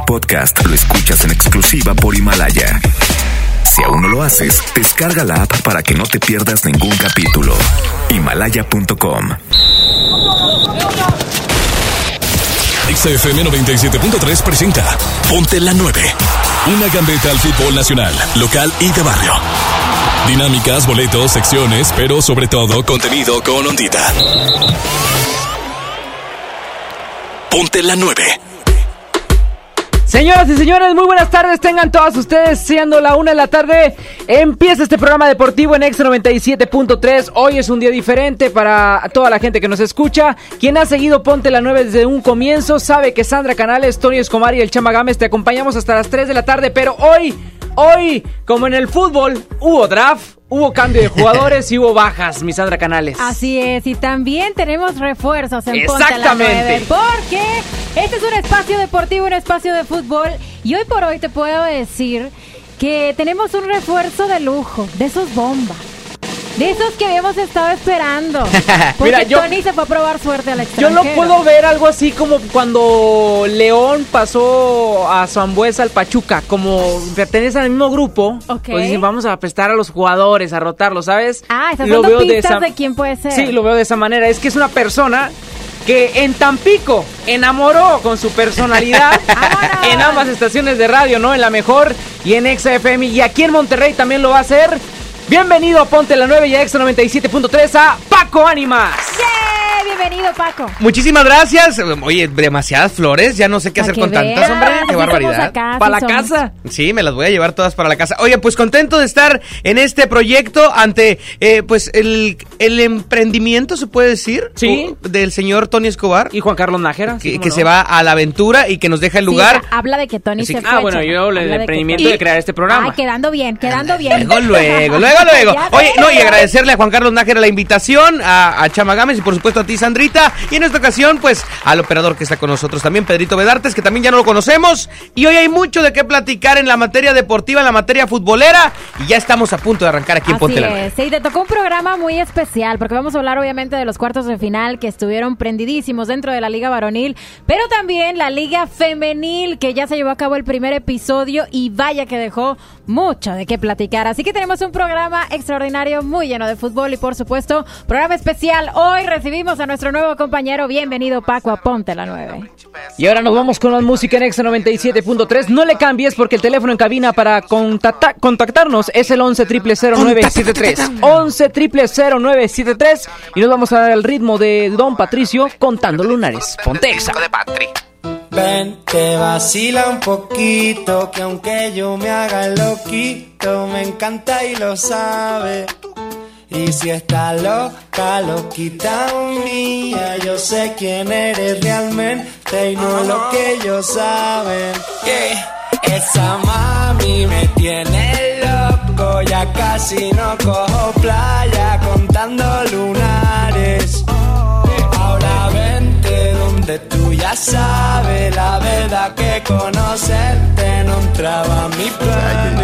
podcast lo escuchas en exclusiva por Himalaya. Si aún no lo haces, descarga la app para que no te pierdas ningún capítulo. Himalaya.com. XFM 97.3 presenta Ponte la 9. Una gambeta al fútbol nacional, local y de barrio. Dinámicas, boletos, secciones, pero sobre todo contenido con ondita. Ponte la 9. Señoras y señores, muy buenas tardes, tengan todas ustedes, siendo la 1 de la tarde, empieza este programa deportivo en X97.3, hoy es un día diferente para toda la gente que nos escucha, quien ha seguido Ponte la 9 desde un comienzo, sabe que Sandra Canales, Tony Escobar y el Chama Gámez te acompañamos hasta las 3 de la tarde, pero hoy, como en el fútbol, hubo draft, hubo cambio de jugadores y hubo bajas, mi Sandra Canales. Así es, y también tenemos refuerzos en Exactamente. Ponte la 9, porque este es un espacio deportivo, un espacio de fútbol, y hoy por hoy te puedo decir que tenemos un refuerzo de lujo, de esos bombas. De esos que habíamos estado esperando. Porque mira, Tony se fue a probar suerte al extranjero. Yo lo puedo ver algo así como cuando León pasó a Sambuesa al Pachuca. Como pertenece al mismo grupo, pues dicen, vamos a prestar a los jugadores, a rotarlos, ¿sabes? Ah, estás dando pistas de quién puede ser. Sí, lo veo de esa manera. Es que es una persona que en Tampico enamoró con su personalidad en ambas estaciones de radio, ¿no? En La Mejor y en XFM. Y aquí en Monterrey también lo va a hacer. Bienvenido a Ponte la 9 y a X97.3 a Paco Ánimas. ¡Yeah! Bienvenido, Paco. Muchísimas gracias. Oye, demasiadas flores, ya no sé qué hacer con tantas, hombre. Qué barbaridad. Para la casa. Sí, me las voy a llevar todas para la casa. Oye, pues contento de estar en este proyecto ante, pues, el emprendimiento, se puede decir, sí, del señor Tony Escobar. Y Juan Carlos Nájera. Que se va a la aventura y que nos deja el lugar. Sí, habla de que Tony se fue. Bueno, yo el emprendimiento de crear este programa. Ay, quedando bien. Luego. Oye, no, y agradecerle a Juan Carlos Nájera la invitación, a Chama Gámez y por supuesto a ti, Sandrita. Y en esta ocasión, pues, al operador que está con nosotros también, Pedrito Bedartes, que también ya no lo conocemos. Y hoy hay mucho de qué platicar en la materia deportiva, en la materia futbolera. Y ya estamos a punto de arrancar aquí en Ponte la 9. Sí, te tocó un programa muy especial, porque vamos a hablar obviamente de los cuartos de final que estuvieron prendidísimos dentro de la Liga Varonil, pero también la Liga Femenil, que ya se llevó a cabo el primer episodio y vaya que dejó mucho de qué platicar. Así que tenemos un programa extraordinario, muy lleno de fútbol y por supuesto, programa especial. Hoy recibimos a nuestro nuevo compañero. Bienvenido, Paco, a Ponte la 9. Y ahora nos vamos con la música en X97.3. No le cambies porque el teléfono en cabina para contactarnos es el 11-000973. 11-000973. Y nos vamos a dar el ritmo de Don Patricio contando lunares. Ponte Exa. Ven, te vacila un poquito, que aunque yo me haga el loquito, me encanta y lo sabe. Y si está loca, loquita mía, yo sé quién eres realmente y no lo que ellos saben. Esa mami me tiene loco, ya casi no cojo playa contando lunares. Ahora vente donde tú ya sabes, la verdad que conocerte no entraba a mi plan.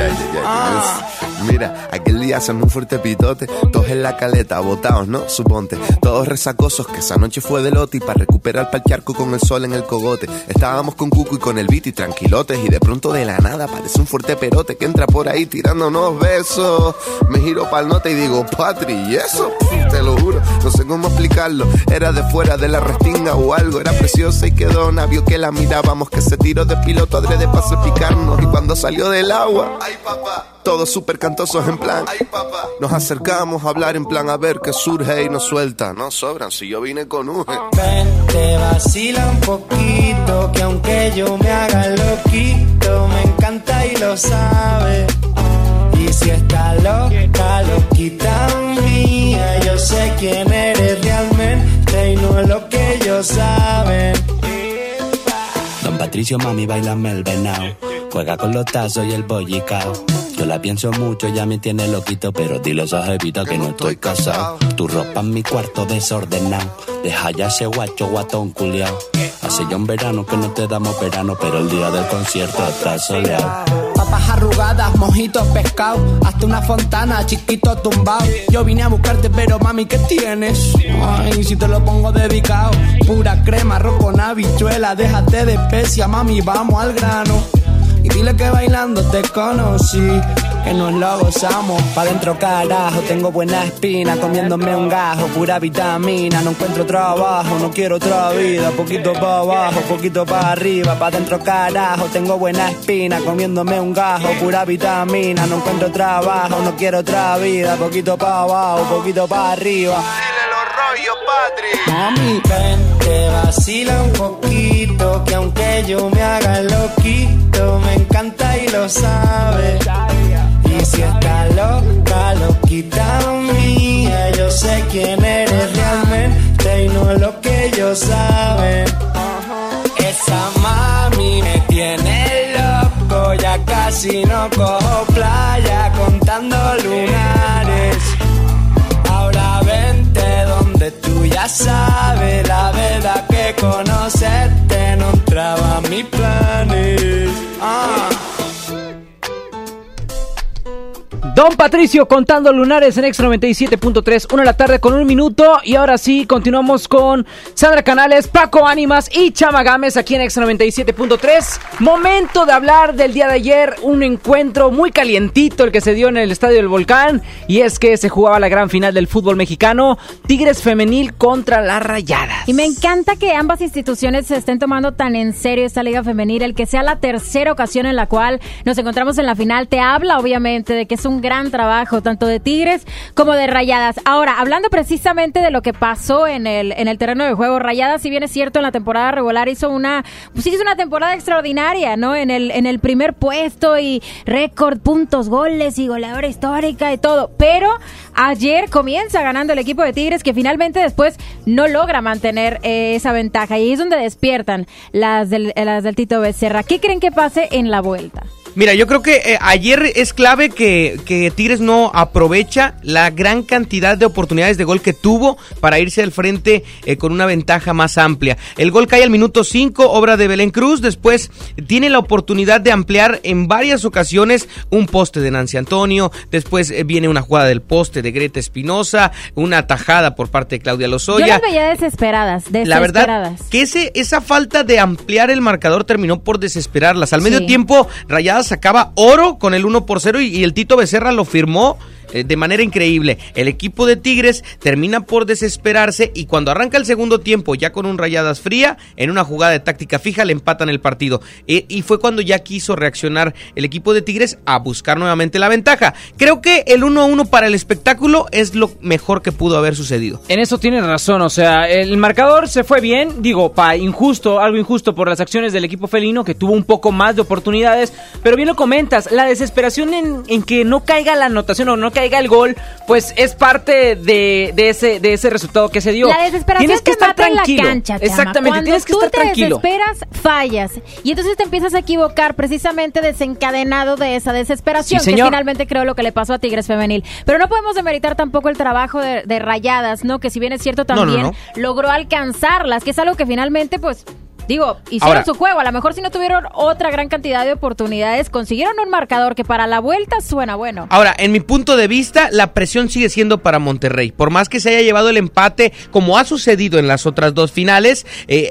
Mira, aquel día hacemos un fuerte pitote, todos en la caleta, botados, ¿no? Suponte, todos resacosos, que esa noche fue de lote y para recuperar pa'l charco con el sol en el cogote. Estábamos con Cuco y con el Vito y tranquilotes y de pronto de la nada aparece un fuerte perote que entra por ahí tirándonos besos. Me giro pa'l nota y digo, Patri, ¿y eso? Te lo juro, no sé cómo explicarlo. Era de fuera de la restinga o algo, era preciosa y quedó navio que la mirábamos, que se tiró de piloto adrede para pacificarnos. Y cuando salió del agua, ay papá, todos súper cantosos en plan, ay papá, nos acercamos a hablar en plan a ver qué surge y nos suelta. No sobran, si yo vine con Uge. Ven, te vacila un poquito, que aunque yo me haga el loquito, me encanta y lo sabe. Y si está loca, loquita mía, yo sé quién eres realmente y no es lo que ellos saben. Don Patricio, mami, bailame el venao. juega con los tazos y el bollicao. Yo la pienso mucho, ya me tiene loquito, pero dile a esa jevita que no estoy casado. Tu ropa en mi cuarto desordenado, deja ya ese guatón culiao. Hace ya un verano que no te damos verano, pero el día del concierto está soleado. Papas arrugadas, mojitos, pescado, hasta una fontana, chiquito tumbao. Yo vine a buscarte, pero mami, ¿qué tienes? Ay, si te lo pongo dedicado. Pura crema, arroz con habichuela, déjate de especia, mami, vamos al grano. Y dile que bailando te conocí, que nos lo gozamos. Pa' dentro carajo, tengo buena espina, comiéndome un gajo, pura vitamina. No encuentro trabajo, no quiero otra vida, poquito pa' abajo, poquito pa' arriba. Pa' dentro carajo, tengo buena espina, comiéndome un gajo, pura vitamina. No encuentro trabajo, no quiero otra vida, poquito pa' abajo, poquito pa' arriba. Mami, ven, te vacila un poquito, que aunque yo me haga loquito, me encanta y lo sabe. Y si está loca, loquita mía, yo sé quién eres realmente y no lo que ellos saben. Esa mami me tiene loco, ya casi no cojo playa contando lunares. Ahora vente donde tú ya sabes, la verdad que conocerte no entraba en mis planes. Don Patricio contando lunares en Extra 97.3, 1 de la tarde con 1 minuto. Y ahora sí, continuamos con Sandra Canales, Paco Ánimas y Chama Gámez aquí en Extra 97.3. Momento de hablar del día de ayer, un encuentro muy calientito el que se dio en el Estadio del Volcán. Y es que se jugaba la gran final del fútbol mexicano, Tigres femenil contra las Rayadas. Y me encanta que ambas instituciones se estén tomando tan en serio esta liga femenil. El que sea la tercera ocasión en la cual nos encontramos en la final te habla obviamente de que es un gran trabajo tanto de Tigres como de Rayadas. Ahora, hablando precisamente de lo que pasó en el terreno de juego, Rayadas, si bien es cierto, en la temporada regular hizo una temporada extraordinaria, ¿no? En el primer puesto y récord, puntos, goles y goleadora histórica y todo, pero ayer comienza ganando el equipo de Tigres, que finalmente después no logra mantener esa ventaja, y ahí es donde despiertan las del Tito Becerra. ¿Qué creen que pase en la vuelta? Mira, yo creo que ayer es clave que Tigres no aprovecha la gran cantidad de oportunidades de gol que tuvo para irse al frente con una ventaja más amplia. El gol cae al minuto 5, obra de Belén Cruz. Después tiene la oportunidad de ampliar en varias ocasiones un poste de Nancy Antonio. Después viene una jugada del poste de Greta Espinosa, una tajada por parte de Claudia Lozoya. Yo las veía desesperadas. La verdad que esa falta de ampliar el marcador terminó por desesperarlas. Al medio tiempo, Rayadas sacaba oro con el 1-0 y el Tito Becerra lo firmó de manera increíble. El equipo de Tigres termina por desesperarse y cuando arranca el segundo tiempo, ya con un Rayadas fría, en una jugada de táctica fija le empatan el partido. Y fue cuando ya quiso reaccionar el equipo de Tigres a buscar nuevamente la ventaja. Creo que el 1-1 para el espectáculo es lo mejor que pudo haber sucedido. En eso tienes razón, o sea, el marcador se fue bien, digo, algo injusto por las acciones del equipo felino, que tuvo un poco más de oportunidades, pero bien lo comentas, la desesperación en que no caiga la anotación o no caiga el gol, pues es parte de ese resultado que se dio. La desesperación tienes que estar tranquilo. En la cancha, exactamente, cuando tienes que estar tranquilo. Cuando tú te desesperas, fallas, y entonces te empiezas a equivocar precisamente desencadenado de esa desesperación, sí, que finalmente creo lo que le pasó a Tigres femenil. Pero no podemos demeritar tampoco el trabajo de Rayadas, ¿no? Que si bien es cierto también logró alcanzarlas, que es algo que finalmente pues hicieron su juego. A lo mejor si no tuvieron otra gran cantidad de oportunidades, consiguieron un marcador que para la vuelta suena bueno. Ahora, en mi punto de vista, la presión sigue siendo para Monterrey. Por más que se haya llevado el empate, como ha sucedido en las otras dos finales,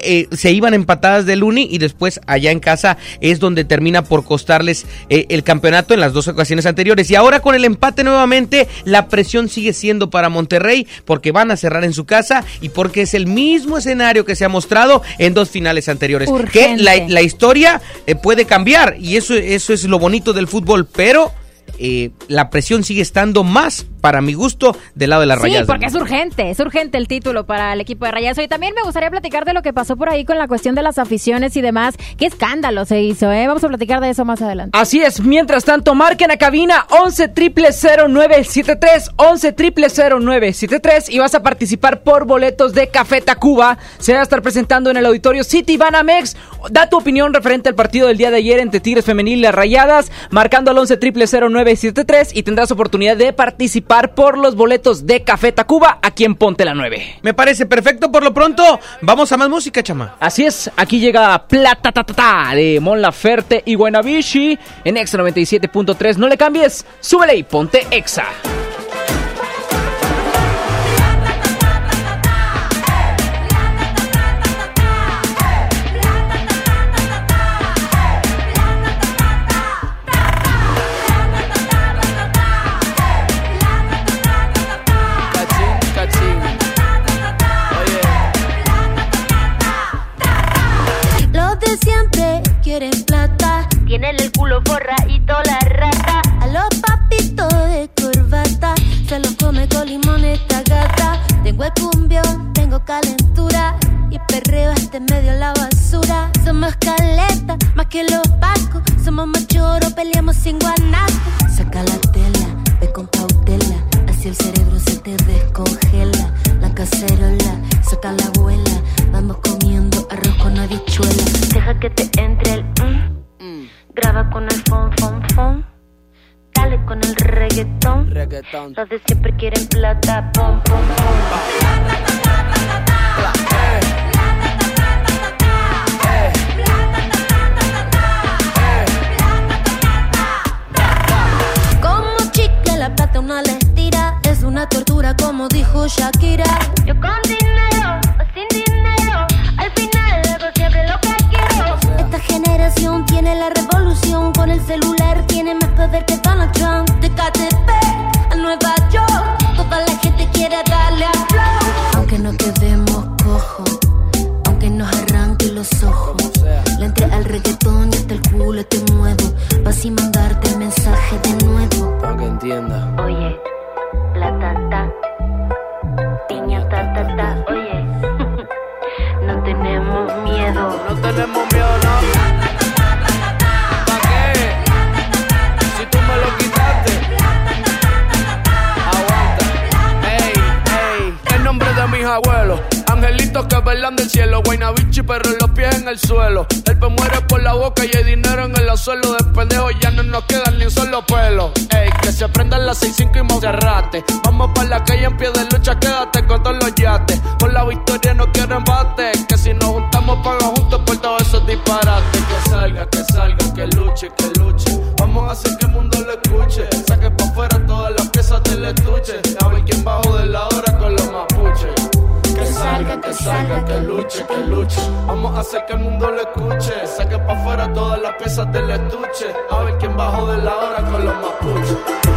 se iban empatadas del Uni y después allá en casa es donde termina por costarles el campeonato en las dos ocasiones anteriores. Y ahora con el empate nuevamente, la presión sigue siendo para Monterrey porque van a cerrar en su casa y porque es el mismo escenario que se ha mostrado en dos finales anteriores. Urgente. Que la historia puede cambiar y eso es lo bonito del fútbol, pero la presión sigue estando más para mi gusto, del lado de las Rayadas. Sí, porque es urgente el título para el equipo de Rayadas. Y también me gustaría platicar de lo que pasó por ahí con la cuestión de las aficiones y demás. Qué escándalo se hizo, ¿eh? Vamos a platicar de eso más adelante. Así es, mientras tanto, marquen a cabina 11-000-973, 11-000-973 y vas a participar por boletos de Café Tacuba. Se va a estar presentando en el auditorio City Banamex. Da tu opinión referente al partido del día de ayer entre Tigres Femenil y las Rayadas, marcando al 11-000-973 y tendrás oportunidad de participar por los boletos de Café Tacuba aquí en Ponte la 9. Me parece perfecto. Por lo pronto, vamos a más música, Chama. Así es, aquí llega Plata Tatata de Mon Laferte y Buenavichi en Exa 97.3. No le cambies, súbele y ponte Exa. Siempre quieren plata, tienen el culo forradito la rata. A los papitos de corbata se los come con limón esta gata. Tengo el cumbión, tengo calentura y perreo este medio la basura. Somos caleta, más que los pacos. Somos machoros, peleamos sin guanaco. Saca la tela, ve con cautela, así el cerebro se te descongela. La cacerola, saca la abuela, vamos comiendo arroz con habichuela. Deja que te entre el graba con el fon. Dale con el reggaetón. Los de siempre quieren plata, pom. Como chicle la plata una les tira, es una tortura como dijo Shakira. Yo con dinero o sin dinero, al final hago siempre lo que quiero. Esta generación tiene la revolución, con el celular tiene más poder que Donald Trump. De KTP a Nueva York, toda la gente quiere darle a flow. Aunque no quedemos cojos, aunque nos arranque los ojos, le entré al reggaetón y hasta el culo te muevo, pa' así mandarte el mensaje de nuevo. Para que entienda. Oye, plata, piña, ta, oye, no tenemos miedo. No tenemos miedo, no. ¿Para qué? Si tú me lo quitaste. Aguanta. Ey, el nombre de mis abuelos. Angelitos que velan del cielo. Guaynabichi, pero los pies en el suelo. El pe muere por la boca y hay dinero en el suelo. De pendejo ya no nos quedan ni un solo pelo. Ey, que se prendan las 6-5 y Monserrate. Vamos pa' la calle en pie de lucha, quédate con todos los yates. Por la victoria no quiero embate. Que si nos juntamos paga juntos por todos esos disparates. Que salga, que luche. Vamos a hacer que el mundo lo escuche. Saque pa' afuera todas las piezas del estuche. A ver quién bajó de la hora con los mapuches. Que salga, que luche. Vamos a hacer que el mundo lo escuche. Saque pa' afuera todas las piezas del estuche. A ver quién bajó de la hora con los mapuches.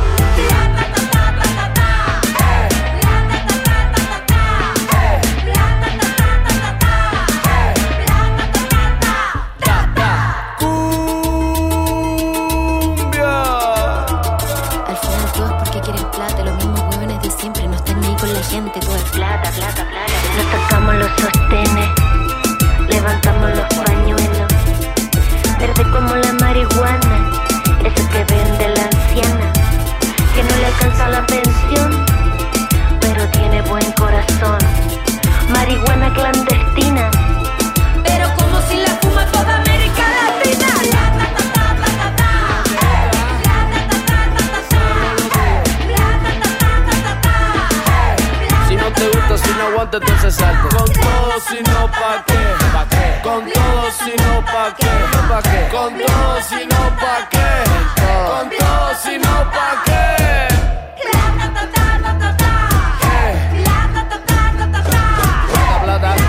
Gente, todo es plata. Nos sacamos los sostenes, levantamos los pañuelos, verde como la marihuana, eso que vende la anciana, que no le alcanza la pensión, pero tiene buen corazón. Marihuana clandestina, pero como si la fuma toda América Latina. Si no aguanta, entonces salte. Con todo, si no, ¿pa' qué? Con todo, si no, ¿pa' qué? Con todo, si no, ¿pa' qué? Con todo, si no, ¿pa' qué? Plata.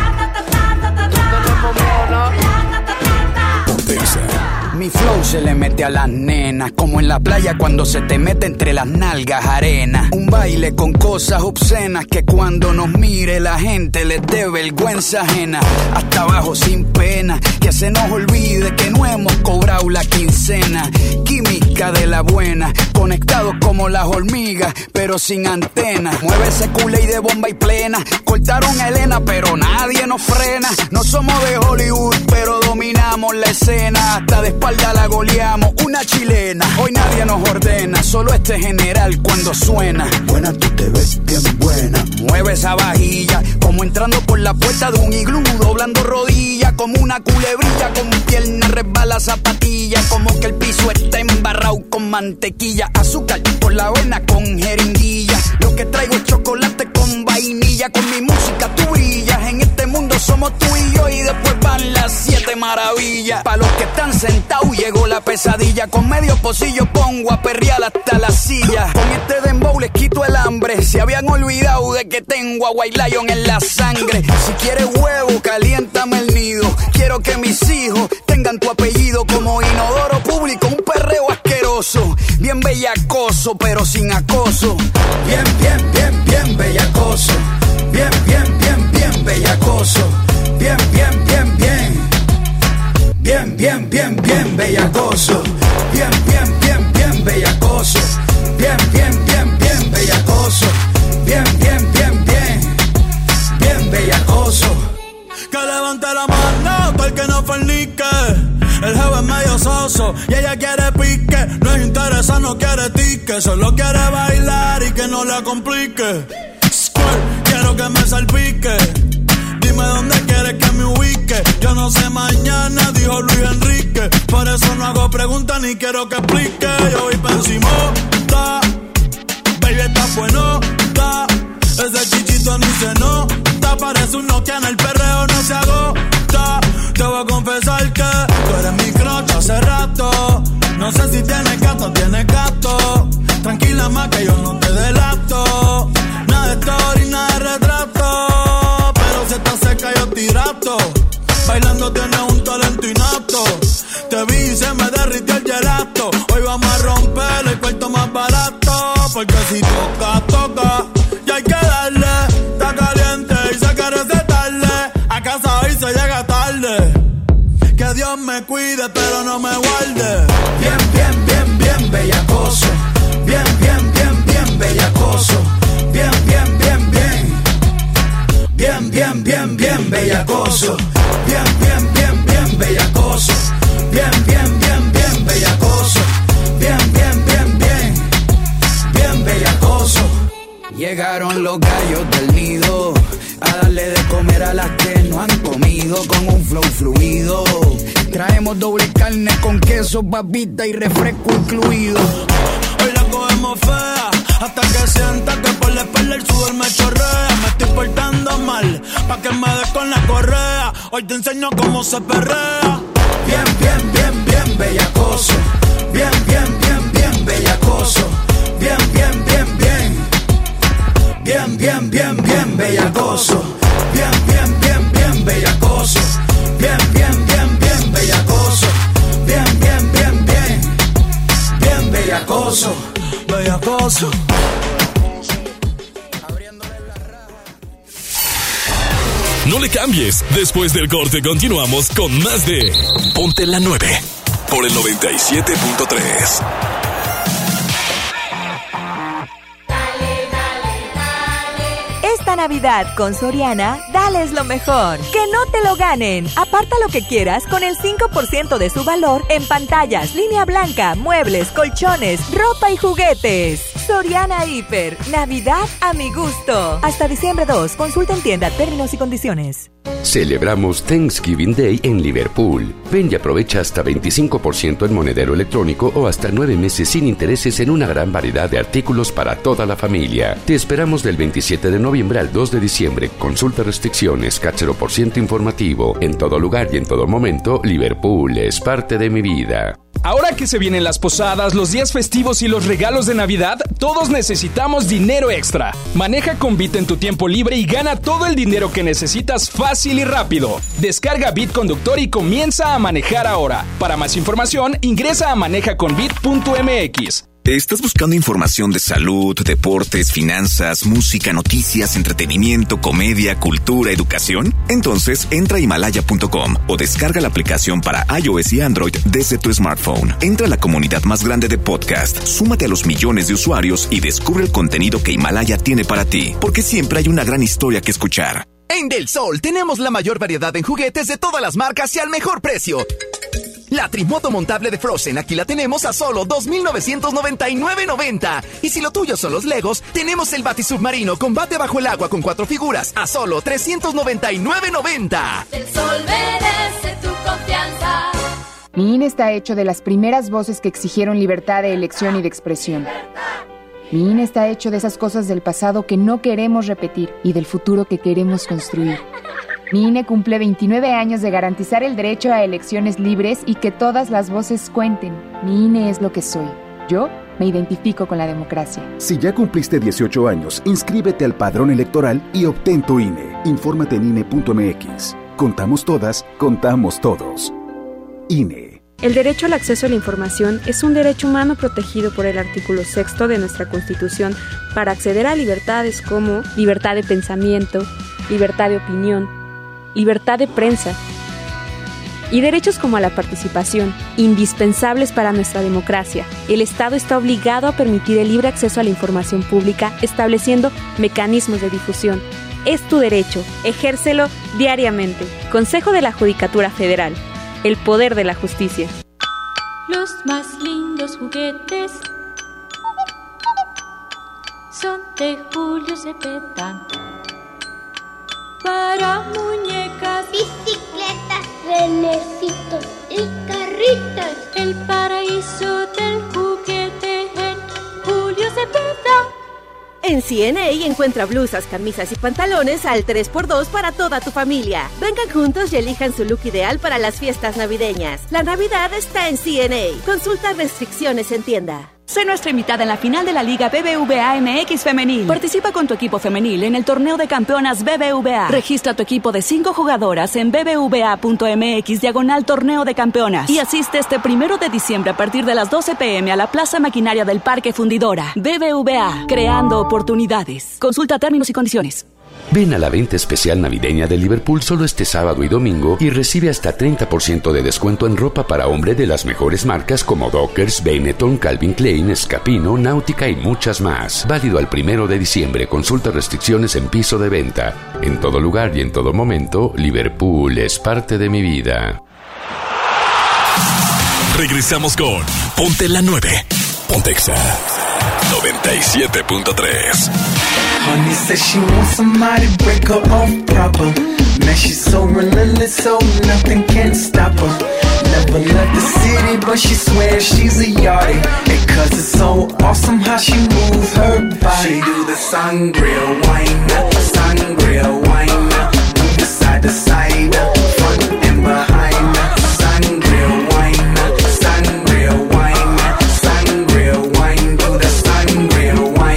Mi flow se le mete a las nenas, como en la playa cuando se te mete entre las nalgas arena. Un baile con cosas obscenas que cuando nos mire la gente les dé vergüenza ajena. Hasta abajo sin pena, que se nos olvide que no hemos cobrado la quincena. Química música de la buena, conectados como las hormigas, pero sin antena. Mueve ese culé y de bomba y plena. Cortaron a Elena, pero nadie nos frena. No somos de Hollywood, pero dominamos la escena. Hasta de espalda la goleamos, una chilena. Hoy nadie nos ordena, solo este general cuando suena. Buena, tú te ves bien buena. Mueve esa vajilla, como entrando por la puerta de un iglú, doblando rodillas, como una culebrilla, con pierna resbala zapatilla, como que el piso está embarrado con mantequilla, azúcar por la avena con jeringuilla. Lo que traigo es chocolate con vainilla, con mi música tú brillas. En este mundo somos tú y yo, y después van las 7 maravillas. Pa' los que están sentados llegó la pesadilla, con medio pocillo pongo a perrear hasta la silla. Con este dembow les quito el hambre, se habían olvidado de que tengo a White Lion en la sangre. Si quieres huevo, caliéntame el nido. Quiero que mis hijos tengan tu apellido, como inodoro público, un perreo asqueroso. Bien bellacoso, pero sin acoso. Bien, bien, bien, bien bellacoso. Bien, bien, bien, bien bellacoso. Bien, bien, bien, bien. Bien, bien, bien, bien bellacoso. Bien, bien, bien, bien bellacoso. Bien, bien, bien, bien bellacoso. Bien, bien, bien, bien. Bien bellacoso. Que levante la mano todo el que no fornique. El jefe es medio soso y ella quiere pique. No es interesa, no quiere tique. Solo quiere bailar y que no la complique. Squirt, quiero que me salpique. Dime dónde quieres que me ubique. Yo no sé mañana, dijo Luis Enrique. Por eso no hago preguntas ni quiero que explique. Yo voy pa' encimota, baby está buenota. Ese chichito ni se nota. Parece un Nokia, en el perreo no se agota. Te voy a confesar que tú eres mi crocha hace rato. No sé si tienes gato. Tranquila más que yo no te delato. Nada de story, nada de retrato. Pero si estás seca yo te hidrato. Bailando tienes un talento inapto. Te vi y se me derritió el gelato. Hoy vamos a romper el cuarto más barato. Porque si toca, ya hay que darle. Está caliente y se quiere recetarle. A casa hoy se llega tarde. Que Dios me cuide pero no me guarde. Bien, bien, bien, bien bellacoso. Bien, bien, bien, bien bellacoso. Bien, bien, bien, bien. Bien, bien, bien, bien bellacoso. Bien, bien, bien, bien bellacoso. Bien, bien, bien, bien bellacoso. Bien, bien, bien, bien. Bien bellacoso. Llegaron los gallos del nido a darle de comer a las que no han comido, con un flow fluido. Traemos doble carne con queso, papita y refresco incluido. Hoy la cogemos fea hasta que sienta que por la espalda el sudor me chorrea. Me estoy portando mal pa' que me des con la correa. Hoy te enseño cómo se perrea. Bien, bien, bien, bien bellacoso. Bien, bien, bien, bien bellacoso. Bien, bien, bien, bien. Bien, bien, bien, bien bellacoso. Bien, bien, bien, bien bellacoso. Bien, bien, bien, bien bellacoso. Bien, bien, bien, bien. Bien bellacoso. Bellacoso. No le cambies. Después del corte continuamos con más de Ponte la 9 por el 97.3. Esta Navidad con Soriana, dales lo mejor. Que no te lo ganen. Aparta lo que quieras con el 5% de su valor en pantallas, línea blanca, muebles, colchones, ropa y juguetes. Soriana Hiper. Navidad a mi gusto. Hasta diciembre 2. Consulta en tienda términos y condiciones. Celebramos Thanksgiving Day en Liverpool. Ven y aprovecha hasta 25% en monedero electrónico o hasta 9 meses sin intereses en una gran variedad de artículos para toda la familia. Te esperamos del 27 de noviembre al 2 de diciembre. Consulta restricciones, cáchero por ciento informativo. En todo lugar y en todo momento, Liverpool es parte de mi vida. Ahora que se vienen las posadas, los días festivos y los regalos de Navidad, todos necesitamos dinero extra. Maneja con Bit en tu tiempo libre y gana todo el dinero que necesitas fácil y rápido. Descarga Bit Conductor y comienza a manejar ahora. Para más información, ingresa a manejaconbit.mx. ¿Estás buscando información de salud, deportes, finanzas, música, noticias, entretenimiento, comedia, cultura, educación? Entonces entra a Himalaya.com o descarga la aplicación para iOS y Android desde tu smartphone. Entra a la comunidad más grande de podcast, súmate a los millones de usuarios y descubre el contenido que Himalaya tiene para ti, porque siempre hay una gran historia que escuchar. En Del Sol tenemos la mayor variedad en juguetes de todas las marcas y al mejor precio. La trimoto montable de Frozen, aquí la tenemos a solo $2,999.90. Y si lo tuyo son los Legos, tenemos el batisubmarino combate bajo el agua con 4 figuras a solo $399.90. El Sol merece tu confianza. Mi INE está hecho de las primeras voces que exigieron libertad de elección y de expresión. Mi INE está hecho de esas cosas del pasado que no queremos repetir y del futuro que queremos construir. Mi INE cumple 29 años de garantizar el derecho a elecciones libres y que todas las voces cuenten. Mi INE es lo que soy. Yo me identifico con la democracia. Si ya cumpliste 18 años, inscríbete al padrón electoral y obtén tu INE. Infórmate en INE.mx. Contamos todas, contamos todos. INE. El derecho al acceso a la información es un derecho humano protegido por el artículo 6 de nuestra Constitución para acceder a libertades como libertad de pensamiento, libertad de opinión, libertad de prensa y derechos como a la participación, indispensables para nuestra democracia. El Estado está obligado a permitir el libre acceso a la información pública, estableciendo mecanismos de difusión. Es tu derecho, ejércelo diariamente. Consejo de la Judicatura Federal, el poder de la justicia. Los más lindos juguetes son de Julio Cepeda. Para muñecas, bicicletas, renecitos y carritos. El paraíso del juguete en Julio Cepeda. En CNA encuentra blusas, camisas y pantalones al 3x2 para toda tu familia. Vengan juntos y elijan su look ideal para las fiestas navideñas. La Navidad está en CNA. Consulta restricciones en tienda. Sé nuestra invitada en la final de la Liga BBVA MX Femenil. Participa con tu equipo femenil en el torneo de campeonas BBVA. Registra tu equipo de 5 jugadoras en bbva.mx/torneo de campeonas. Y asiste este 1 de diciembre a partir de las 12 p.m. a la Plaza Maquinaria del Parque Fundidora. BBVA, creando oportunidades. Consulta términos y condiciones. Ven a la venta especial navideña de Liverpool solo este sábado y domingo y recibe hasta 30% de descuento en ropa para hombre de las mejores marcas como Dockers, Benetton, Calvin Klein, Scapino, Náutica y muchas más. Válido al 1 de diciembre. Consulta restricciones en piso de venta. En todo lugar y en todo momento, Liverpool es parte de mi vida. Regresamos con Ponte la 9. Pontexa 97.3. Honey says she wants somebody to break her off proper. Man, she's so relentless, so nothing can stop her. Never left the city, but she swears she's a yardie. And cause it's so awesome how she moves her body. She do the sangria wine, sangria wine. Move the side to side, front and behind. Sangria wine, sangria wine, sangria wine. Do the sangria wine.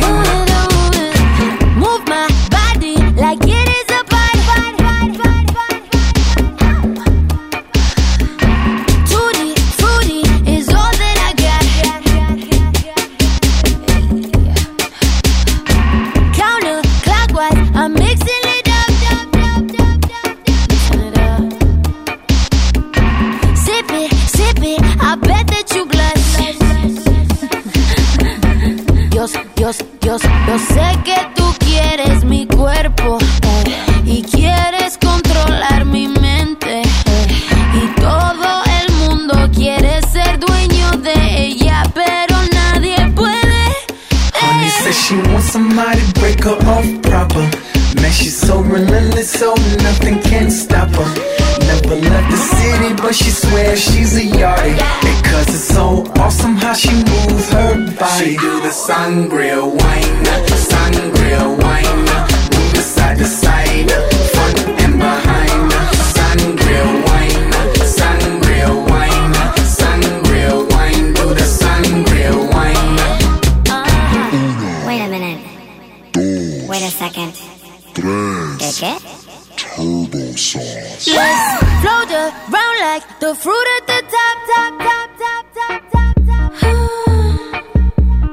Yo sé que tú quieres mi cuerpo y quieres controlar mi mente y todo el mundo quiere ser dueño de ella, pero nadie puede. Honey says she wants somebody to break her off proper. Man, she's so relentless, so nothing can stop her. Never left the city, but she swears she's a yardie. Because it's so awesome how she moves her body. She do the sangria wine, sangria wine. Move the side to side, front and behind. Sangria wine, sangria wine, sangria wine. Do the sangria wine. Wait a minute. Wait a second. ¿Qué? Turbo sauce. Let's float around like the fruit at the top, top, top, top, top, top.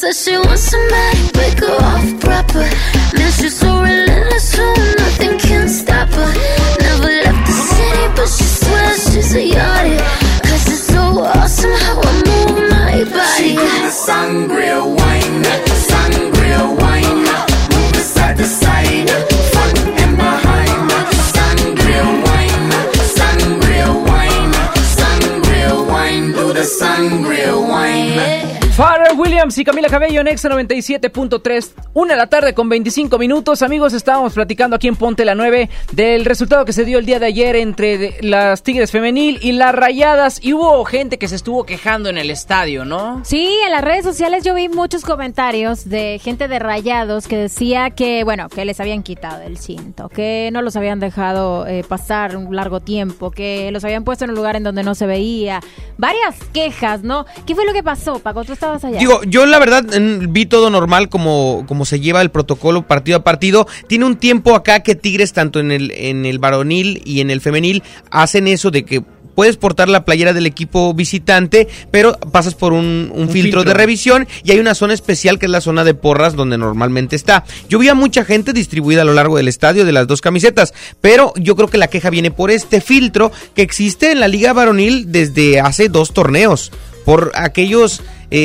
Says she wants somebody break her off proper. Man, she's so relentless, so nothing can stop her. Never left the city, but she swears she's a yardie. Cause it's so awesome how I move my body. She got the sangria wine, sangria wine. Move side to side, front and behind. Sangria wine, sangria wine, sangria wine. Do the sangria wine. Pharrell Williams y Camila Cabello en Exa 97.3, 1:00 con 25 minutos. Amigos, estábamos platicando aquí en Ponte la 9 del resultado que se dio el día de ayer entre las Tigres Femenil y las Rayadas, y hubo gente que se estuvo quejando en el estadio, ¿no? Sí, en las redes sociales yo vi muchos comentarios de gente de Rayados que decía que, bueno, que les habían quitado el cinto, que no los habían dejado pasar un largo tiempo, que los habían puesto en un lugar en donde no se veía. Varias quejas, ¿no? ¿Qué fue lo que pasó, Paco? Tú estabas allá. Digo, yo la verdad vi todo normal como se lleva el protocolo partido a partido. Tiene un tiempo acá que Tigres, tanto en el varonil y en el femenil, hacen eso de que puedes portar la playera del equipo visitante, pero pasas por un filtro de revisión, y hay una zona especial que es la zona de porras donde normalmente está. Yo vi a mucha gente distribuida a lo largo del estadio de las dos camisetas, pero yo creo que la queja viene por este filtro que existe en la Liga Varonil desde hace 2 torneos, por aquellos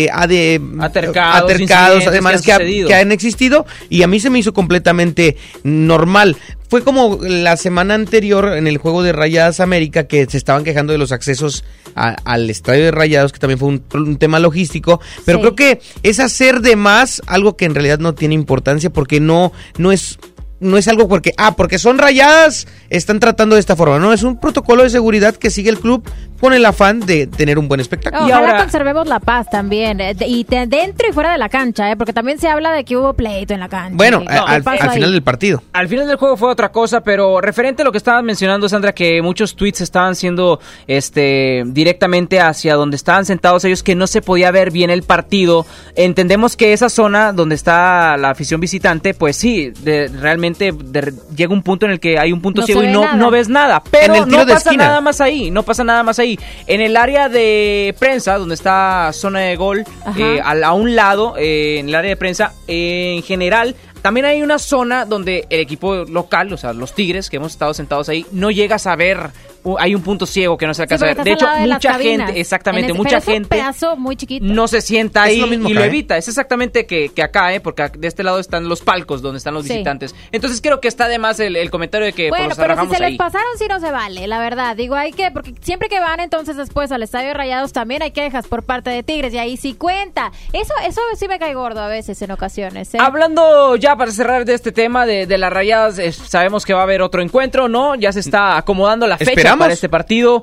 altercados además que han existido, y a mí se me hizo completamente normal. Fue como la semana anterior en el juego de Rayadas América, que se estaban quejando de los accesos al estadio de Rayados, que también fue un tema logístico, pero creo que es hacer de más algo que en realidad no tiene importancia, porque no es algo porque son Rayadas, están tratando de esta forma. No, es un protocolo de seguridad que sigue el club con el afán de tener un buen espectáculo. Y ahora conservemos la paz también, y dentro y fuera de la cancha, porque también se habla de que hubo pleito en la cancha. Bueno, al final del partido. Al final del juego fue otra cosa, pero referente a lo que estabas mencionando, Sandra, que muchos tweets estaban siendo directamente hacia donde estaban sentados ellos, que no se podía ver bien el partido. Entendemos que esa zona donde está la afición visitante, pues sí, realmente llega un punto en el que hay un punto ciego y no ves nada, pero no pasa nada más ahí. En el área de prensa, donde está zona de gol, a un lado, en el área de prensa, en general, también hay una zona donde el equipo local, o sea, los Tigres, que hemos estado sentados ahí, no llegas a ver, hay un punto ciego que no se alcanza a ver. De hecho, mucha gente, exactamente, mucha gente, un pedazo muy chiquito, no se sienta ahí y lo evita. Es exactamente que acá, porque de este lado están los palcos donde están los visitantes. Entonces creo que está de más el comentario de que bueno, los pero si se ahí. Les pasaron, sí no se vale, la verdad. Digo, porque siempre que van entonces después al estadio de Rayados también hay quejas por parte de Tigres, y ahí sí cuenta. Eso sí me cae gordo a veces en ocasiones, ¿eh? Hablando ya para cerrar de este tema de las Rayadas, sabemos que va a haber otro encuentro, ¿no? Ya se está acomodando la fecha para este partido,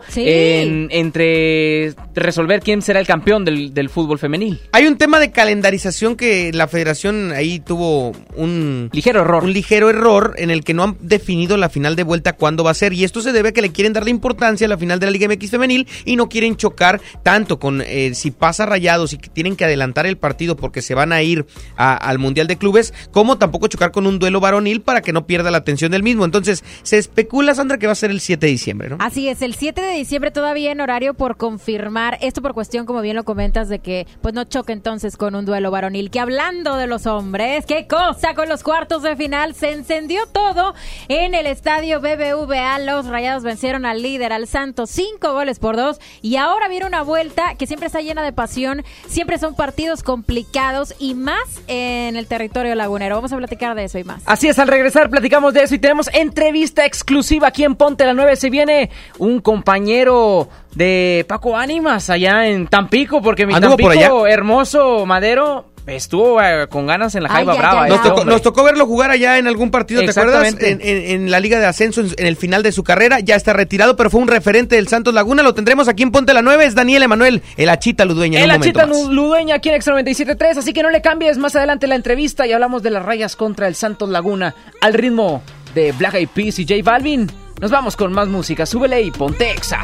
entre resolver quién será el campeón del fútbol femenil. Hay un tema de calendarización que la federación ahí tuvo un ligero error en el que no han definido la final de vuelta cuándo va a ser, y esto se debe a que le quieren darle importancia a la final de la Liga MX femenil y no quieren chocar tanto con si pasa Rayados y que tienen que adelantar el partido porque se van a ir al Mundial de Clubes, como tampoco chocar con un duelo varonil para que no pierda la atención del mismo. Entonces se especula, Sandra, que va a ser el 7 de diciembre, ¿no? Así es, el 7 de diciembre todavía en horario por confirmar. Esto por cuestión, como bien lo comentas, de que pues no choque entonces con un duelo varonil. Que hablando de los hombres, qué cosa con los cuartos de final. Se encendió todo en el estadio BBVA. Los Rayados vencieron al líder, al Santos, 5-2, y ahora viene una vuelta que siempre está llena de pasión. Siempre son partidos complicados, y más en el territorio lagunero. Vamos a platicar de eso y más. Así es, al regresar platicamos de eso y tenemos entrevista exclusiva aquí en Ponte la 9. Se viene un compañero de Paco Ánimas allá en Tampico, porque mi Tampico hermoso Madero estuvo con ganas en la Jaiba Brava. Nos tocó verlo jugar allá en algún partido, ¿te acuerdas? En la Liga de Ascenso, en el final de su carrera. Ya está retirado, pero fue un referente del Santos Laguna. Lo tendremos aquí en Ponte la 9. Es Daniel Emanuel, el Achita Ludueña. El Achita Ludueña aquí en Exa 97.3. Así que no le cambies, más adelante la entrevista y hablamos de las Rayas contra el Santos Laguna al ritmo de Black Eyed Peas y J Balvin. Nos vamos con más música. Súbele y ponte Exa.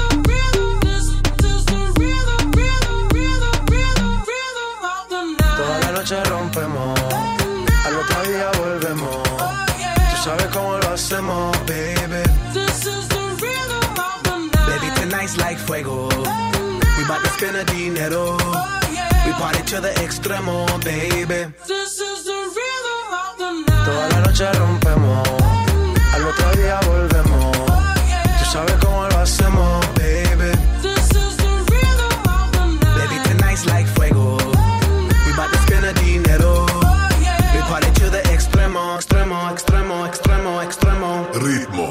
Rompemos, al otro día volvemos. Tú sabes cómo lo hacemos, baby. Baby, tonight's like fuego. We bout to spend the dinero. We party to the extremo, baby. Toda la noche rompemos, al otro día volvemos. Tú sabes cómo lo hacemos, baby. Baby, tonight's like fuego. We bout to spend the dinero. We party to the extremo, extremo, extremo, extremo, extremo. Ritmo.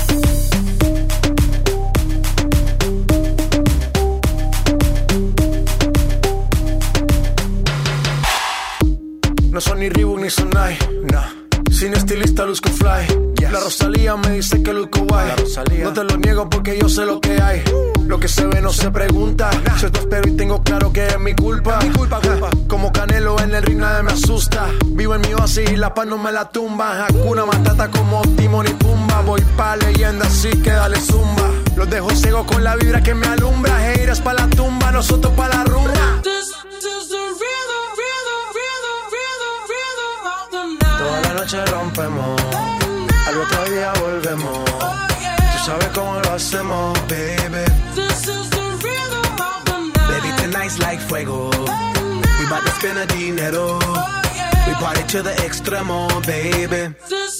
No son ni Reebok ni Sonai, nah. Sin estilista luzco fly. Yes. La Rosalía me dice que luzco guay. No te lo niego porque yo sé lo que hay. Lo que se ve no se pregunta. Nah. Yo te espero y tengo claro que es mi culpa. Mi culpa. Como Canelo en el ring nadie me asusta. Vivo en mi oasis y la paz no me la tumba. Hakuna Matata como Timon y Pumba. Voy pa' leyenda así que dale zumba. Los dejo ciego con la vibra que me alumbra. Haters pa' la tumba, nosotros pa' la rumba. Toda la noche rompemos, al otro día volvemos. Tú sabes cómo lo hacemos, baby. Baby, tonight's like fuego. We bout to spend the dinero. We party to the extremo, baby.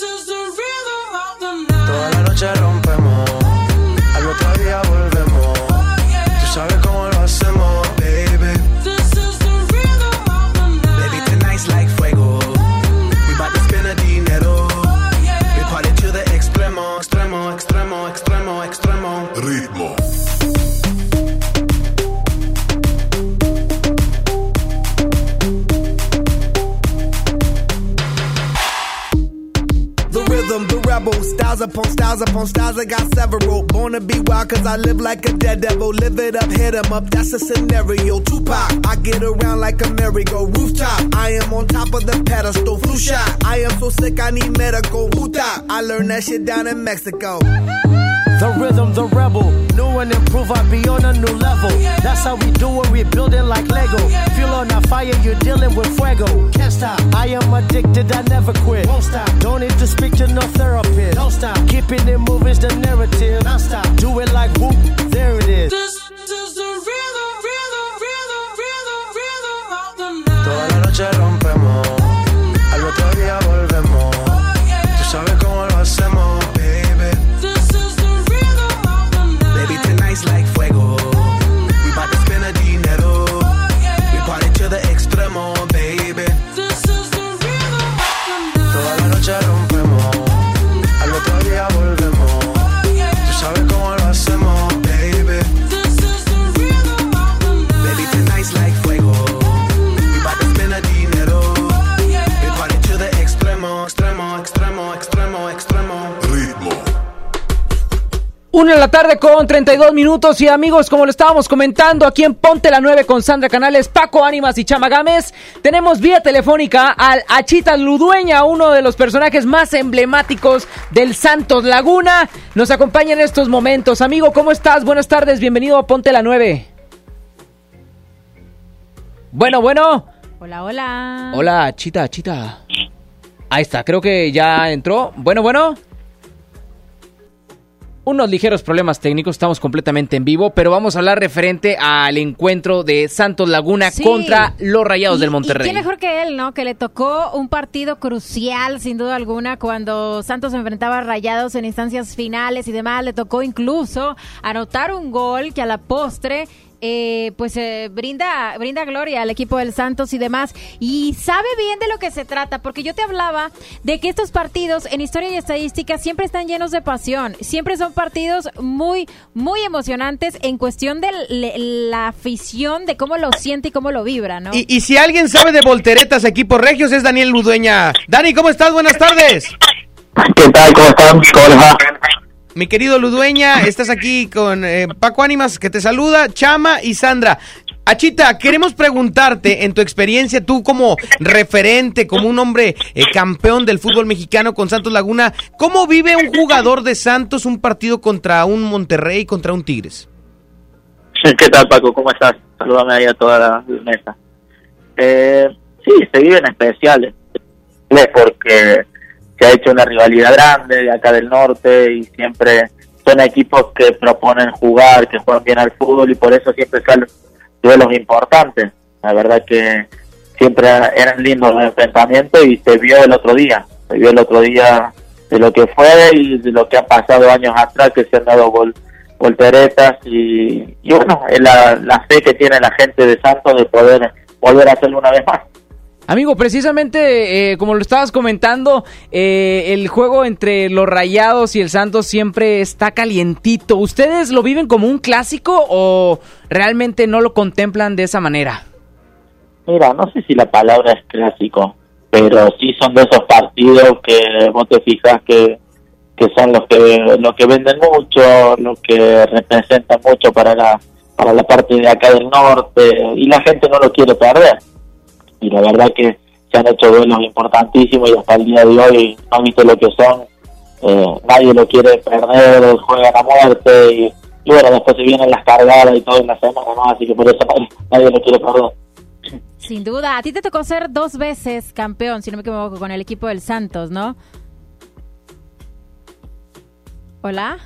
Toda la noche rompemos, al otro día volvemos. Tú sabes cómo lo hacemos, baby. Baby, tonight's like fuego. Extremo, extremo, extremo, extremo. Ritmo. The rhythm, the rebel, styles upon styles upon styles, I got several. Born to be wild cause I live like a dead devil. Live it up, hit 'em up, that's a scenario. Tupac, I get around like a merry-go rooftop. I am on top of the pedestal, flu shot. I am so sick I need medical. Huta, I learned that shit down in Mexico. The rhythm, the rebel, new and improve, I be on a new level. That's how we do it, we build it like Lego. Feel on a fire, you're dealing with fuego. Can't stop, I am addicted, I never quit. Won't stop, don't need to speak to no therapist. Don't stop, keeping it moving's the narrative. Don't stop, do it like whoop, there it is. This is the rhythm, rhythm, rhythm, rhythm, rhythm of the night. Toda la noche rompemos, al otro día volvemos. Tú sabes cómo lo hacemos, baby. Like fuego, we bout to spend the dinero. We party to the extremo, baby. Toda la noche rompemos, al otro día volvemos. Tú sabes cómo lo hacemos, baby. Baby, tonight's like fuego. We bout to spend the dinero. We party to the extremo, extremo, extremo, extremo, extremo. Ritmo. 1 de la tarde con 32 minutos y amigos, como lo estábamos comentando aquí en Ponte la 9 con Sandra Canales, Paco Ánimas y Chama Gámez, tenemos vía telefónica al Achita Ludueña, uno de los personajes más emblemáticos del Santos Laguna. Nos acompaña en estos momentos. Amigo, ¿cómo estás? Buenas tardes, bienvenido a Ponte la 9. Bueno. Hola, hola. Hola, Achita. Ahí está, creo que ya entró. Bueno. Unos ligeros problemas técnicos, estamos completamente en vivo, pero vamos a hablar referente al encuentro de Santos Laguna contra los Rayados del Monterrey. Y qué mejor que él, ¿no? Que le tocó un partido crucial, sin duda alguna, cuando Santos enfrentaba a Rayados en instancias finales y demás. Le tocó incluso anotar un gol que a la postre brinda gloria al equipo del Santos y demás, y sabe bien de lo que se trata, porque yo te hablaba de que estos partidos en historia y estadística siempre están llenos de pasión, siempre son partidos muy, muy emocionantes en cuestión de la afición, de cómo lo siente y cómo lo vibra, ¿no? Y si alguien sabe de volteretas, equipos regios, es Daniel Ludueña. Dani, ¿cómo estás? Buenas tardes. ¿Qué tal? ¿Cómo están? ¿Cómo les va? Mi querido Ludueña, estás aquí con Paco Ánimas, que te saluda, Chama y Sandra. Achita, queremos preguntarte, en tu experiencia, tú como referente, como un hombre campeón del fútbol mexicano con Santos Laguna, ¿cómo vive un jugador de Santos un partido contra un Monterrey, contra un Tigres? ¿Qué tal, Paco? ¿Cómo estás? Salúdame ahí a toda la mesa. Sí, se viven especiales, porque se ha hecho una rivalidad grande de acá del norte y siempre son equipos que proponen jugar, que juegan bien al fútbol y por eso siempre salen duelos importantes. La verdad que siempre eran lindos los enfrentamientos y se vio el otro día de lo que fue y de lo que ha pasado años atrás, que se han dado volteretas y bueno, es la fe que tiene la gente de Santos de poder volver a hacerlo una vez más. Amigo, precisamente como lo estabas comentando, el juego entre los Rayados y el Santos siempre está calientito. ¿Ustedes lo viven como un clásico o realmente no lo contemplan de esa manera? Mira, no sé si la palabra es clásico, pero sí son de esos partidos que vos te fijas que son los que venden mucho, los que representan mucho para la parte de acá del norte, y la gente no lo quiere perder. Y la verdad que se han hecho duelos importantísimos y hasta el día de hoy no viste lo que son. Nadie lo quiere perder, juegan a muerte y bueno, después se vienen las cargadas y todo en la semana, ¿no? Así que por eso nadie lo quiere perder. Sin duda, a ti te tocó ser 2 veces campeón, si no me equivoco, con el equipo del Santos, ¿no? ¿Hola?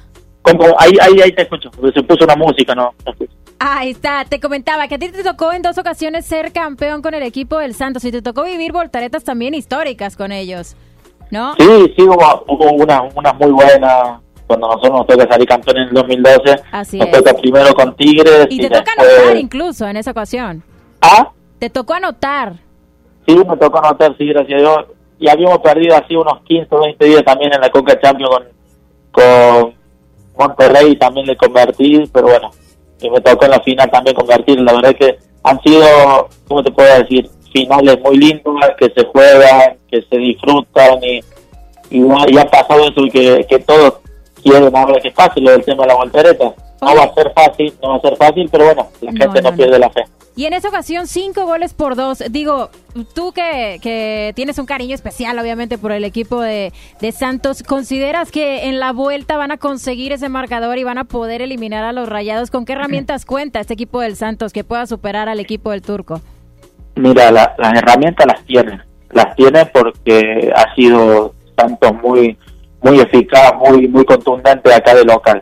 Ahí te escucho, se puso una música, ¿no? Ahí está, te comentaba que a ti te tocó en 2 ocasiones ser campeón con el equipo del Santos y te tocó vivir voltaretas también históricas con ellos, ¿no? Sí, hubo una muy buena. Cuando nosotros nos toca salir campeón en el 2012, así nos es. toca primero con Tigres. Y te toca anotar incluso en esa ocasión. ¿Ah? Te tocó anotar. Sí, me tocó anotar, sí, gracias a Dios. Y habíamos perdido así unos 15 o 20 días también en la Conca Champions con Monterrey, también le convertí, pero bueno, y me tocó en la final también convertir. La verdad es que han sido, ¿cómo te puedo decir? Finales muy lindas, que se juegan, que se disfrutan y ha pasado eso que todos quieren ahora que pase lo del tema de la voltereta. No va a ser fácil, pero bueno, la gente no pierde la fe. Y en esa ocasión 5-2. Digo, tú que tienes un cariño especial obviamente por el equipo de Santos, ¿consideras que en la vuelta van a conseguir ese marcador y van a poder eliminar a los Rayados? ¿Con qué herramientas cuenta este equipo del Santos que pueda superar al equipo del Turco? Mira, las herramientas las tiene porque ha sido Santos muy eficaz, muy contundente acá de local.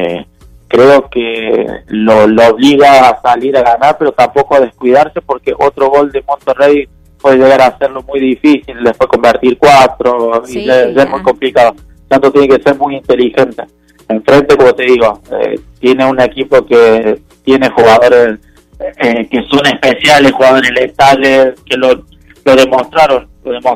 Creo que lo obliga a salir a ganar, pero tampoco a descuidarse, porque otro gol de Monterrey puede llegar a hacerlo muy difícil, después convertir 4, sí, y es muy complicado. Tanto tiene que ser muy inteligente. Enfrente, como te digo, tiene un equipo que tiene jugadores que son especiales, jugadores letales, que lo demostraron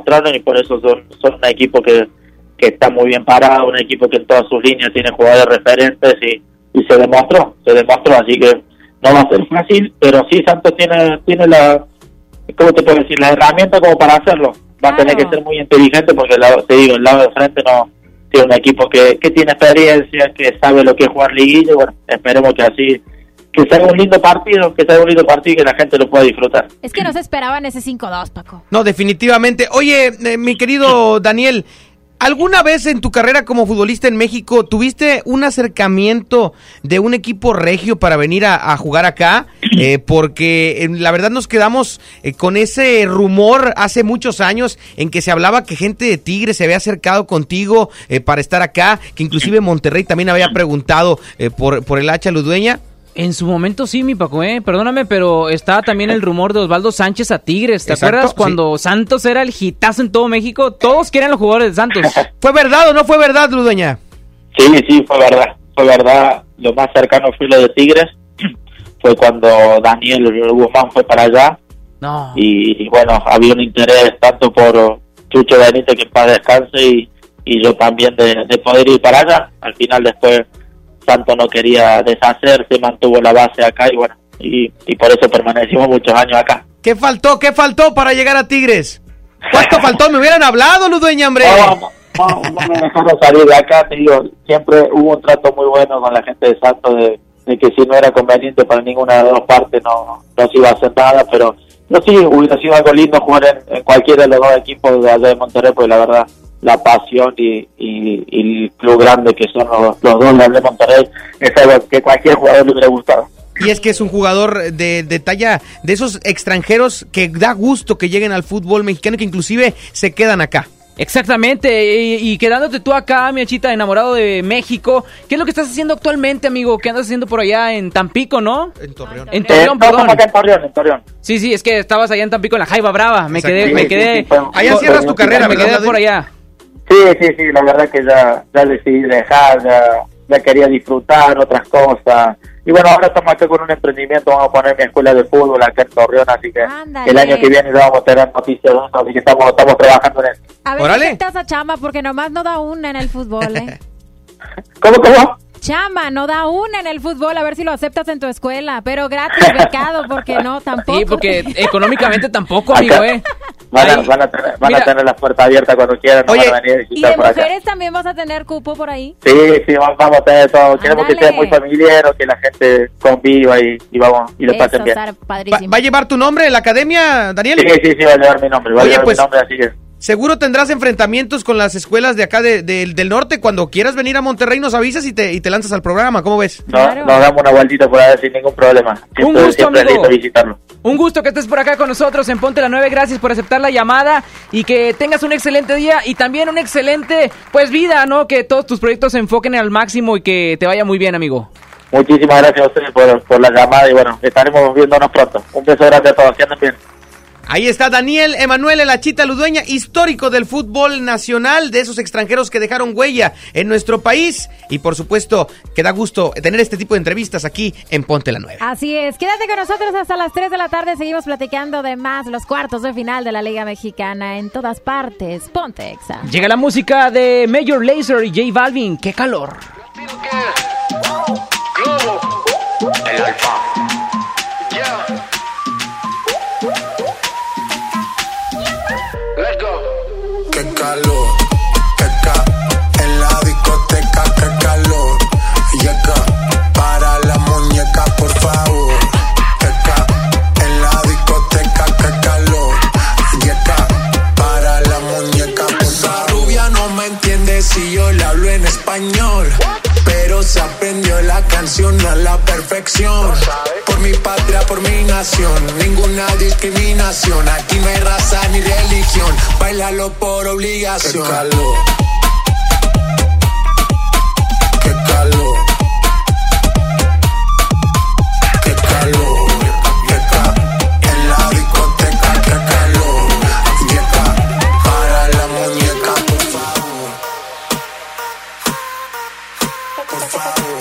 y por eso son un equipo que está muy bien parado, un equipo que en todas sus líneas tiene jugadores referentes y se demostró, así que no va a ser fácil, pero sí Santos tiene la, ¿cómo te puedo decir? La herramienta como para hacerlo. Va a tener que ser muy inteligente porque el lado de frente no tiene un equipo que tiene experiencia, que sabe lo que es jugar liguilla, y bueno, esperemos que así, que sea un lindo partido y que la gente lo pueda disfrutar. Es que no se esperaban ese 5-2, Paco. No, definitivamente. Oye, mi querido Daniel, ¿alguna vez en tu carrera como futbolista en México tuviste un acercamiento de un equipo regio para venir a jugar acá? Porque la verdad nos quedamos con ese rumor hace muchos años en que se hablaba que gente de Tigres se había acercado contigo para estar acá, que inclusive Monterrey también había preguntado por el Hacha Ludueña. En su momento sí, mi Paco, perdóname, pero estaba también el rumor de Osvaldo Sánchez a Tigres. ¿Te acuerdas cuando Santos era el hitazo en todo México? Todos querían los jugadores de Santos. ¿Fue verdad o no fue verdad, Ludueña? Sí, fue verdad. Lo más cercano fue lo de Tigres. Fue cuando Daniel Guzmán fue para allá. No. Y bueno, había un interés tanto por Chucho Benítez, que en paz descanse, y yo también de poder ir para allá. Al final después Santos no quería deshacerse, mantuvo la base acá y bueno, y por eso permanecimos muchos años acá. ¿Qué faltó para llegar a Tigres? ¿Cuánto faltó? Me hubieran hablado, Ludueña, hombre. No me dejaron salir de acá, te digo, siempre hubo un trato muy bueno con la gente de Santos de que si no era conveniente para ninguna de las dos partes no se iba a hacer nada, pero no, sí, hubiera sido algo lindo jugar en cualquiera de los dos equipos de allá de Monterrey, porque la verdad la pasión y el club grande que son los dos de Monterrey es algo que cualquier jugador le hubiera gustado. Y es que es un jugador de talla de esos extranjeros que da gusto que lleguen al fútbol mexicano y que inclusive se quedan acá. Exactamente, y quedándote tú acá, mi Achita, enamorado de México, ¿qué es lo que estás haciendo actualmente, amigo? ¿Qué andas haciendo por allá en Tampico, no? En Torreón. En Torreón, perdón. En Torreón. Sí, es que estabas allá en Tampico en la Jaiba Brava, me quedé. Allá cierras tu carrera, me quedé por allá. Sí, la verdad que ya decidí dejar, ya quería disfrutar otras cosas. Y bueno, ahora estamos acá con un emprendimiento, vamos a poner mi escuela de fútbol acá en Torreón, así que el año que viene ya vamos a tener noticias de eso, así que estamos trabajando en eso. A ver, aceptas a Chama, porque nomás no da una en el fútbol, ¿eh? ¿Cómo? Chama, no da una en el fútbol, a ver si lo aceptas en tu escuela, pero gratis, becado, porque no, tampoco. Sí, porque económicamente tampoco, amigo, Van a tener las puertas abiertas cuando quieran. Oye, van a venir a ¿y visitar de por acá. mujeres también vas a tener cupo por ahí? Sí, vamos a tener todo. Queremos que sea muy familiar, que la gente conviva y lo pasen bien. ¿Va a llevar tu nombre en la academia, Daniel? Sí, va a llevar mi nombre. Oye, pues, mi nombre, así que... Seguro tendrás enfrentamientos con las escuelas de acá del norte. Cuando quieras venir a Monterrey nos avisas y te lanzas al programa. ¿Cómo ves? Nos damos una vueltita por ahí sin ningún problema. Un gusto, siempre amigo. Lindo visitarlo. Un gusto que estés por acá con nosotros en Ponte la 9. Gracias por aceptar la llamada y que tengas un excelente día y también una excelente vida, ¿no? Que todos tus proyectos se enfoquen al máximo y que te vaya muy bien, amigo. Muchísimas gracias a ustedes por la llamada y bueno, estaremos viéndonos pronto. Un beso grande a todos, que anden bien. Ahí está Daniel Emanuel El Achita Ludueña, histórico del fútbol nacional, de esos extranjeros que dejaron huella en nuestro país. Y por supuesto, que da gusto tener este tipo de entrevistas aquí en Ponte la 9. Así es, quédate con nosotros hasta las 3 de la tarde. Seguimos platicando de más los cuartos de final de la Liga Mexicana en todas partes. Ponte Exa. Llega la música de Major Lazer y J Balvin. ¡Qué calor! El alfa. Qué calor, en la discoteca, qué calor. Yeca, para la muñeca, por favor. Yeca, en la discoteca, qué calor. Yeca, para la muñeca, por favor. Esa rubia no me entiende si yo le hablo en español, pero se aprendió la canción a la perfección. Por mi patria, por mi nación, ninguna discriminación. Aquí no hay raza ni religión, bailalo por obligación. Qué calor, qué calor, qué calor. Yeca, en la discoteca, qué calor. Yeca, para la muñeca, por favor. Por favor.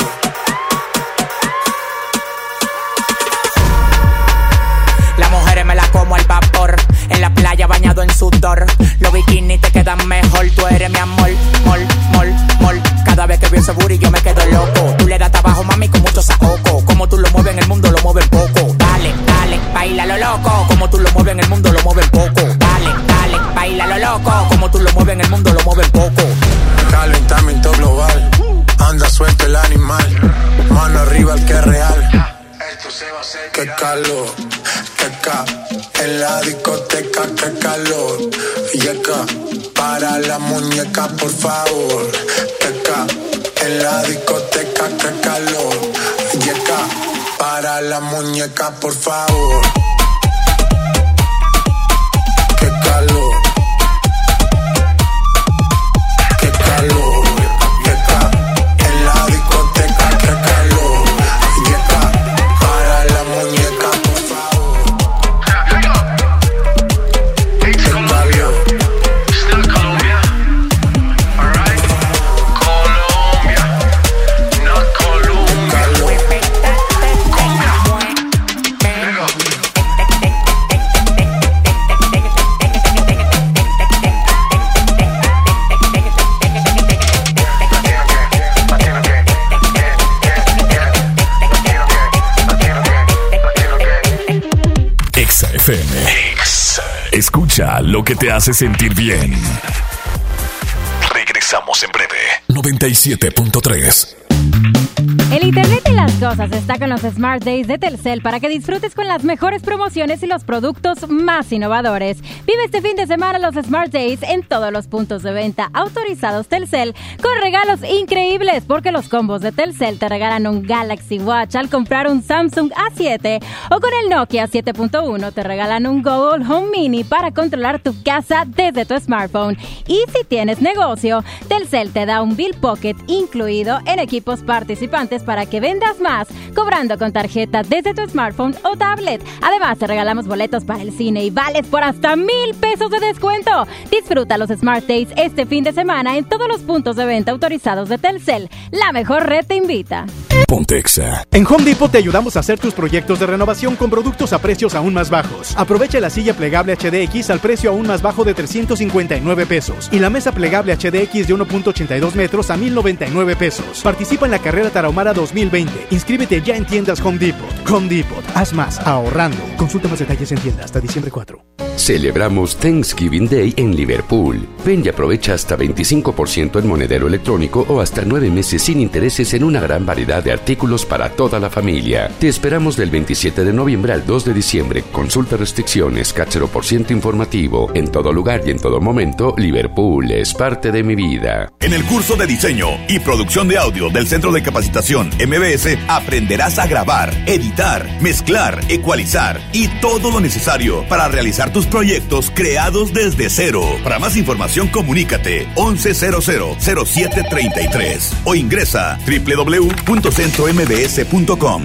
Las mujeres me las como al vapor, en la playa bañado en sudor. Los bikinis te quedan mejor, tú eres mi amor, mol. Cada vez que veo ese booty yo me quedo loco. Tú le das trabajo, mami, con mucho saoco. Como tú lo mueves en el mundo, lo mueves poco. Dale, baila lo loco. Como tú lo mueves en el mundo, lo mueves poco. Dale, baila lo loco. Como tú lo mueves en el mundo, lo mueves poco. Calentamiento global, anda suelto el animal. Mano arriba el que es real. Qué calor, en la discoteca, qué calor. Yeca, para la muñeca, por favor. Yeca, en la discoteca, qué calor. Yeca, para la muñeca, por favor. Qué calor, qué calor. Yeca, en la discoteca, qué calor. Yeca, para la muñeca, por favor. Qué calor. Exa FM. Escucha lo que te hace sentir bien. Regresamos en breve. 97.3. El internet y las cosas está con los Smart Days de Telcel para que disfrutes con las mejores promociones y los productos más innovadores. Vive este fin de semana los Smart Days en todos los puntos de venta autorizados Telcel con regalos increíbles porque los combos de Telcel te regalan un Galaxy Watch al comprar un Samsung A7 o con el Nokia 7.1 te regalan un Google Home Mini para controlar tu casa desde tu smartphone. Y si tienes negocio, Telcel te da un Bill Pocket incluido en equipos participantes para que vendas más, cobrando con tarjeta desde tu smartphone o tablet. Además, te regalamos boletos para el cine y vales por hasta 1,000 pesos de descuento. Disfruta los Smart Days este fin de semana en todos los puntos de venta autorizados de Telcel. La mejor red te invita. Pontexa. En Home Depot te ayudamos a hacer tus proyectos de renovación con productos a precios aún más bajos. Aprovecha la silla plegable HDX al precio aún más bajo de 359 pesos y la mesa plegable HDX de 1.82 metros a 1,099 pesos. Participa en la carrera Tarahumara 2020. Inscríbete ya en tiendas Home Depot. Home Depot. Haz más ahorrando. Consulta más detalles en tienda hasta diciembre 4. Celebramos Thanksgiving Day en Liverpool. Ven y aprovecha hasta 25% en monedero electrónico o hasta 9 meses sin intereses en una gran variedad de artículos para toda la familia. Te esperamos del 27 de noviembre al 2 de diciembre. Consulta restricciones, CAT 0% informativo. En todo lugar y en todo momento, Liverpool es parte de mi vida. En el curso de diseño y producción de audio del Centro de Capacitación MBS aprenderás a grabar, editar, mezclar, ecualizar y todo lo necesario para realizar tus proyectos creados desde cero. Para más información, comunícate 1100-0733 o ingresa www.centrombs.com.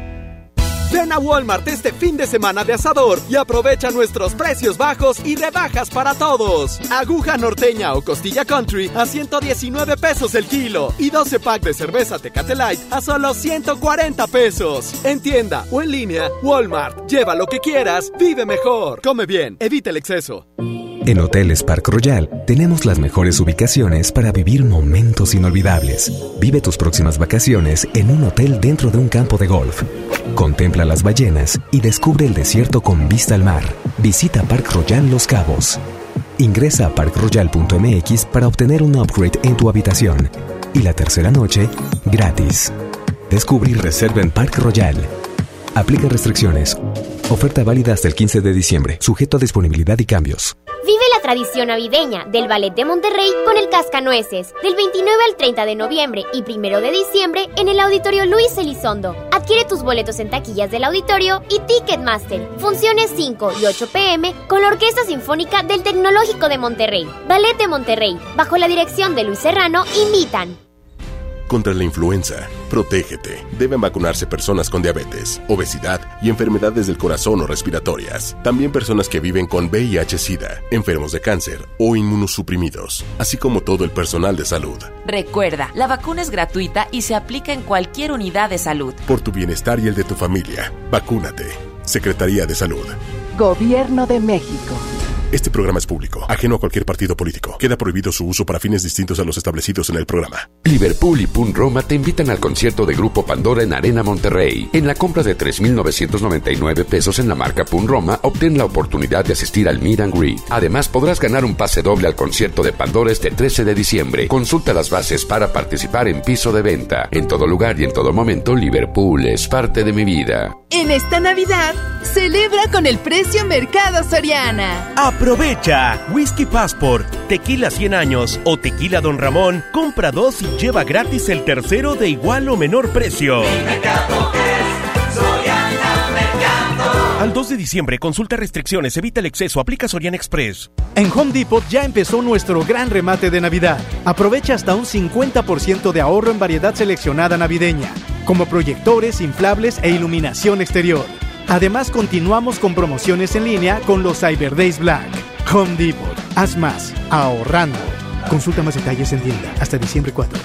Ven a Walmart este fin de semana de asador y aprovecha nuestros precios bajos y rebajas para todos. Aguja norteña o costilla country a 119 pesos el kilo y 12 pack de cerveza Tecate Light a solo 140 pesos. En tienda o en línea, Walmart. Lleva lo que quieras, vive mejor. Come bien, evita el exceso. En Hoteles Park Royal tenemos las mejores ubicaciones para vivir momentos inolvidables. Vive tus próximas vacaciones en un hotel dentro de un campo de golf. Contempla las ballenas y descubre el desierto con vista al mar. Visita Park Royal Los Cabos. Ingresa a parkroyal.mx para obtener un upgrade en tu habitación. Y la tercera noche, gratis. Descubre y reserva en Park Royal. Aplica restricciones. Oferta válida hasta el 15 de diciembre, sujeto a disponibilidad y cambios. Vive la tradición navideña del Ballet de Monterrey con el Cascanueces, del 29 al 30 de noviembre y 1 de diciembre en el Auditorio Luis Elizondo. Adquiere tus boletos en taquillas del auditorio y Ticketmaster. Funciones 5 y 8 p.m. con la Orquesta Sinfónica del Tecnológico de Monterrey. Ballet de Monterrey, bajo la dirección de Luis Serrano, invitan. Contra la influenza, protégete. Deben vacunarse personas con diabetes, obesidad y enfermedades del corazón o respiratorias. También personas que viven con VIH-Sida, enfermos de cáncer o inmunosuprimidos, así como todo el personal de salud. Recuerda, la vacuna es gratuita y se aplica en cualquier unidad de salud. Por tu bienestar y el de tu familia, vacúnate. Secretaría de Salud. Gobierno de México. Este programa es público, ajeno a cualquier partido político. Queda prohibido su uso para fines distintos a los establecidos en el programa. Liverpool y Pun Roma te invitan al concierto de Grupo Pandora en Arena Monterrey. En la compra de 3,999 pesos en la marca Pun Roma, obtén la oportunidad de asistir al Meet and Greet. Además, podrás ganar un pase doble al concierto de Pandora este 13 de diciembre. Consulta las bases para participar en piso de venta. En todo lugar y en todo momento, Liverpool es parte de mi vida. En esta Navidad, celebra con el precio Mercado Soriana. Aprovecha Whisky Passport, Tequila 100 años o Tequila Don Ramón. Compra 2 y lleva gratis el tercero de igual o menor precio. Mi mercado es Soriana Mercado. Al 2 de diciembre, consulta restricciones, evita el exceso, aplica Soriana Express. En Home Depot ya empezó nuestro gran remate de Navidad. Aprovecha hasta un 50% de ahorro en variedad seleccionada navideña, como proyectores, inflables e iluminación exterior. Además, continuamos con promociones en línea con los Cyber Days Black. Home Depot. Haz más ahorrando. Consulta más detalles en tienda hasta diciembre 4.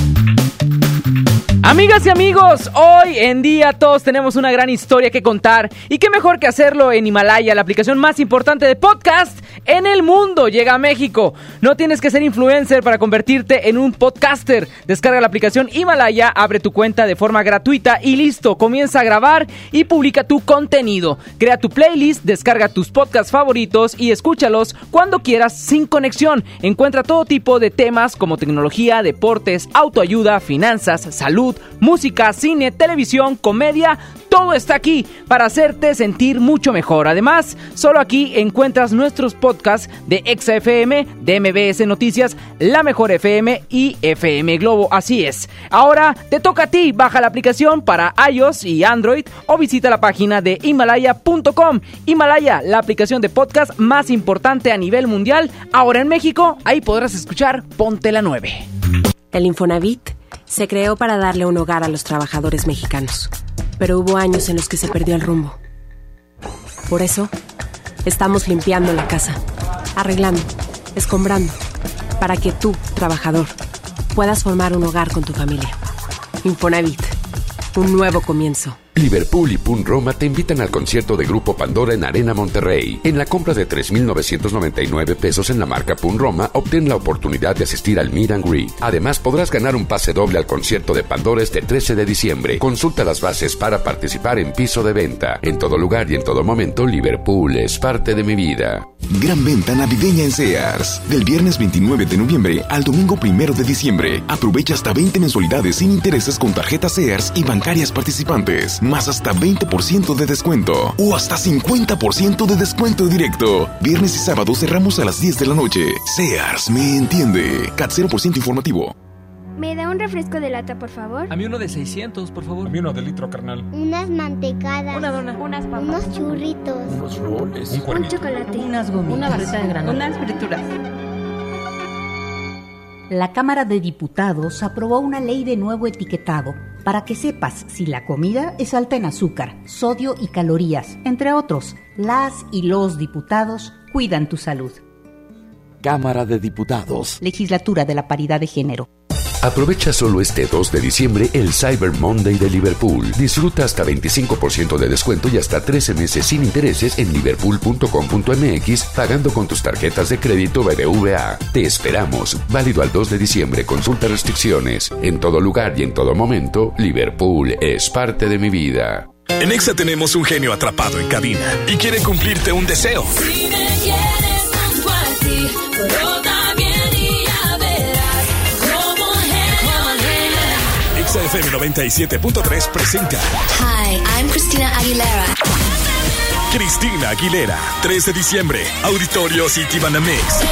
Amigas y amigos, hoy en día todos tenemos una gran historia que contar y qué mejor que hacerlo en Himalaya, la aplicación más importante de podcast en el mundo llega a México. No tienes que ser influencer para convertirte en un podcaster. Descarga la aplicación Himalaya, abre tu cuenta de forma gratuita y listo, comienza a grabar y publica tu contenido. Crea tu playlist, descarga tus podcasts favoritos y escúchalos cuando quieras sin conexión. Encuentra todo tipo de temas como tecnología, deportes, autoayuda, finanzas, salud, música, cine, televisión, comedia. Todo está aquí para hacerte sentir mucho mejor. Además, solo aquí encuentras nuestros podcasts de Exa FM, de MBS Noticias, La Mejor FM y FM Globo. Así es. Ahora te toca a ti. Baja la aplicación para iOS y Android o visita la página de Himalaya.com. Himalaya, la aplicación de podcast más importante a nivel mundial. Ahora en México, ahí podrás escuchar Ponte la 9. El Infonavit se creó para darle un hogar a los trabajadores mexicanos, pero hubo años en los que se perdió el rumbo. Por eso, estamos limpiando la casa, arreglando, escombrando, para que tú, trabajador, puedas formar un hogar con tu familia. Infonavit, un nuevo comienzo. Liverpool y Pun Roma te invitan al concierto de Grupo Pandora en Arena Monterrey. En la compra de 3,999 pesos en la marca Pun Roma, obtén la oportunidad de asistir al Meet and Greet. Además, podrás ganar un pase doble al concierto de Pandora este 13 de diciembre. Consulta las bases para participar en piso de venta. En todo lugar y en todo momento, Liverpool es parte de mi vida. Gran venta navideña en Sears. Del viernes 29 de noviembre al domingo 1 de diciembre. Aprovecha hasta 20 mensualidades sin intereses con tarjetas Sears y bancarias participantes. Más hasta 20% de descuento o hasta 50% de descuento directo. Viernes y sábado cerramos a las 10 de la noche. Sears me entiende. CAT 0% informativo. ¿Me da un refresco de lata, por favor? A mí uno de 600, por favor. A mí uno de litro, carnal. Unas mantecadas. Una dona. Unas papas. Unos churritos. Unos roles. Un chocolate. Unas gomitas. Una barrita de granola. Unas frituras. La Cámara de Diputados aprobó una ley de nuevo etiquetado para que sepas si la comida es alta en azúcar, sodio y calorías. Entre otros, las y los diputados cuidan tu salud. Cámara de Diputados. Legislatura de la Paridad de Género. Aprovecha solo este 2 de diciembre el Cyber Monday de Liverpool. Disfruta hasta 25% de descuento y hasta 13 meses sin intereses en liverpool.com.mx pagando con tus tarjetas de crédito BBVA. Te esperamos. Válido al 2 de diciembre. Consulta restricciones. En todo lugar y en todo momento, Liverpool es parte de mi vida. En Exa tenemos un genio atrapado en cabina y quiere cumplirte un deseo. Si me quieres junto a ti, brota bien y ya verás como genio. Exa FM 97.3 presenta Hi, I'm Christina Aguilera. Cristina Aguilera, 3 de diciembre, Auditorio Citibanamex.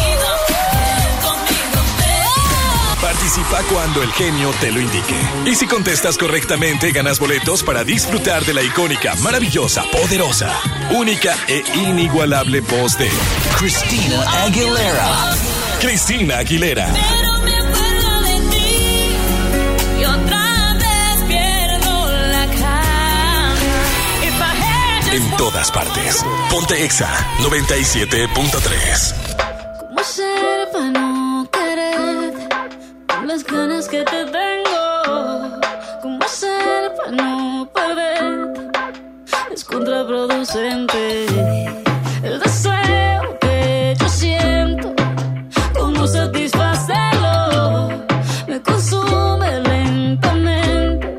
Participa cuando el genio te lo indique. Y si contestas correctamente, ganas boletos para disfrutar de la icónica, maravillosa, poderosa, única e inigualable voz de Christina Aguilera. Cristina Aguilera. Pero me acuerdo de ti y otra vez pierdo la calma. En todas partes. Ponte Exa 97.3. ¿Cómo ser para no querer las ganas que te tengo? ¿Cómo hacer para no perder? Es contraproducente el deseo que yo siento. ¿Cómo satisfacerlo? Me consume lentamente.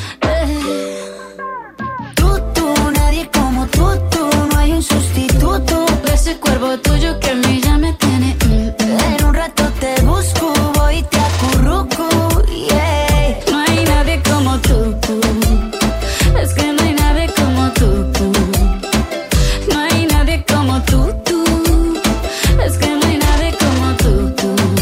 Nadie como tú, no hay un sustituto de ese cuerpo tuyo que a mí ya me tiene. En un rato te busco, voy y te acurruco, yeah. No hay nadie como tú, es que no hay nadie como tú. No hay nadie como tú, es que no hay nadie como tú.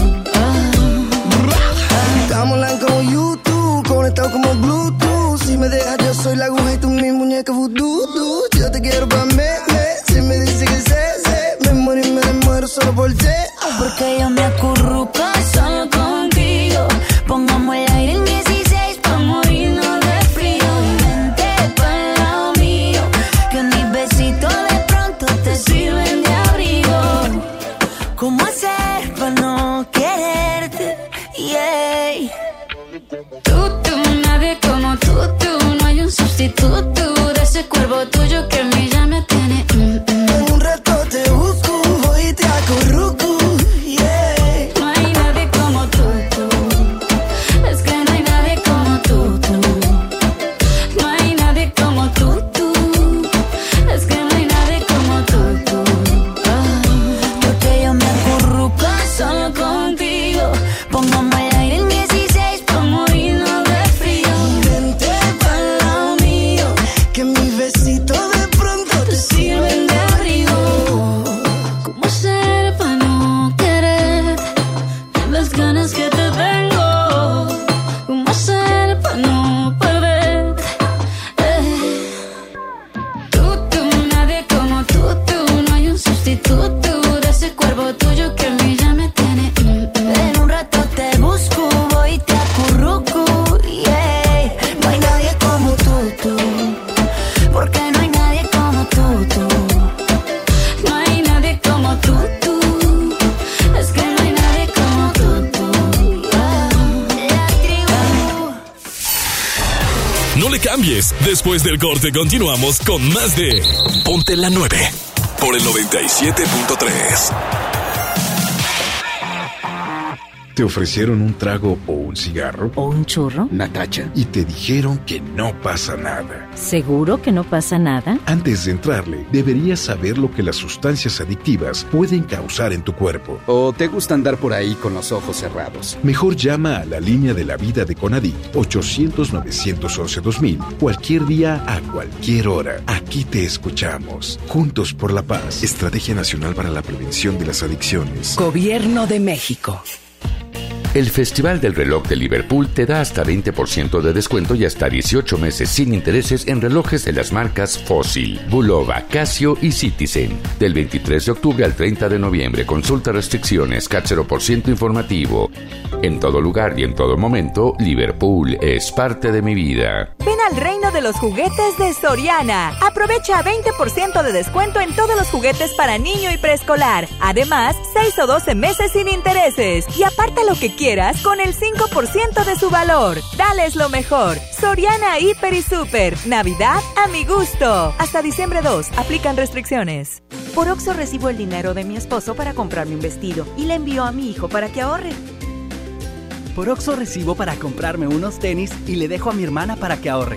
Estamos online como YouTube, conectados como Bluetooth. Si me dejas yo soy la aguja y tú mi muñeca voodoo. Yo te quiero pa' si me dice que me muero y me muero solo por ti. Porque yo me acurruco solo contigo. Pongamos el aire en 16 pa' morirnos de frío. Y vente pa'l lado mío, que mis besitos de pronto te sirven de abrigo. ¿Cómo hacer pa' no quererte? Yeah. Nadie como tú, no hay un sustituto de ese cuerpo tuyo que a mí ya me tiene. En un rato te busco, voy cambies. Después del corte continuamos con más de Ponte la 9 por el 97.3. ¿Te ofrecieron un trago o un cigarro? ¿O un churro? Natacha. Y te dijeron que no pasa nada. ¿Seguro que no pasa nada? Antes de entrarle, deberías saber lo que las sustancias adictivas pueden causar en tu cuerpo. ¿O te gusta andar por ahí con los ojos cerrados? Mejor llama a la línea de la vida de Conadic 800-911-2000 cualquier día a cualquier hora. Aquí te escuchamos. Juntos por la paz. Estrategia Nacional para la Prevención de las Adicciones. Gobierno de México. El Festival del Reloj de Liverpool te da hasta 20% de descuento y hasta 18 meses sin intereses en relojes de las marcas Fossil, Bulova, Casio y Citizen. Del 23 de octubre al 30 de noviembre, consulta restricciones, CAT 0% informativo. En todo lugar y en todo momento, Liverpool es parte de mi vida. Ven al reino de los juguetes de Soriana. Aprovecha 20% de descuento en todos los juguetes para niño y preescolar. Además, 6 o 12 meses sin intereses. Y aparta lo que quieras con el 5% de su valor. Dales lo mejor. Soriana Hiper y Super. Navidad a mi gusto. Hasta diciembre 2. Aplican restricciones. Por Oxxo recibo el dinero de mi esposo para comprarme un vestido y le envío a mi hijo para que ahorre. Por Oxxo recibo para comprarme unos tenis y le dejo a mi hermana para que ahorre.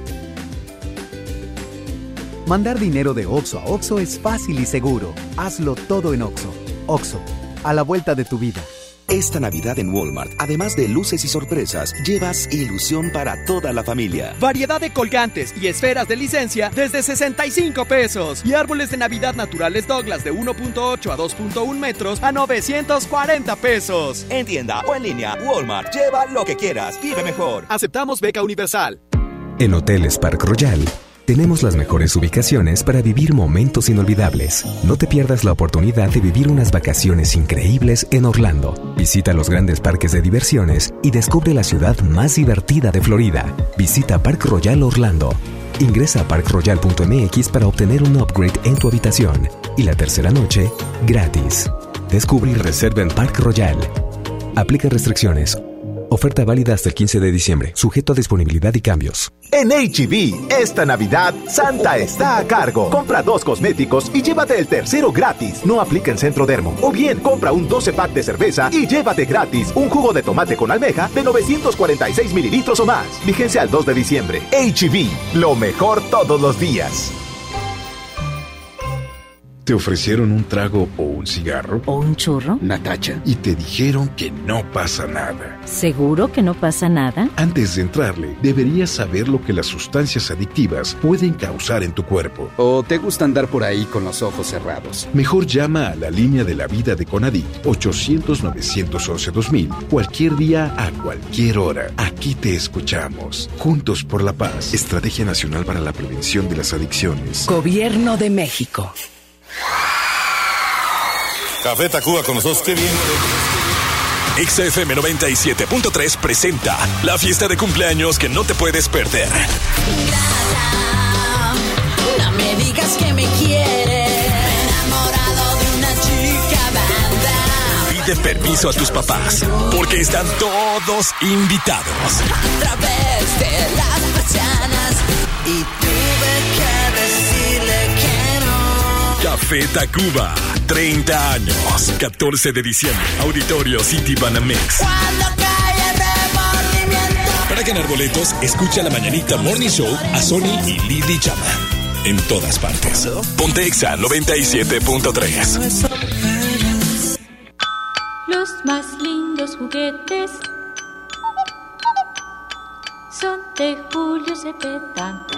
Mandar dinero de Oxxo a Oxxo es fácil y seguro. Hazlo todo en Oxxo. Oxxo, a la vuelta de tu vida. Esta Navidad en Walmart, además de luces y sorpresas, llevas ilusión para toda la familia. Variedad de colgantes y esferas de licencia desde 65 pesos. Y árboles de Navidad naturales Douglas de 1.8 a 2.1 metros a 940 pesos. En tienda o en línea, Walmart, lleva lo que quieras, vive mejor. Aceptamos beca universal. En Hoteles Park Royal tenemos las mejores ubicaciones para vivir momentos inolvidables. No te pierdas la oportunidad de vivir unas vacaciones increíbles en Orlando. Visita los grandes parques de diversiones y descubre la ciudad más divertida de Florida. Visita Park Royal Orlando. Ingresa a parkroyal.mx para obtener un upgrade en tu habitación. Y la tercera noche, gratis. Descubre y reserva en Park Royal. Aplica restricciones. Oferta válida hasta el 15 de diciembre, sujeto a disponibilidad y cambios. En H-E-B, esta Navidad, Santa está a cargo. Compra 2 cosméticos y llévate el tercero gratis. No aplica en Centro Dermo. O bien, compra un 12-pack de cerveza y llévate gratis un jugo de tomate con almeja de 946 mililitros o más. Vigencia al 2 de diciembre. H-E-B, lo mejor todos los días. ¿Te ofrecieron un trago o un cigarro? ¿O un churro? Natacha. Y te dijeron que no pasa nada. ¿Seguro que no pasa nada? Antes de entrarle, deberías saber lo que las sustancias adictivas pueden causar en tu cuerpo. ¿O te gusta andar por ahí con los ojos cerrados? Mejor llama a la línea de la vida de Conadic 800-911-2000 cualquier día a cualquier hora. Aquí te escuchamos. Juntos por la paz. Estrategia Nacional para la Prevención de las Adicciones. Gobierno de México. Café Tacuba con nosotros, qué bien. XFM 97.3 presenta la fiesta de cumpleaños que no te puedes perder. No me digas que me quieres. Enamorado de una chica banda. Pide permiso a tus papás, porque están todos invitados. A través de las persianas y tuve que decirle que no. Café Tacuba, 30 años, 14 de diciembre, Auditorio City Banamex. Cuando cae el remordimiento. Para ganar boletos, escucha la Mañanita Morning Show a Sony y Lili Chama. En todas partes. Ponte Exa 97.3. Los más lindos juguetes son de Julio Cepeda.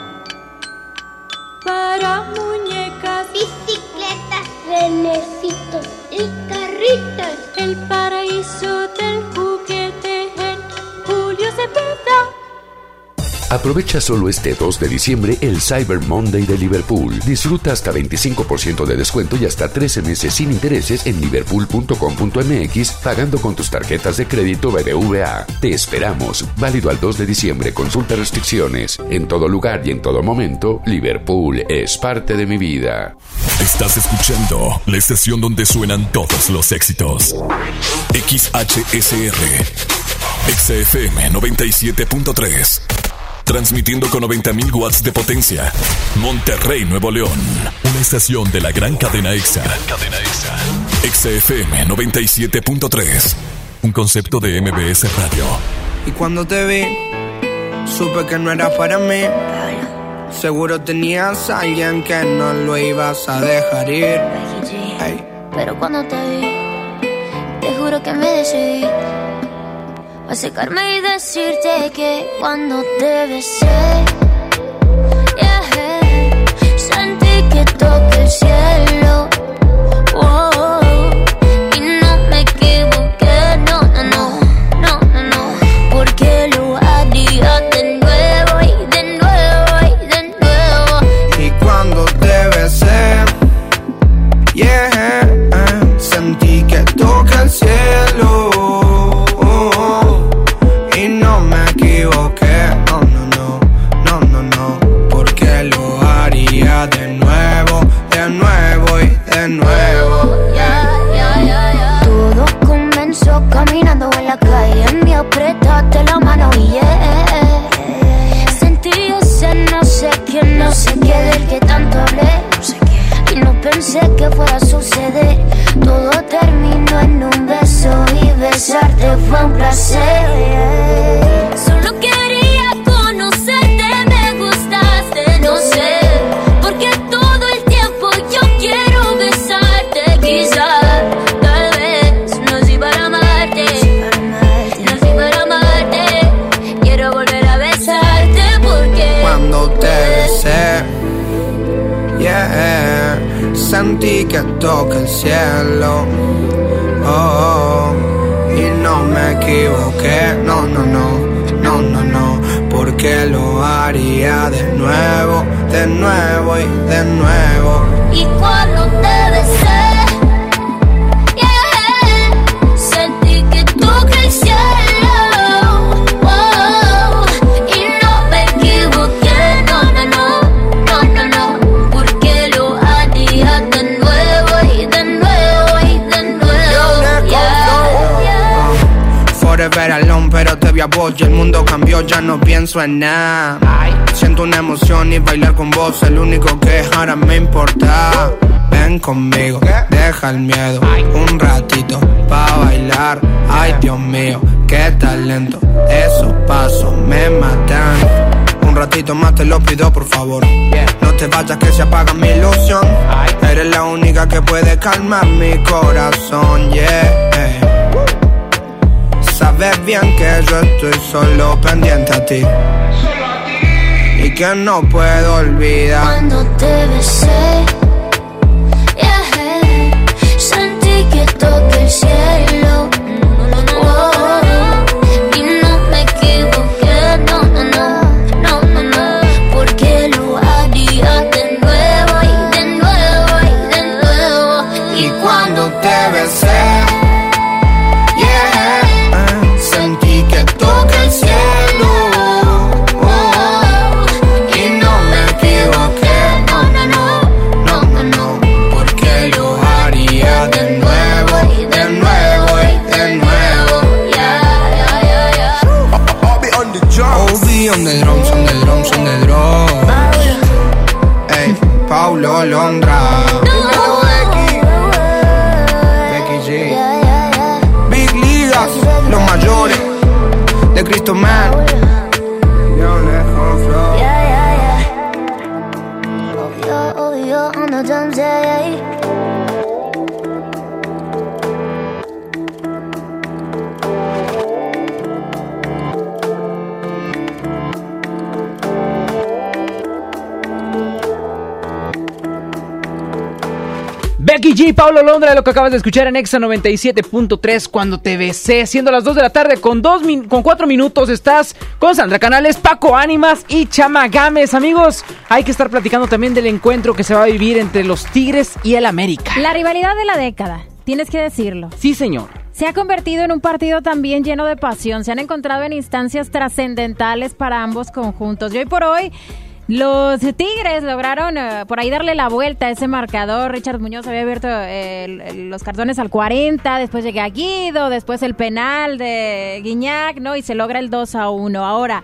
Para muñecas, bicicletas, renecitos y carritos. El paraíso del juguete en Julio Cepeda. Aprovecha solo este 2 de diciembre el Cyber Monday de Liverpool. Disfruta hasta 25% de descuento y hasta 13 meses sin intereses en liverpool.com.mx pagando con tus tarjetas de crédito BBVA. Te esperamos. Válido al 2 de diciembre. Consulta restricciones. En todo lugar y en todo momento, Liverpool es parte de mi vida. Estás escuchando la estación donde suenan todos los éxitos. XHSR. XFM 97.3. Transmitiendo con 90,000 watts de potencia. Monterrey, Nuevo León. Una estación de la gran cadena EXA. EXA FM 97.3. Un concepto de MBS Radio. Y cuando te vi, supe que no era para mí. Seguro tenías a alguien que no lo ibas a dejar ir. Hey. Pero cuando te vi, te juro que me decidí a secarme y decirte que cuando te besé, sentí que toqué el cielo. Y no me equivoqué, no, porque lo haría de nuevo y de nuevo y de nuevo. Y cuando te besé, sentí que toqué el cielo. Y no me equivoqué, no, porque lo haría de nuevo y de nuevo. Todo comenzó caminando en la calle, me apretaste la mano y sentí ese no sé qué del que tanto hablé. Y no pensé que fuera a suceder. Todo terminó en un beso y besarte fue un placer. Solo quería conocerte, me gustaste, no sé, porque todo el tiempo yo quiero besarte. Quizás, tal vez, nací para amarte, quiero volver a besarte porque cuando te besé, sentí que toqué el cielo. Y no me equivoqué, no, porque lo haría de nuevo y de nuevo. Y cuando te besé, sentí que toqué el cielo. Y no me equivoqué, no, porque lo haría de nuevo y de nuevo y de nuevo. Forever alone, pero te vi a vos y el mundo cambió, ya no pienso en nada. Siento una emoción y bailar con vos, el único que ahora me importa. Ven conmigo, deja el miedo, un ratito pa' bailar. Ay, Dios mío, qué talento, esos pasos me matan. Un ratito más te lo pido, por favor. No te vayas que se apaga mi ilusión. Eres la única que puede calmar mi corazón, Sabes bien que yo estoy solo pendiente a ti y que no puedo olvidar. Cuando te besé, sentí que toqué el cielo. Y no me equivoqué, no, porque lo haría de nuevo y de nuevo y de nuevo. Y cuando te besé, sentí que toqué el cielo. Y no me equivoqué, no, porque lo haría de nuevo y de nuevo y de nuevo. I'll be on the drums, on the drums, on the drums. Ey, Paulo Londra, Becky G, Big Ligas, los mayores de Cristo Man. Yo on the drums, Becky G, Paulo Londra, lo que acabas de escuchar en Exa 97.3, Cuando te besé, siendo las 2 de la tarde con 4 minutos, estás con Sandra Canales, Paco Ánimas y Chama Gámez. Amigos, hay que estar platicando también del encuentro que se va a vivir entre los Tigres y el América. La rivalidad de la década, tienes que decirlo. Sí, señor. Se ha convertido en un partido también lleno de pasión, se han encontrado en instancias trascendentales para ambos conjuntos. Y hoy por hoy, los Tigres lograron por ahí darle la vuelta a ese marcador. Richard Muñoz había abierto los cartones al 40, después llega Guido, después el penal de Guiñac, ¿no? Y se logra el 2-1. Ahora,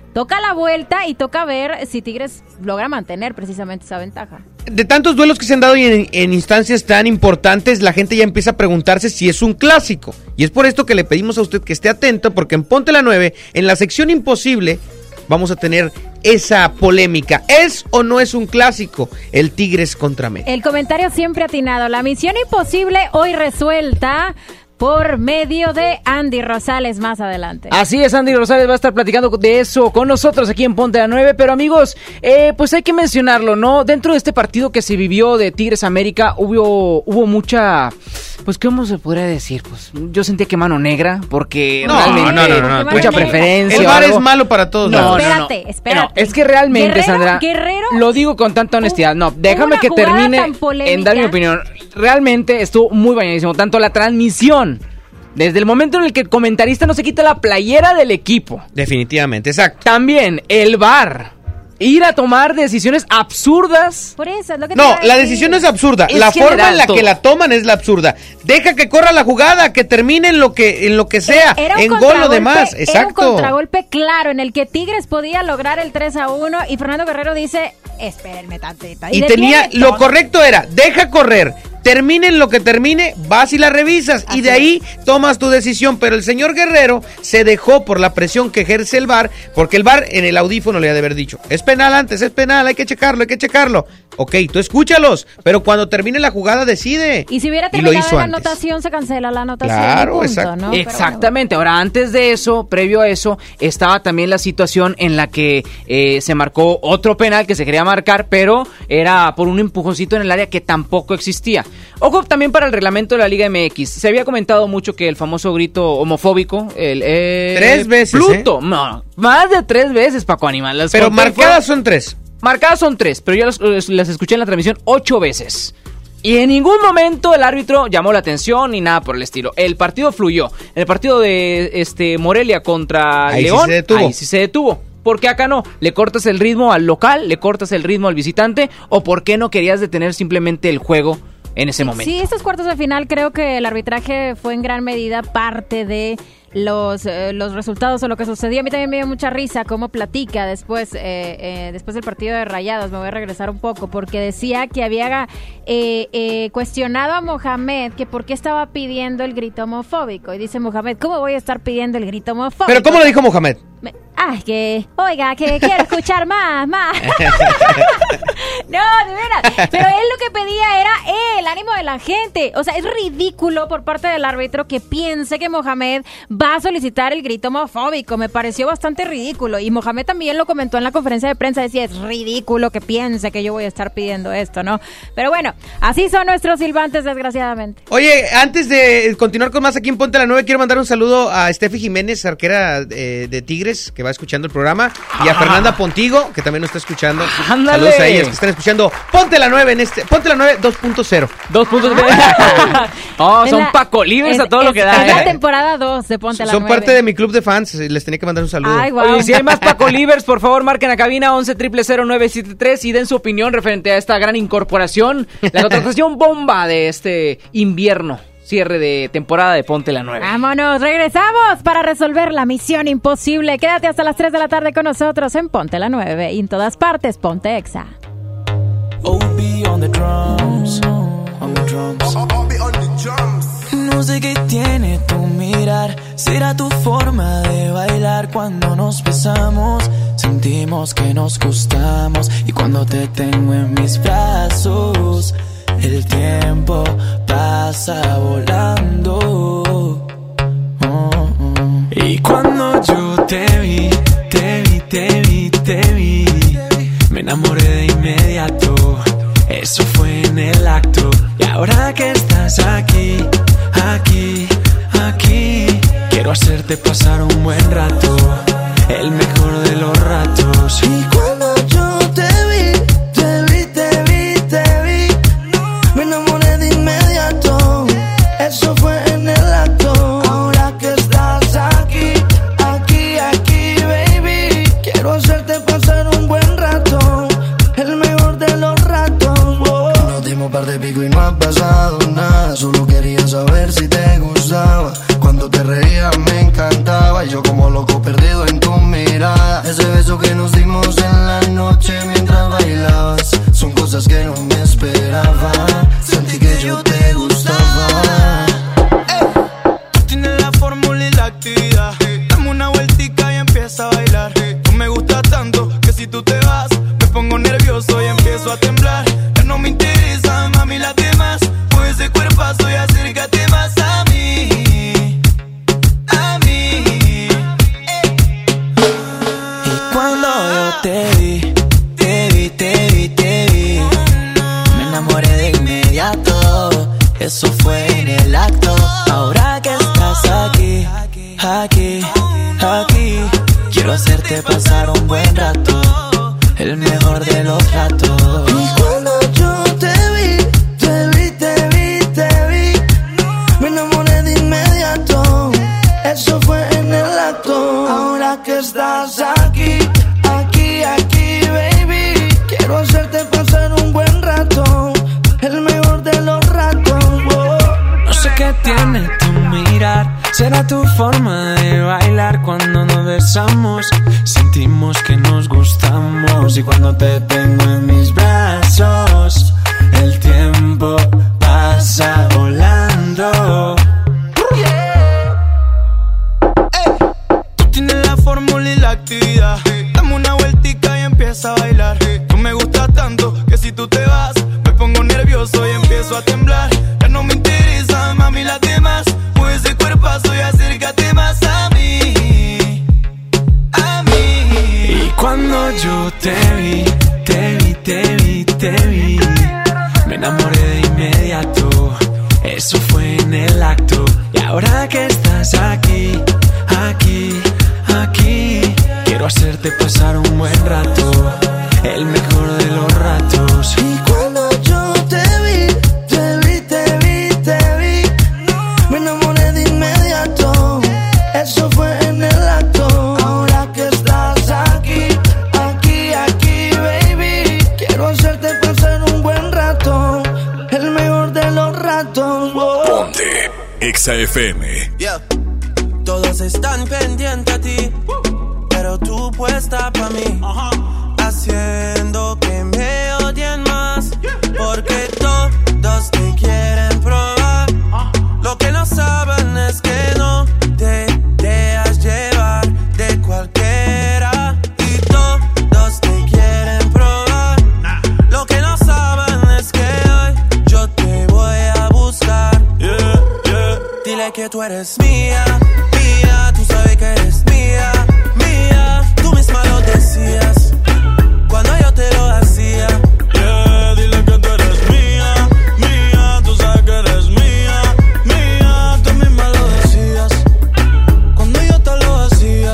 toca la vuelta y toca ver si Tigres logra mantener precisamente esa ventaja. De tantos duelos que se han dado en instancias tan importantes, la gente ya empieza a preguntarse si es un clásico. Y es por esto que le pedimos a usted que esté atento, porque en Ponte la 9, en la sección imposible, vamos a tener esa polémica. ¿Es o no es un clásico el Tigres contra América? El comentario siempre atinado. La misión imposible hoy resuelta por medio de Andy Rosales más adelante. Así es, Andy Rosales va a estar platicando de eso con nosotros aquí en Ponte la 9, pero amigos, pues hay que mencionarlo, ¿no? Dentro de este partido que se vivió de Tigres América hubo mucha, pues ¿cómo se podría decir? Pues yo sentía que mano negra, porque no, mucha preferencia. El VAR es malo para todos. Espérate. No, es que realmente, Sandra, Guerrero, lo digo con tanta honestidad, no, déjame que termine en dar mi opinión. Realmente estuvo muy bañadísimo, tanto la transmisión, desde el momento en el que el comentarista no se quita la playera del equipo. Definitivamente, exacto. También el VAR. Ir a tomar decisiones absurdas. Por eso es lo que no, la decisión no es absurda. La forma en la que la toman es la absurda. Deja que corra la jugada, que termine en lo que sea, en gol o demás. Exacto. Era un contragolpe claro en el que Tigres podía lograr el 3-1 y Fernando Guerrero dice, espérenme tantito. Y tenía, lo correcto era, deja correr. Termine en lo que termine, vas y la revisas. Así y de ahí tomas tu decisión. Pero el señor Guerrero se dejó por la presión que ejerce el VAR, porque el VAR en el audífono le ha de haber dicho, es penal antes, es penal, hay que checarlo. Ok, tú escúchalos, pero cuando termine la jugada decide. Y si hubiera terminado la anotación, se cancela la anotación. Claro, punto, exacto. ¿no? Exactamente. Bueno. Ahora, antes de eso, previo a eso, estaba también la situación en la que se marcó otro penal que se quería marcar, pero era por un empujoncito en el área que tampoco existía. Ojo también para el reglamento de la Liga MX. Se había comentado mucho que el famoso grito homofóbico, 3 veces, Pluto, no, más de 3 veces, Paco Animal. Pero marcadas son 3. Marcadas son 3, pero yo las escuché en la transmisión 8 veces. Y en ningún momento el árbitro llamó la atención ni nada por el estilo. El partido fluyó. El partido de Morelia contra León, ahí sí se detuvo. ¿Por qué acá no? ¿Le cortas el ritmo al local? ¿Le cortas el ritmo al visitante? ¿O por qué no querías detener simplemente el juego en ese momento? Sí, estos cuartos de final creo que el arbitraje fue en gran medida parte de los resultados o lo que sucedió. A mí también me dio mucha risa cómo platica después del partido de Rayados. Me voy a regresar un poco porque decía que había cuestionado a Mohamed que por qué estaba pidiendo el grito homofóbico. Y dice Mohamed, ¿cómo voy a estar pidiendo el grito homofóbico? ¿Pero cómo lo dijo Mohamed? Que quiero escuchar más. No, de veras. Pero él lo que pedía era el ánimo de la gente. O sea, es ridículo por parte del árbitro que piense que Mohamed va a solicitar el grito homofóbico. Me pareció bastante ridículo. Y Mohamed también lo comentó en la conferencia de prensa. Decía, es ridículo que piense que yo voy a estar pidiendo esto, ¿no? Pero bueno, así son nuestros silbantes, desgraciadamente. Oye, antes de continuar con más aquí en Ponte la 9, quiero mandar un saludo a Steffi Jiménez, arquera de Tigres, que va escuchando el programa, y a Fernanda Pontigo, que también nos está escuchando. ¡Ándale! Saludos a ellas que están escuchando Ponte la 9 en Ponte la 9 2.0. 2.0. Son Paco Libres a todo lo que da. Es la temporada 2 de Ponte la 9. Son parte de mi club de fans, les tenía que mandar un saludo. Ay, wow. Oye, si hay más Paco Libres, por favor, marquen a cabina 11-000-973 y den su opinión referente a esta gran incorporación, la contratación bomba de este invierno. Cierre de temporada de Ponte la 9. Vámonos, regresamos para resolver la misión imposible. Quédate hasta las 3 de la tarde con nosotros en Ponte la 9 y en todas partes, Ponte Exa. No sé qué tiene tu mirar, será tu forma de bailar. Cuando nos besamos, sentimos que nos gustamos. Y cuando te tengo en mis brazos, el tiempo pasa volando. Y cuando yo te vi, me enamoré de inmediato. Eso fue en el acto. Y ahora que estás aquí, quiero hacerte pasar un buen rato, el mejor de los ratos. Y cuando yo te vi, me enamoré de inmediato. Eso fue en el acto. Ahora que estás aquí, baby, quiero hacerte pasar un buen rato, el mejor de los ratos. Nos dimos par de pico y no ha pasado nada, solo quería saber si te gustaba. Cuando te reías me encantaba y yo como loco perdido en tu mirada. Ese beso que nos dimos en la noche mientras bailabas, son cosas que no me esperaba. Sentí que yo te gustaba. Tú tienes la fórmula y la actividad. Dame una vueltica y empieza a bailar. Tú me gustas tanto que si tú te vas me pongo nervioso y empiezo a temblar. Ya no me interesa, mami, las demás. Pues ese cuerpazo y acércate más a mí. Te vi, me enamoré de inmediato. Eso fue en el acto. Ahora que estás aquí, quiero hacerte pasar un buen rato, el mejor de los ratos. Y cuando yo te vi, me enamoré de inmediato. Eso fue en el acto. Ahora que estás aquí, baby, quiero hacerte pasar un buen rato, el mejor de los ratos. No sé qué tiene tu mirar, será tu forma de bailar. Cuando nos besamos, sentimos que nos gustamos. Y cuando te tengo en mis brazos, el tiempo pasa volando. Tú tienes la fórmula y la actividad. Dame una vueltica y empieza a bailar. Tú me gustas tanto que si tú te vas me pongo nervioso y empiezo a temblar. Ya no me interesa, mami, las demás. Mueve ese cuerpazo y acércate más a mí. Y cuando yo te vi, me enamoré de inmediato. Eso fue en el acto. Y ahora que estás aquí, quiero hacerte pasar un buen rato, el mejor de los ratos. Y cuando yo te vi, me enamoré de inmediato. Eso fue en el acto. Ahora que estás aquí, baby, quiero hacerte pasar un buen rato, el mejor de los ratos. Ponte Exa FM. Yeah. Todos están pendientes a ti, pero tú puesta pa' mí, haciendo que me odien más, porque todos te quieren probar. Lo que no saben es que no te dejas llevar de cualquiera, y todos te quieren probar. Lo que no saben es que hoy yo te voy a buscar. Dile que tú eres mía, tú sabes que eres mía. Tú misma lo decías cuando yo te lo hacía. Dile que tú eres mía, tú sabes que eres mía. Tú misma lo decías cuando yo te lo hacía.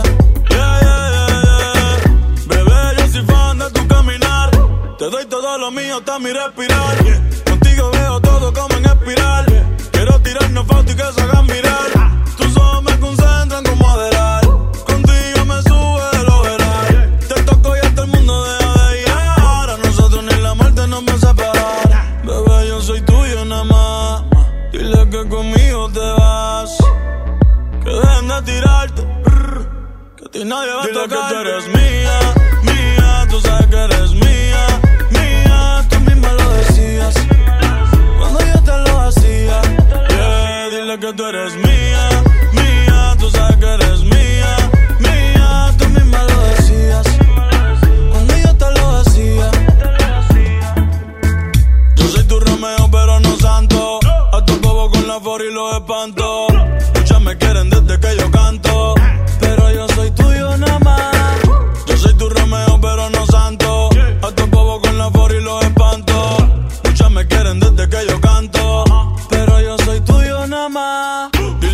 Bebé, yo soy fan de tu caminar. Te doy todo lo mío hasta mi respirar. Contigo veo todo como en espiral. Quiero tirarnos fotos y que se hagan mirar. Tus ojos me concentran como Adelar. Contigo me sube de lo veral. Te toco y hasta el mundo deja de ir. A nosotros ni la muerte nos va a separar. Bebé, yo soy tuyo nada más. Dile que conmigo te vas. Que dejen de tirarte. Que a ti nadie va a tocar. Dile que tú eres mía, tú sabes que eres mía. Tú misma lo decías cuando yo te lo hacía. Dile que tú eres mía, tú sabes que eres mía. Tú misma lo decías cuando yo te lo hacía. Yo soy tu Romeo pero no santo. A tu bobo con la for y los espanto. Muchas me quieren desde que yo canto, pero yo soy tuyo nada más. Yo soy tu Romeo pero no santo. A tu bobo con la for y los espanto. Muchas me quieren desde que yo canto, pero yo soy tuyo nada más.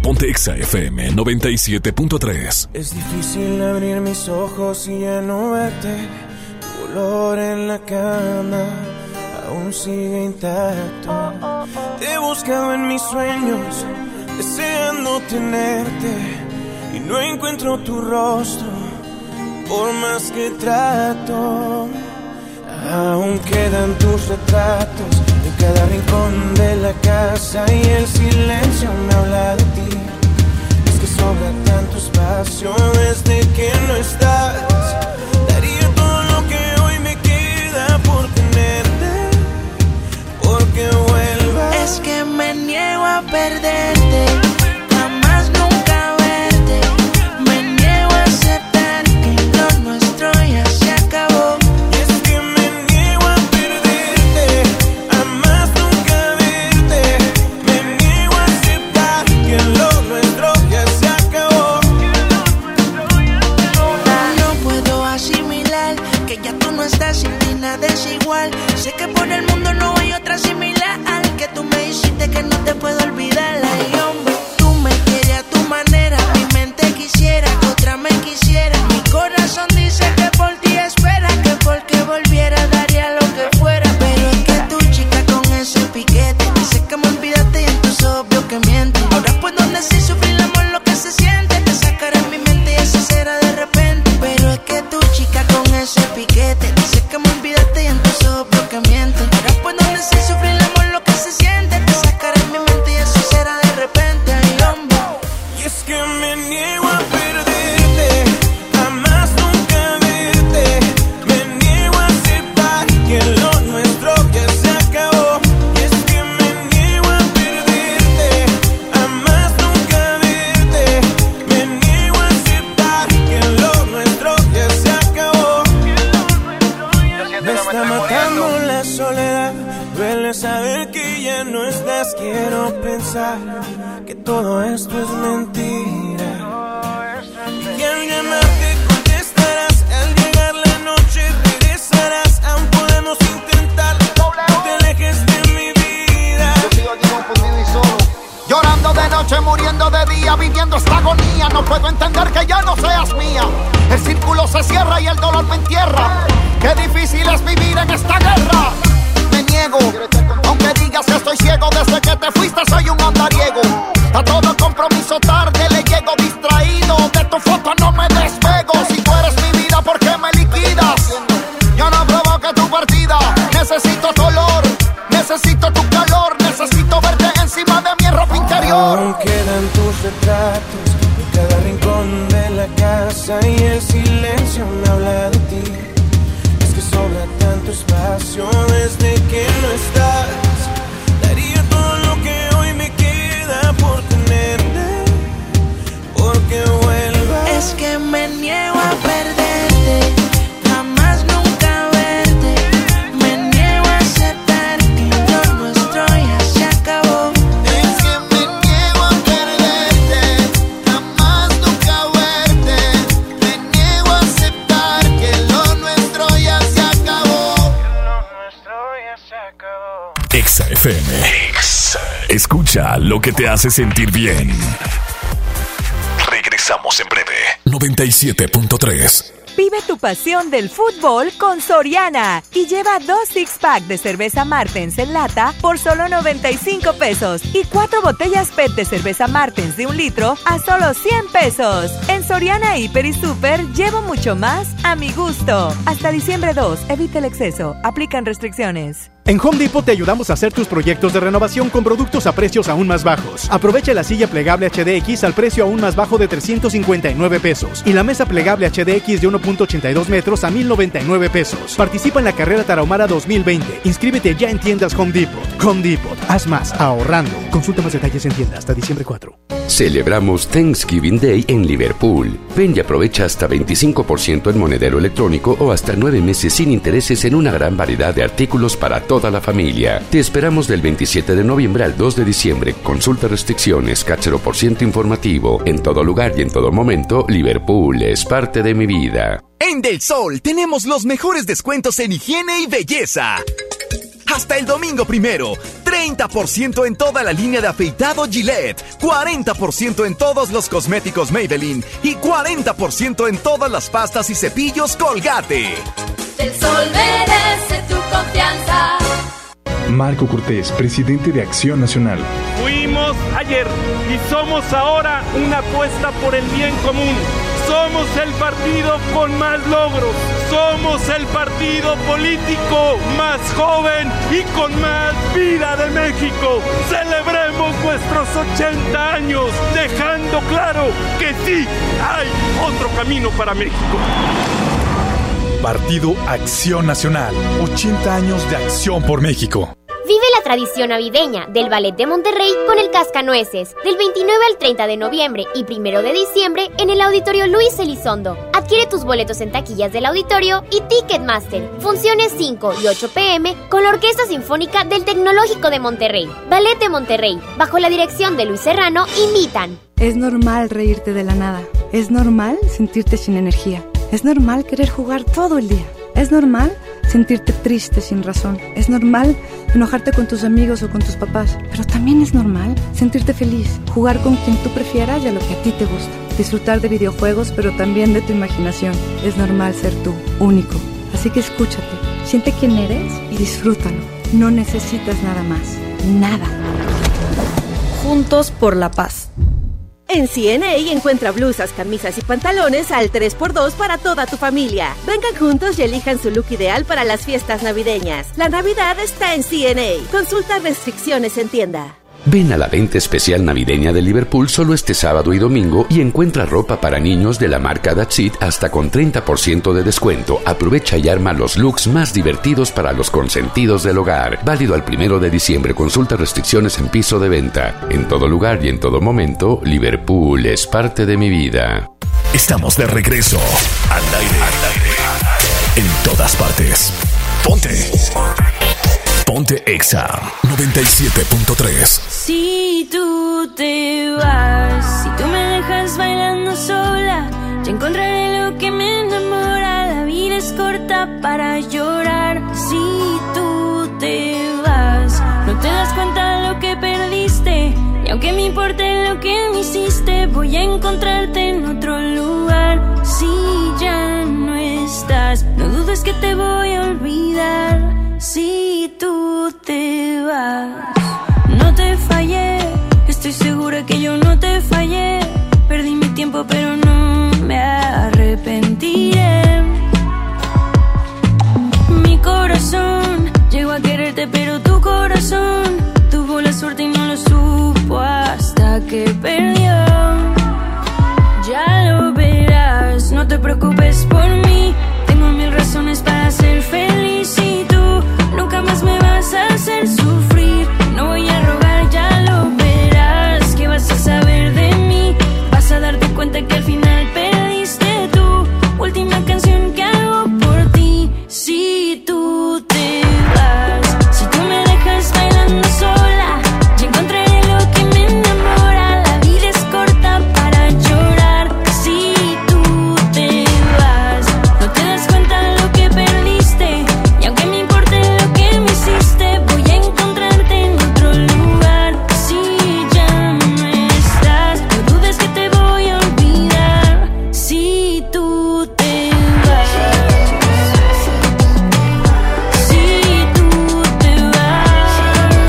Ponte Exa FM 97.3. Es difícil abrir mis ojos y ya no verte. Tu olor en la cama aún sigue intacto. Te he buscado en mis sueños, deseando tenerte, y no encuentro tu rostro, por más que trato. Aún quedan tus retratos en cada rincón de la casa, y el silencio me habla de ti. Es que sobra tanto espacio desde que no estás. Daría todo lo que hoy me queda por tenerte, porque vuelvas. Es que me niego a perderte, jamás nunca verte. Me niego a aceptar que lo nuestro ya se acabó. Es que me niego a perderte, jamás nunca verte. Me niego a aceptar que lo nuestro ya se acabó. No puedo asimilar que ya tú no estás, sin ti nada es igual. Sé que por el mundo no hay otra similar, que tú me hiciste que no te puedo olvidar. Ay, hombre, tú me quieres a tu manera, mi mente quisiera que otra me quisiera. Mi corazón dice que por ti espera, que porque volviera daría lo que fuera. Pero es que tu chica con ese piquete dice que me olvidaste y en tus ojos veo que mientes. Ahora puedo decir sufrir el amor lo que se siente, te sacaré en mi mente y así será de repente. Pero es que tu chica con ese piquete dice que me olvidaste y en tus ojos veo que mientes. Ahora puedo decir sufrir el amor lo que se siente, te sacaré en mi mente y eso será de repente. Ay, hombre. Y es que me niego a perderte, jamás nunca verte. Me niego a aceptar que lo nuestro ya se acabó. Y es que me niego a perderte, jamás nunca verte. Me niego a aceptar que lo nuestro ya se acabó. Me está matando la soledad, duele saber que ya no estás. Quiero pensar que todo esto es mentira, y que al llamarte contestarás, al llegar la noche regresarás. Aún podemos intentar, no te alejes de mi vida. Yo sigo aquí confundido y solo, llorando de noche, muriendo de día, viviendo esta agonía. No puedo entender que ya no seas mía. El círculo se cierra y el dolor me entierra. Qué difícil es vivir en esta guerra. Me niego, aunque digas que estoy ciego. Desde que te fuiste soy un andariego. A todo compromiso tarde le llego, distraído. De tu foto no me despego. Si tú eres mi vida, ¿por qué me liquidas? Yo no provoqué tu partida. Necesito tu olor, necesito tu calor, necesito verte encima de mi ropa interior. Aún quedan tus retratos en cada rincón de la casa, y el silencio me habla de ti. Es que sobra tanto espacio desde que no estás. Daría todo lo que hoy me queda por tenerte, porque vuelvas. Es que me niego a perderte, jamás nunca verte. Me niego a aceptar que lo nuestro ya se acabó. Es que me niego a perderte, jamás nunca verte. Me niego a aceptar que lo nuestro ya se acabó. Exa FM. Escucha lo que te hace sentir bien. Regresamos en breve. 97.3. Vive tu pasión del fútbol con Soriana y lleva 2 six-pack de cerveza Martens en lata por solo 95 pesos y 4 botellas PET de cerveza Martens de 1 litro a solo 100 pesos. En Soriana Hiper y Super llevo mucho más a mi gusto. Hasta diciembre 2, evita el exceso. Aplican restricciones. En Home Depot te ayudamos a hacer tus proyectos de renovación con productos a precios aún más bajos. Aprovecha la silla plegable HDX al precio aún más bajo de 359 pesos y la mesa plegable HDX de 1.82 metros a 1,099 pesos. Participa en la carrera Tarahumara 2020. Inscríbete ya en tiendas Home Depot. Home Depot, haz más ahorrando. Consulta más detalles en tienda hasta diciembre 4. Celebramos Thanksgiving Day en Liverpool. Ven y aprovecha hasta 25% en monedero electrónico o hasta 9 meses sin intereses en una gran variedad de artículos para toda la familia. Te esperamos del 27 de noviembre al 2 de diciembre. Consulta restricciones, cáchero por ciento informativo. En todo lugar y en todo momento, Liverpool es parte de mi vida. En Del Sol tenemos los mejores descuentos en higiene y belleza. Hasta el domingo 1, 30% en toda la línea de afeitado Gillette, 40% en todos los cosméticos Maybelline y 40% en todas las pastas y cepillos Colgate. El Sol merece tu confianza. Marco Cortés, presidente de Acción Nacional. Fuimos ayer y somos ahora una apuesta por el bien común. Somos el partido con más logros. Somos el partido político más joven y con más vida de México. Celebremos nuestros 80 años, dejando claro que sí hay otro camino para México. Partido Acción Nacional. 80 años de acción por México. Vive la tradición navideña del Ballet de Monterrey con el Cascanueces, del 29 al 30 de noviembre y 1 de diciembre en el Auditorio Luis Elizondo. Adquiere tus boletos en taquillas del auditorio y Ticketmaster. Funciones 5 y 8 p.m. con la Orquesta Sinfónica del Tecnológico de Monterrey. Ballet de Monterrey, bajo la dirección de Luis Serrano, invitan. Es normal reírte de la nada. Es normal sentirte sin energía. Es normal querer jugar todo el día. Es normal sentirte triste sin razón. Es normal enojarte con tus amigos o con tus papás. Pero también es normal sentirte feliz, jugar con quien tú prefieras y a lo que a ti te gusta. Disfrutar de videojuegos, pero también de tu imaginación. Es normal ser tú, único. Así que escúchate, siente quién eres y disfrútalo. No necesitas nada más. Nada. Juntos por la paz. En CNA encuentra blusas, camisas y pantalones al 3x2 para toda tu familia. Vengan juntos y elijan su look ideal para las fiestas navideñas. La Navidad está en CNA. Consulta restricciones en tienda. Ven a la venta especial navideña de Liverpool solo este sábado y domingo y encuentra ropa para niños de la marca That's It hasta con 30% de descuento. Aprovecha y arma los looks más divertidos para los consentidos del hogar. Válido al 1 de diciembre. Consulta restricciones en piso de venta. En todo lugar y en todo momento, Liverpool es parte de mi vida. Estamos de regreso al aire. En todas partes. Ponte Exa 97.3. Si tú te vas, si tú me dejas bailando sola, ya encontraré lo que me enamora. La vida es corta para llorar. Si tú te vas, no te das cuenta de lo que perdiste. Y aunque me importe lo que me hiciste, voy a encontrarte en otro lugar. Si ya no estás, no dudes que te voy a olvidar. Si tú te vas, no te fallé, estoy segura que yo no te fallé. Perdí mi tiempo pero no me arrepentiré. Mi corazón llegó a quererte pero tu corazón tuvo la suerte y no lo supo hasta que perdió. Ya lo verás, no te preocupes por mí, tengo 1000 razones para ser feliz. Y tú nunca más me vas a hacer sufrir. No voy a rogar, ya lo verás. ¿Qué vas a saber de mí? Vas a darte cuenta que al final perdiste tú. Última canción que hago por ti. Si tú te vas, si tú me dejas bailando sola, ya encontraré lo que me enamora. La vida es corta para llorar. Si tú te vas, no te das cuenta de lo que perdiste. Y aunque me importe lo que me hiciste, voy a encontrarte en otro lugar. Si ya no estás, no dudes que te voy a olvidar. Si tú te vas, si tú te vas,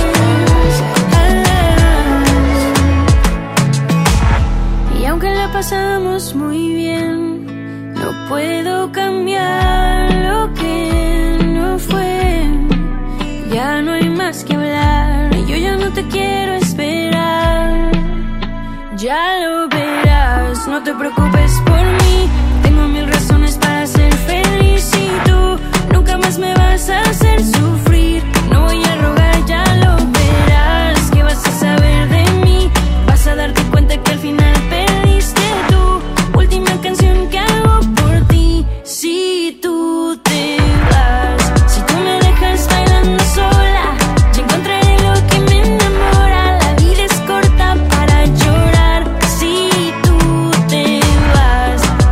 y aunque la pasamos muy bien, no puedo cambiar lo que no fue. Ya no hay más que hablar, yo ya no te quiero esperar. Ya lo verás, no te preocupes por mí, tengo 1000 razones para ser feliz. Y tú nunca más me vas a hacer sufrir. No voy a rogar, ya lo verás. ¿Qué vas a saber de mí? Vas a darte cuenta que al final perdiste tú. Última canción que hago por ti. Si tú te vas, si tú me dejas bailando sola, ya encontraré lo que me enamora. La vida es corta para llorar. Si tú te vas,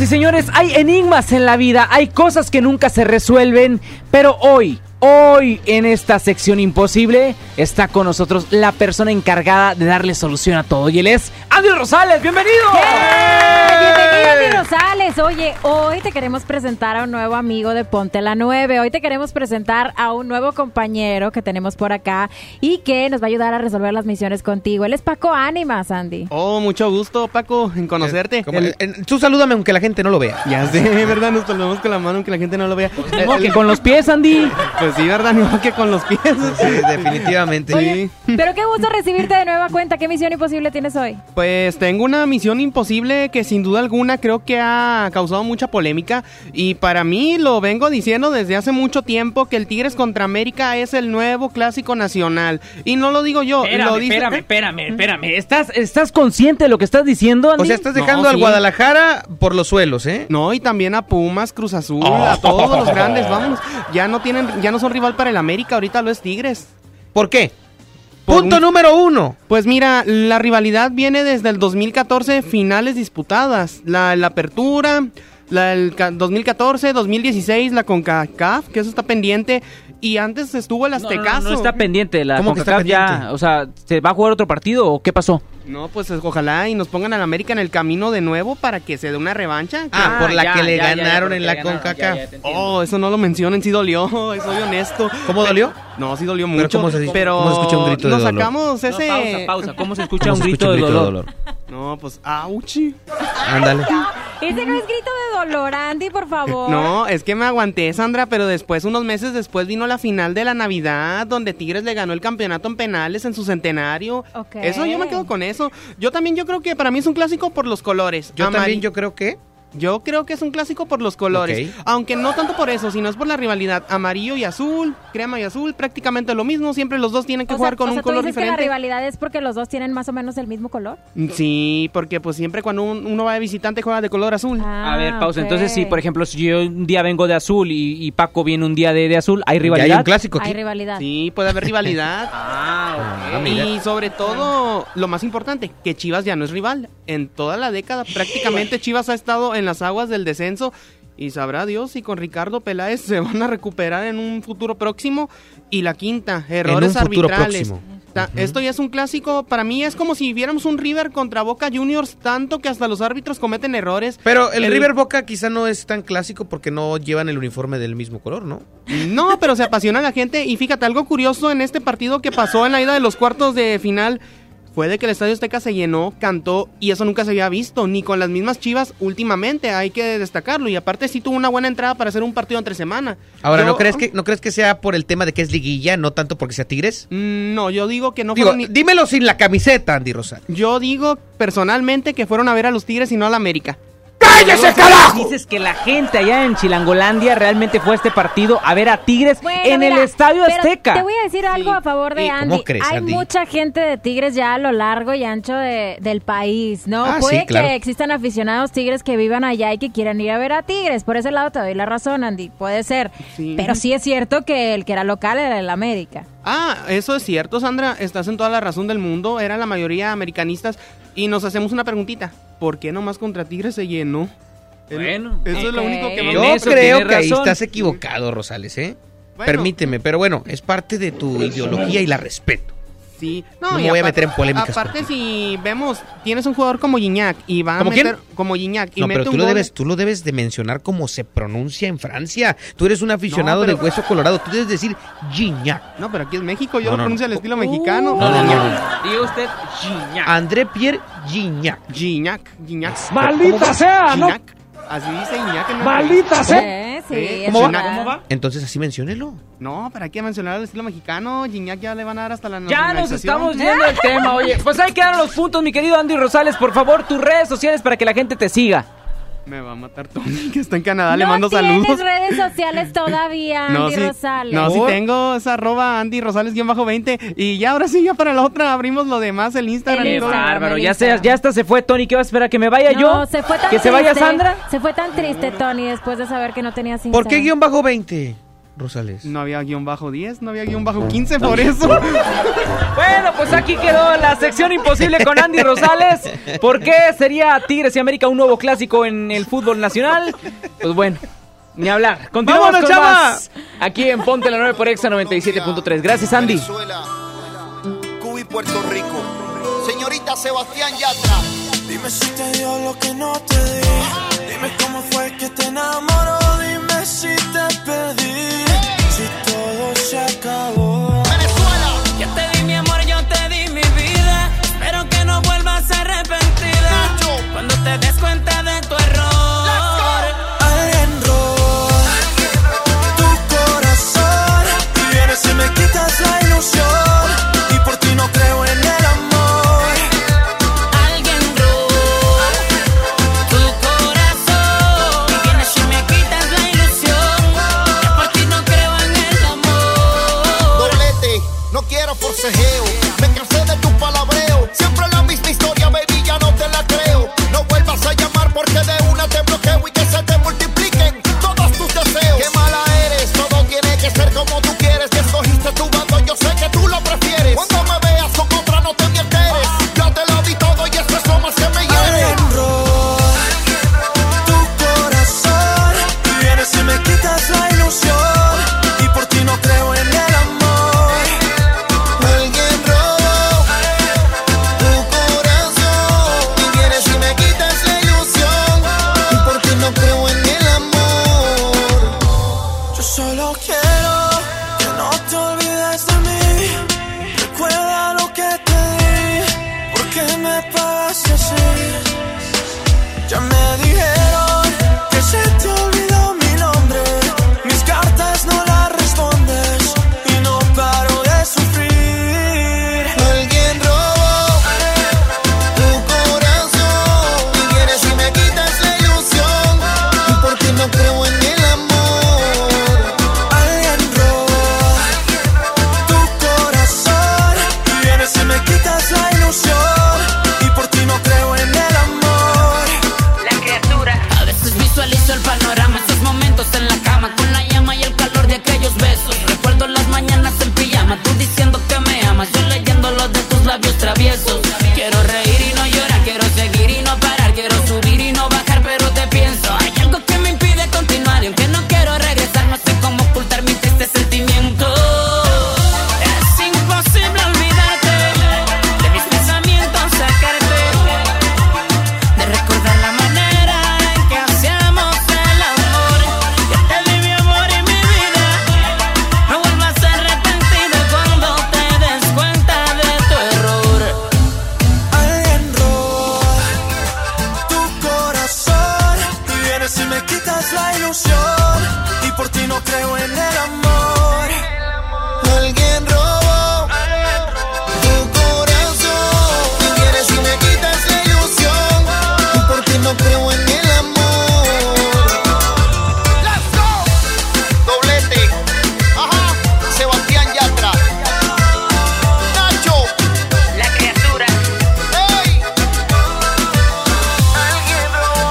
Señoras y señores, hay enigmas en la vida, hay cosas que nunca se resuelven, pero hoy en esta sección imposible está con nosotros la persona encargada de darle solución a todo, y él es Andy Rosales. ¡Bienvenido! Bienvenido, Andy Rosales. Oye, hoy te queremos presentar a un nuevo amigo de Ponte la 9. Hoy te queremos presentar a un nuevo compañero que tenemos por acá y que nos va a ayudar a resolver las misiones contigo. Él es Paco Ánimas, Andy. Oh, mucho gusto, Paco, en conocerte. Tú salúdame aunque la gente no lo vea. Ya sé, ¿verdad? Nos saludamos con la mano aunque la gente no lo vea. ¿Cómo que con los pies, Andy? Pues sí, ¿verdad? No, que con los pies. Sí, definitivamente. Oye, pero qué gusto recibirte de nueva cuenta. ¿Qué misión imposible tienes hoy? Pues tengo una misión imposible que sin duda alguna creo que ha causado mucha polémica. Y para mí lo vengo diciendo desde hace mucho tiempo que el Tigres contra América es el nuevo clásico nacional. Y no lo digo yo, lo dice... Espérame. ¿Estás consciente de lo que estás diciendo, Andy? O sea, estás dejando al Guadalajara por los suelos, ¿eh? No, y también a Pumas, Cruz Azul, a todos los grandes, vamos. Ya no son rival para el América, ahorita lo es Tigres. ¿Por qué? Punto número 1. Pues mira, la rivalidad viene desde el 2014, finales disputadas. La apertura, el 2014, 2016, la CONCACAF, que eso está pendiente. Y antes estuvo el Aztecaso. No está pendiente, la ¿Cómo que está CONCACAF pendiente? ya, o sea, ¿se va a jugar otro partido o qué pasó? No, pues ojalá y nos pongan al América en el camino de nuevo para que se dé una revancha. Por la que le ganaron en la CONCACAF. Oh, eso no lo mencionen, sí dolió, soy honesto. ¿Cómo dolió? No, sí dolió mucho. ¿Cómo se escucha un grito de dolor? Nos sacamos ese... No, pausa. ¿Cómo se escucha un grito de dolor? No, pues, ¡auchi! Ándale. Ese no es grito de dolor, Andy, por favor. No, es que me aguanté, Sandra, pero después, unos meses después, vino la final de la Navidad, donde Tigres le ganó el campeonato en penales en su centenario. Okay. Eso, yo me quedo con eso. Yo creo que para mí es un clásico por los colores. Yo creo que... Yo creo que es un clásico por los colores, aunque no tanto por eso, sino es por la rivalidad. Amarillo y azul, crema y azul, prácticamente lo mismo. Siempre los dos tienen que jugar con un color diferente. ¿Que la rivalidad es porque los dos tienen más o menos el mismo color? Sí, porque pues siempre cuando uno va de visitante juega de color azul. A ver, pausa. Entonces, si por ejemplo, si yo un día vengo de azul y Paco viene un día de azul, ¿hay rivalidad? Ya hay un clásico aquí. Hay rivalidad. Sí, puede haber rivalidad. Y sobre todo, lo más importante, que Chivas ya no es rival. En toda la década, prácticamente Chivas ha estado en las aguas del descenso y sabrá Dios si con Ricardo Peláez se van a recuperar en un futuro próximo. Y la quinta, errores arbitrales. Esto ya es un clásico, para mí es como si viéramos un River contra Boca Juniors, tanto que hasta los árbitros cometen errores. Pero el River Boca quizá no es tan clásico porque no llevan el uniforme del mismo color, ¿no? No, pero se apasiona la gente y fíjate, algo curioso en este partido que pasó en la ida de los cuartos de final fue de que el Estadio Azteca se llenó, cantó, y eso nunca se había visto, ni con las mismas Chivas últimamente, hay que destacarlo, y aparte sí tuvo una buena entrada para hacer un partido entre semana. Ahora, ¿no crees que sea por el tema de que es liguilla, no tanto porque sea Tigres? No, yo digo que no fueron... Dímelo sin la camiseta, Andy Rosales. Yo digo personalmente que fueron a ver a los Tigres y no a la América. ¡Cállese, carajo! Dices que la gente allá en Chilangolandia realmente fue a este partido a ver a Tigres el Estadio Azteca. Te voy a decir algo a favor de Andy. ¿Cómo crees, Hay Andy? mucha gente de Tigres ya a lo largo y ancho del país, ¿no? Puede que existan aficionados Tigres que vivan allá y que quieran ir a ver a Tigres. Por ese lado te doy la razón, Andy. Puede ser. Sí. Pero sí es cierto que el que era local era el América. Eso es cierto, Sandra. Estás en toda la razón del mundo. Eran la mayoría americanistas. Y nos hacemos una preguntita. ¿Por qué nomás contra Tigres se llenó? Bueno, eso es lo único que yo creo que ahí estás equivocado, Rosales, ¿eh? Bueno. Permíteme, pero bueno, es parte de tu ideología y la respeto. Sí, no me voy a meter en polémicas. Aparte, si vemos, tienes un jugador como Gignac y va a meter como Gignac y no, mete pero tú lo debes de mencionar como se pronuncia en Francia. Tú eres un aficionado del hueso colorado, tú debes decir Gignac. No, pero aquí es México, yo lo pronuncio al estilo mexicano. Diga usted Gignac. André Pierre Gignac. Gignac. ¡Maldita sea! Gignac. Así dice Gignac. ¡Maldita sea! Sí, ¿Cómo va? Entonces así menciónelo. No, ¿para qué mencionar el estilo mexicano? Gignac ya le van a dar hasta la Ya nos estamos yendo el tema, oye. Pues ahí quedaron los puntos, mi querido Andy Rosales. Por favor, tus redes sociales para que la gente te siga. Me va a matar Tony, que está en Canadá, le mando saludos. No tienes redes sociales todavía, Andy Rosales. No, sí tengo, es @Andy Rosales_20. Y ya, ahora sí, ya para la otra abrimos lo demás, el Instagram. Qué bárbaro, ya hasta se fue Tony. ¿Qué vas a esperar? ¿Que me vaya yo? Se fue tan ¿Que se vaya Sandra? Se fue tan triste Tony después de saber que no tenía Instagram. ¿Por qué _20? Rosales? No había -10, no había -15, por eso. Bueno, pues aquí quedó la sección imposible con Andy Rosales. ¿Por qué sería Tigres y América un nuevo clásico en el fútbol nacional? Pues bueno, ni hablar. Continuamos ¡Vámonos, con chava! más aquí en Ponte la 9 por Exa 97.3. Gracias, Andy. Venezuela, Cuba y Puerto Rico. Señorita Sebastián Yatra. Dime si te dio lo que no te di. Dime cómo fue que te enamoró. Dime si te perdí. Si todo se acabó. Venezuela. Yo te di mi amor, yo te di mi vida. Espero que no vuelvas arrepentida. Cuando te des cuenta de tu error. Alguien robó tu corazón. Y vienes y me quitas la ilusión. Y por ti no creo en el amor. Alguien robó tu corazón. Y vienes y me quitas la ilusión. Y por ti no creo en el amor. Doblete, no quiero forcejeo. Me cansé de tu palabreo. Siempre la misma historia, baby, ya no te la creo. No vuelvas a llamar porque de una te bloqueo y que se te multipliquen todos tus deseos. Qué mala eres, todo tiene que ser como tú quieres. Que escogiste tu bando, yo sé que tú lo prefieres. Cuando me veas con otra no te me enteres. Yo te lo di todo y esto es lo más que me hiere. Alguien robó tu corazón. Y vienes y me quitas la ilusión. Y por ti no creo en el amor. Alguien robó tu corazón. Y vienes y me quitas la ilusión. Y por ti no creo en el amor. Yo solo quiero que no te olvides de mí. Recuerda lo que te di. ¿Por qué me pasa así? Ya me dijeron que se te olvidó mi nombre. Mis cartas no las respondes. Y no paro de sufrir. Alguien robó tu corazón. Y vienes y me quitas la ilusión. Y por ti no creo en el amor. Alguien robó tu corazón. Y vienes y me quitas la ilusión. Y por ti no creo en el amor. La criatura. A veces visualizo el panorama, esos momentos en la cama, con la llama y el calor de aquellos besos. Recuerdo las mañanas en pijama, tú diciendo que me amas, yo leyendo los de tus labios traviesos. Quiero reír y no llorar, quiero seguir y no parar, quiero subir y no bajar, pero te pienso. Hay algo que me impide continuar y aunque no quiero regresar, no sé cómo ocultar mi triste sentimiento. Es imposible olvidarte de mis pensamientos, sacarte de recordar la manera en que hacíamos el amor. Yo te di mi amor y mi vida. No vuelvas arrepentida cuando te des cuenta de tu error. Alguien robó tu corazón. Y vienes y me quitas la ilusión. Y por ti no creo en el amor. Alguien robó tu corazón. Y vienes y me quitas la ilusión. Y por ti no creo en el amor. Let's go. Doblete. Ajá. Sebastián Yatra. Nacho. La criatura. Hey. Alguien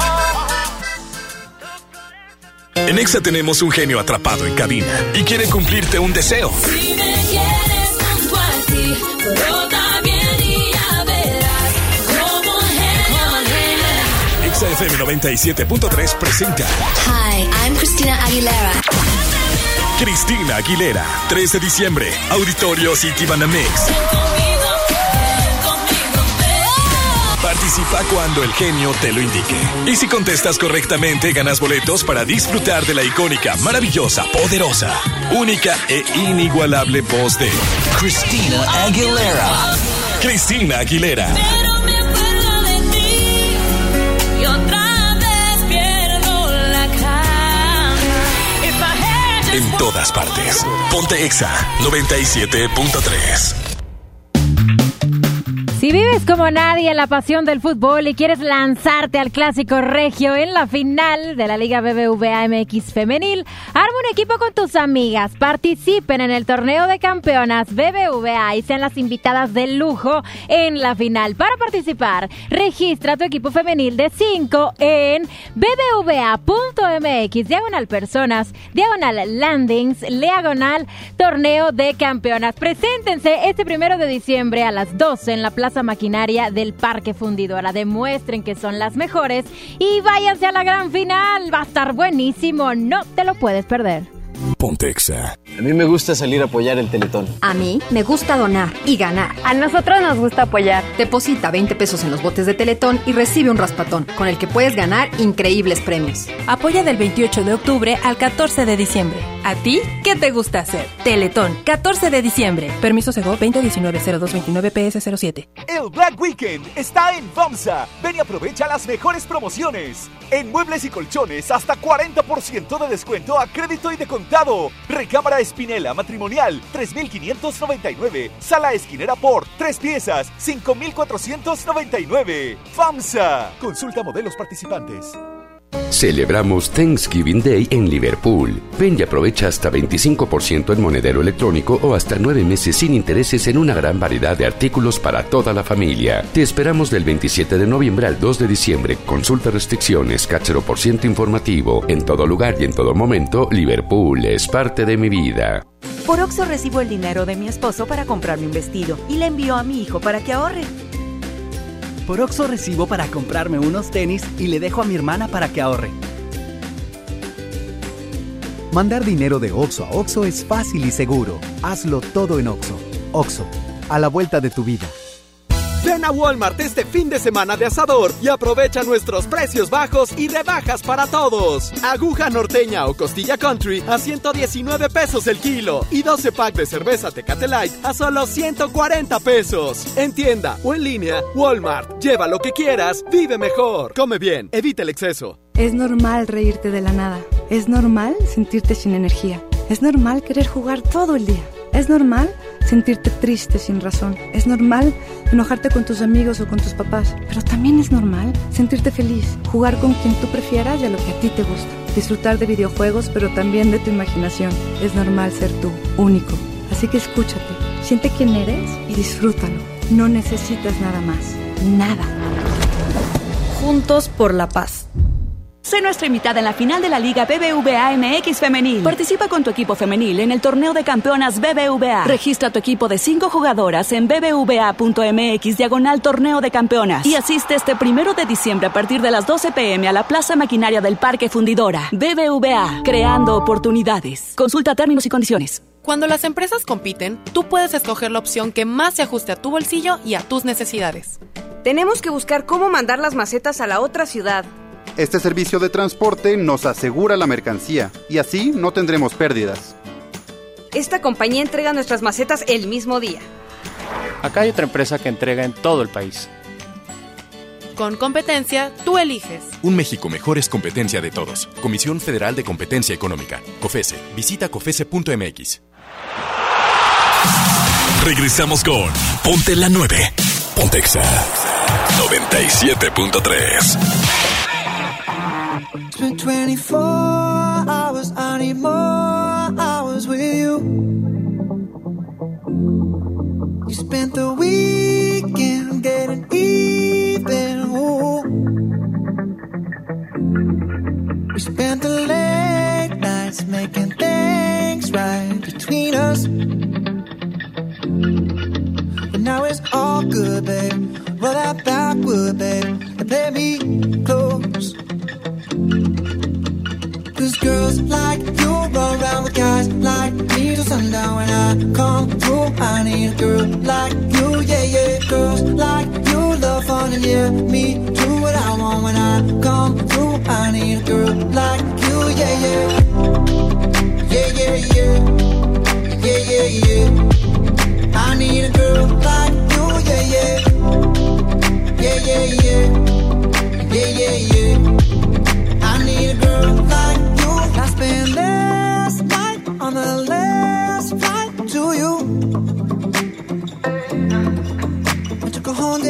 robó. En Exa tenemos un genio atrapado en cabina y quiere cumplirte un deseo. Si me quieres junto a ti, pero también y ya verás como genio. Exa FM 97.3 presenta Hi, I'm Christina Aguilera. Cristina Aguilera, 3 de diciembre, Auditorio Citibanamex. Participa cuando el genio te lo indique. Y si contestas correctamente, ganas boletos para disfrutar de la icónica, maravillosa, poderosa, única e inigualable voz de Cristina Aguilera. Cristina Aguilera. Pero me acuerdo de ti y otra vez pierdo la calma. If I had just En todas partes. Ponte Exa 97.3. Si vives como nadie la pasión del fútbol y quieres lanzarte al clásico regio en la final de la Liga BBVA MX Femenil, arma un equipo con tus amigas, participen en el torneo de campeonas BBVA y sean las invitadas de lujo en la final. Para participar, registra tu equipo femenil de 5 en bbva.mx/personas, /landings, /torneo de campeonas. Preséntense este 1 de diciembre a las 12 en la Plaza Maquinaria del Parque Fundidora. Demuestren que son las mejores y váyanse a la gran final. Va a estar buenísimo, no te lo puedes perder. Ponte Exa. A mí me gusta salir a apoyar el Teletón. A mí me gusta donar y ganar. A nosotros nos gusta apoyar. Deposita 20 pesos en los botes de Teletón y recibe un raspatón, con el que puedes ganar increíbles premios. Apoya del 28 de octubre al 14 de diciembre. ¿A ti qué te gusta hacer? Teletón, 14 de diciembre. Permiso Segov 2019-0229-PS07. El Black Weekend está en FAMSA. Ven y aprovecha las mejores promociones. En muebles y colchones, hasta 40% de descuento a crédito y de contado. Recámara Espinela matrimonial, 3,599. Sala esquinera por 3 piezas, 5,499. FAMSA. Consulta modelos participantes. Celebramos Thanksgiving Day en Liverpool. Ven y aprovecha hasta 25% en monedero electrónico o hasta 9 meses sin intereses en una gran variedad de artículos para toda la familia. Te esperamos del 27 de noviembre al 2 de diciembre. Consulta restricciones, CAT 0% informativo. En todo lugar y en todo momento, Liverpool es parte de mi vida. Por Oxxo recibo el dinero de mi esposo para comprarme un vestido y le envío a mi hijo para que ahorre. Por Oxxo recibo para comprarme unos tenis y le dejo a mi hermana para que ahorre. Mandar dinero de Oxxo a Oxxo es fácil y seguro. Hazlo todo en Oxxo. Oxxo, a la vuelta de tu vida. Ven a Walmart este fin de semana de asador y aprovecha nuestros precios bajos y rebajas para todos. Aguja norteña o costilla country a 119 pesos el kilo y 12 pack de cerveza Tecate Light a solo 140 pesos. En tienda o en línea, Walmart. Lleva lo que quieras, vive mejor. Come bien, evita el exceso. Es normal reírte de la nada. Es normal sentirte sin energía. Es normal querer jugar todo el día. Es normal sentirte triste sin razón. Es normal enojarte con tus amigos o con tus papás. Pero también es normal sentirte feliz, jugar con quien tú prefieras y a lo que a ti te gusta. Disfrutar de videojuegos, pero también de tu imaginación. Es normal ser tú, único. Así que escúchate, siente quién eres y disfrútalo. No necesitas nada más. Nada. Juntos por la paz. Sé nuestra invitada en la final de la Liga BBVA MX Femenil. Participa con tu equipo femenil en el torneo de campeonas BBVA. Registra tu equipo de 5 jugadoras en bbva.mx/torneo de campeonas. Y asiste este 1 de diciembre a partir de las 12 p.m. a la Plaza Maquinaria del Parque Fundidora. BBVA, creando oportunidades. Consulta términos y condiciones. Cuando las empresas compiten, tú puedes escoger la opción que más se ajuste a tu bolsillo y a tus necesidades. Tenemos que buscar cómo mandar las macetas a la otra ciudad. Este servicio de transporte nos asegura la mercancía y así no tendremos pérdidas. Esta compañía entrega nuestras macetas el mismo día. Acá hay otra empresa que entrega en todo el país. Con competencia, tú eliges. Un México mejor es competencia de todos. Comisión Federal de Competencia Económica. COFESE. Visita COFESE.mx. Regresamos con Ponte la 9. Ponte Exa 97.3. It's been 24 hours, I need more hours with you. You spent the weekend getting even, ooh. We spent the late nights making things right between us. But now it's all good, babe. Roll that backward, babe, and play me close. Cause girls like you run around with guys like me till sundown. When I come through, I need a girl like you, yeah, yeah. Girls like you love fun and yeah, me do what I want. When I come through, I need a girl like you, yeah, yeah. Yeah, yeah, yeah. Yeah, yeah, yeah. I need a girl like you, yeah, yeah. Yeah, yeah, yeah. Yeah, yeah, yeah. I need a girl like you. I spent last night on the last flight to you. I took a whole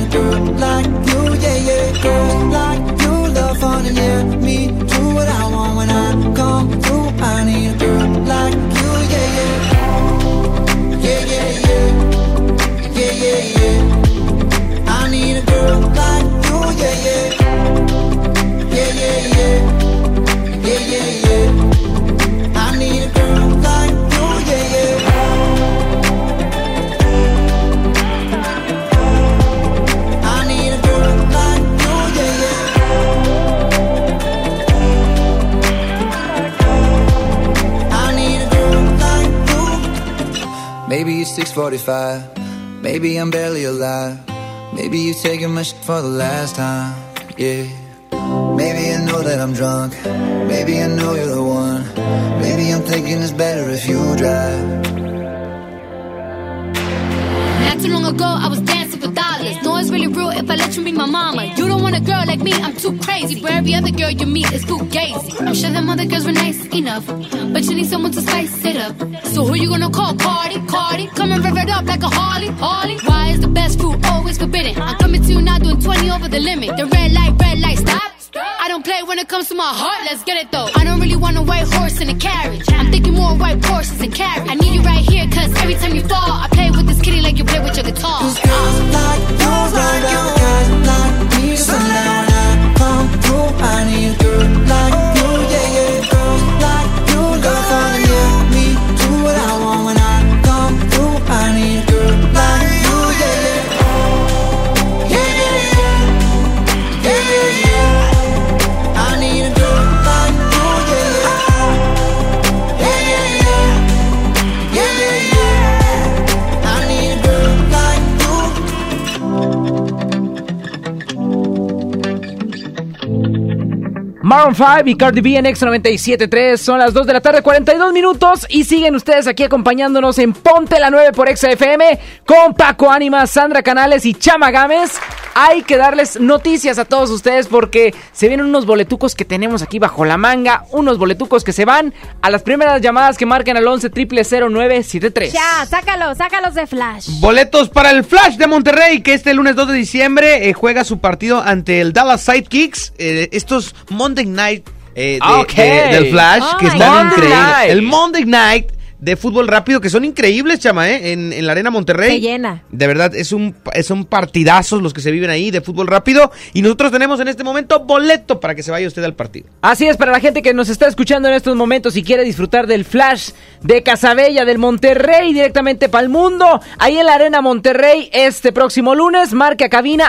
a girl like you, yeah, yeah. Girls like you love fun and yeah, me do what I want when I come through. I need a girl like you, yeah, yeah. Yeah, yeah, yeah. Yeah, yeah, yeah. I need a girl like you, yeah, yeah. Yeah, yeah, yeah. Yeah, yeah, yeah. I need a girl like you, yeah, yeah. I need a girl like you, yeah, yeah. I need a girl like you. Maybe it's 6:45. Maybe I'm barely alive. Maybe you're taking my shit for the last time, yeah. Maybe I know that I'm drunk. Maybe I know you're the one. Maybe I'm thinking it's better if you drive. Not too long ago, I was dancing for dollars. No, it's really real if I let you be my mama. You don't want a girl like me, I'm too crazy. Where every other girl you meet is fugazi. I'm sure them other girls were nice enough, but you need someone to spice it up. So who you gonna call? Cardi, Cardi. Come and rev it up like a Harley, Harley. Why is the best food always forbidden? I'm coming to you now doing 20 over the limit. The red light, stop. I don't play when it comes to my heart, let's get it though. I don't really want a white horse in a carriage. I'm thinking more white horses and carriage. I need you right here, cause every time you fall, I play with this kitty like you play with your guitar. Cause girls like you, guys like me. So now when I come through, I need a girl like you, yeah, yeah. Girls like you, love fun, yeah. Me do what I want when I come through. I need a girl like you, yeah, yeah. Yeah, yeah, yeah. Yeah, yeah, yeah. I need a girl like you, yeah, yeah. Yeah, yeah, yeah. Yeah, yeah, yeah. I need a girl like Maroon 5 y Cardi B en X97.3. Son las 2 de la tarde, 42 minutos. Y siguen ustedes aquí acompañándonos en Ponte la 9 por XFM con Paco Ánimas, Sandra Canales y Chama Gámez. Hay que darles noticias a todos ustedes porque se vienen unos boletucos que tenemos aquí bajo la manga. Unos boletucos que se van a las primeras llamadas que marquen al 11-000-973. Ya, sácalos de Flash. Boletos para el Flash de Monterrey, que este lunes 2 de diciembre juega su partido ante el Dallas Sidekicks. Estos Monday Night del Flash, que están increíbles. El Monday Night de fútbol rápido, que son increíbles, Chama, en la Arena Monterrey. Se llena. De verdad, son partidazos los que se viven ahí de fútbol rápido. Y nosotros tenemos en este momento boleto para que se vaya usted al partido. Así es, para la gente que nos está escuchando en estos momentos y quiere disfrutar del Flash de Casabella, del Monterrey, directamente para el mundo, ahí en la Arena Monterrey, este próximo lunes, marca cabina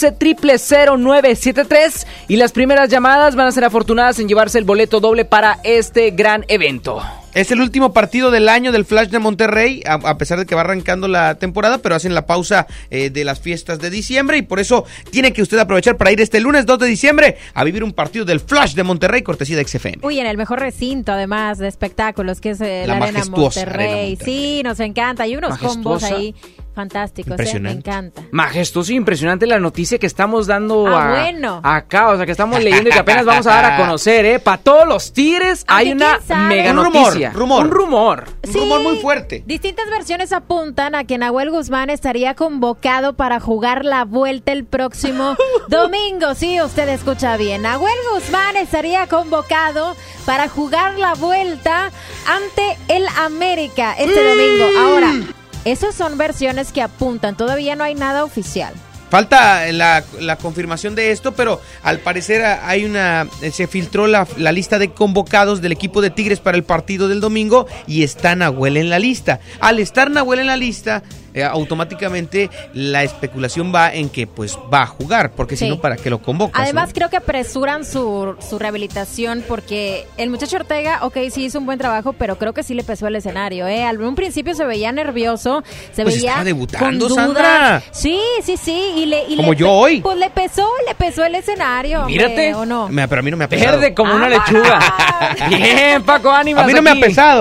11-000-973 y las primeras llamadas van a ser afortunadas en llevarse el boleto doble para este gran evento. Es el último partido del año del Flash de Monterrey, a pesar de que va arrancando la temporada, pero hacen la pausa de las fiestas de diciembre y por eso tiene que usted aprovechar para ir este lunes 2 de diciembre a vivir un partido del Flash de Monterrey, cortesía de XFM. Uy, en el mejor recinto, además, de espectáculos, que es la Arena Monterrey. Sí, nos encanta. Hay unos combos ahí fantásticos, me encanta. Majestuoso y impresionante la noticia que estamos dando bueno. acá, o sea, que estamos leyendo y que apenas vamos a dar a conocer, Para todos los tigres hay una mega noticia. Un rumor muy fuerte. Distintas versiones apuntan a que Nahuel Guzmán estaría convocado para jugar la vuelta el próximo domingo. Sí, usted escucha bien. Nahuel Guzmán estaría convocado para jugar la vuelta ante el América este domingo. Ahora, esas son versiones que apuntan, todavía no hay nada oficial. Falta la confirmación de esto, pero al parecer se filtró la lista de convocados del equipo de Tigres para el partido del domingo y está Nahuel en la lista. Al estar Nahuel en la lista, automáticamente la especulación va en que pues va a jugar, porque si no, ¿para qué lo convocas? Además, ¿no? Creo que apresuran su rehabilitación porque el muchacho Ortega, sí hizo un buen trabajo, pero creo que sí le pesó el escenario, Al un principio se veía nervioso, veía estaba debutando, con dudas. Sandra. Sí, como yo hoy. Pues le pesó el escenario. Mírate. ¿O no? Pero a mí no me ha pesado. Verde como una lechuga. Bien, Paco, ánimo. A mí no me ha pesado,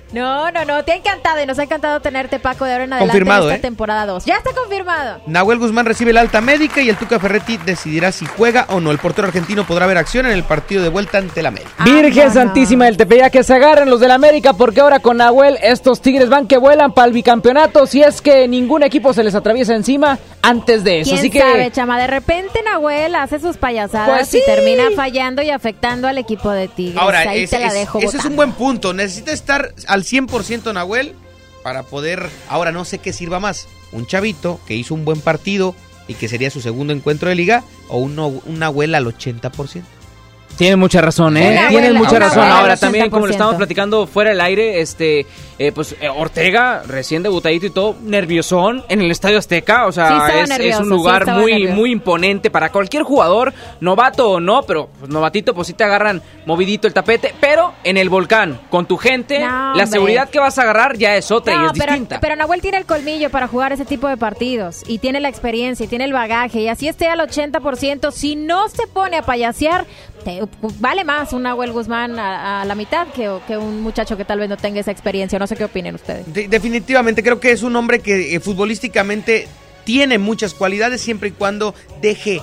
No, te ha encantado y nos ha encantado tenerte, Paco, de ahora en adelante Confirmado, en esta temporada 2. Ya está confirmado. Nahuel Guzmán recibe la alta médica y el Tuca Ferretti decidirá si juega o no. El portero argentino podrá ver acción en el partido de vuelta ante el América. Virgen Santísima del Tepeyac, que se agarren los del América, porque ahora con Nahuel estos Tigres van que vuelan para el bicampeonato, si es que ningún equipo se les atraviesa encima antes de eso. ¿Quién Así que sabe, Chama? De repente Nahuel hace sus payasadas Pues sí. y termina fallando y afectando al equipo de Tigres. Ahora, Ahí te la dejo ese es botando. un buen punto. Necesita estar al 100% Nahuel para poder... Ahora, no sé qué sirva más. Un chavito que hizo un buen partido y que sería su segundo encuentro de liga, o un Nahuel al 80%. Tienen mucha razón, ¿eh? Una Tienen abuela, mucha una razón. abuela, Ahora también, 80%. como lo estamos platicando fuera del aire, Ortega, recién debutadito y todo, nerviosón en el Estadio Azteca. O Sí, sea, estaba es nervioso, un sí, lugar estaba muy, nervioso. muy imponente para cualquier jugador, novato o no, pero pues, novatito, pues sí te agarran movidito el tapete. Pero en el Volcán, con tu gente, No, la hombre. seguridad que vas a agarrar ya es otra y es distinta. Pero Nahuel tiene el colmillo para jugar ese tipo de partidos y tiene la experiencia y tiene el bagaje y así esté al 80%, si no se pone a payasear, vale más un Nahuel Guzmán a la mitad que un muchacho que tal vez no tenga esa experiencia. No sé qué opinen ustedes. Definitivamente creo que es un hombre que futbolísticamente tiene muchas cualidades, siempre y cuando deje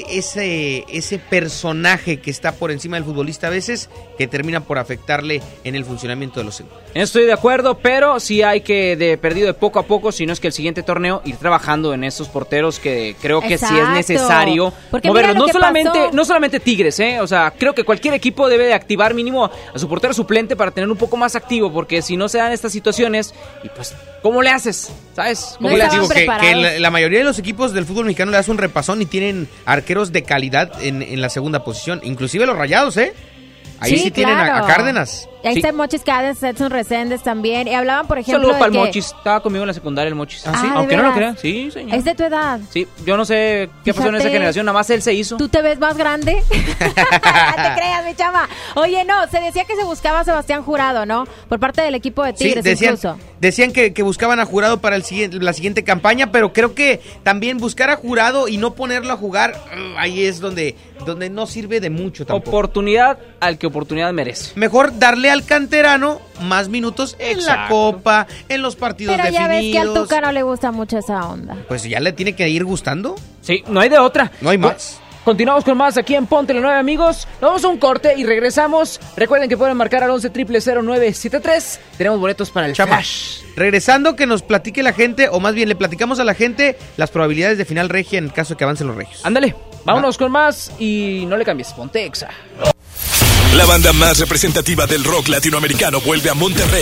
ese personaje que está por encima del futbolista a veces, que termina por afectarle en el funcionamiento de los equipos. Estoy de acuerdo, pero sí hay que, de perdido de poco a poco, si no es que el siguiente torneo, ir trabajando en estos porteros que creo que sí es Exacto. necesario Porque moverlos. mira lo que pasó. No solamente Tigres, o sea, creo que cualquier equipo debe de activar mínimo a su portero suplente para tener un poco más activo, porque si no se dan estas situaciones, y pues, ¿cómo le haces? ¿Sabes? No ¿Cómo le haces? estaban Que preparados. la mayoría de los equipos del fútbol mexicano le das un repasón y tienen arqueros de calidad en la segunda posición, inclusive los Rayados, ahí sí tienen a claro. Cárdenas. Y ahí Sí. está Mochis Cárdenas, Edson Reséndez también. Y hablaban, por ejemplo, Saludo para el de que Mochis, estaba conmigo en la secundaria el Mochis. Ah, ¿sí? Aunque ¿de no lo veras? crean, sí, señor. es de tu edad. Sí, yo no sé qué pasó en esa Fíjate. generación, nada más él se hizo. ¿Tú te ves más grande? No te creas, mi chama. Oye, no, se decía que se buscaba a Sebastián Jurado, ¿no? Por parte del equipo de Sí, Tigres incluso. decían que buscaban a Jurado para la siguiente campaña, pero creo que también buscar a Jurado y no ponerlo a jugar, ahí es donde no sirve de mucho tampoco. Oportunidad al que oportunidad merece. Mejor darle al canterano más minutos en la Exacto. Copa, en los partidos Pero ya ves que al definidos. Tuca no le gusta mucho esa onda. Pues ya le tiene que ir gustando. Sí, no hay de otra. No hay más. Continuamos con más aquí en Ponte la 9, amigos. Nos vamos a un corte y regresamos. Recuerden que pueden marcar al 11-000973. Tenemos boletos para el Chama, Flash. regresando, que nos platique la gente, o más bien le platicamos a la gente las probabilidades de final regia en caso de que avancen los regios. Ándale, vámonos con más y no le cambies. Ponte Exa. La banda más representativa del rock latinoamericano vuelve a Monterrey.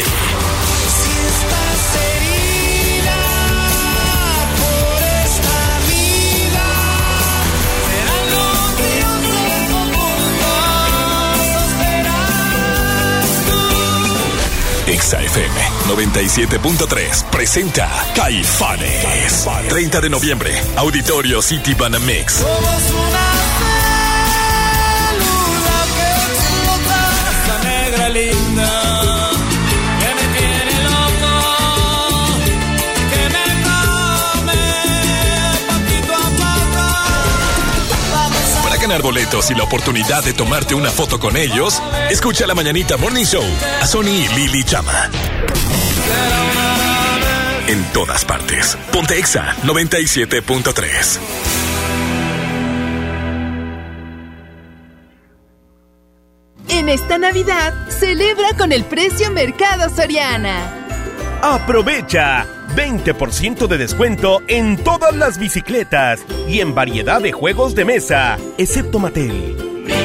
Exa FM 97.3 presenta Caifanes. 30 de noviembre, Auditorio City Banamex. Esa negra linda que me tiene loco, que me come poquito a poco. Para ganar boletos y la oportunidad de tomarte una foto con ellos, escucha la Mañanita Morning Show a Sony y Lili Chama. En todas partes. Ponte Exa 97.3. En esta Navidad, celebra con el precio Mercado Soriana. Aprovecha 20% de descuento en todas las bicicletas y en variedad de juegos de mesa, excepto Mattel.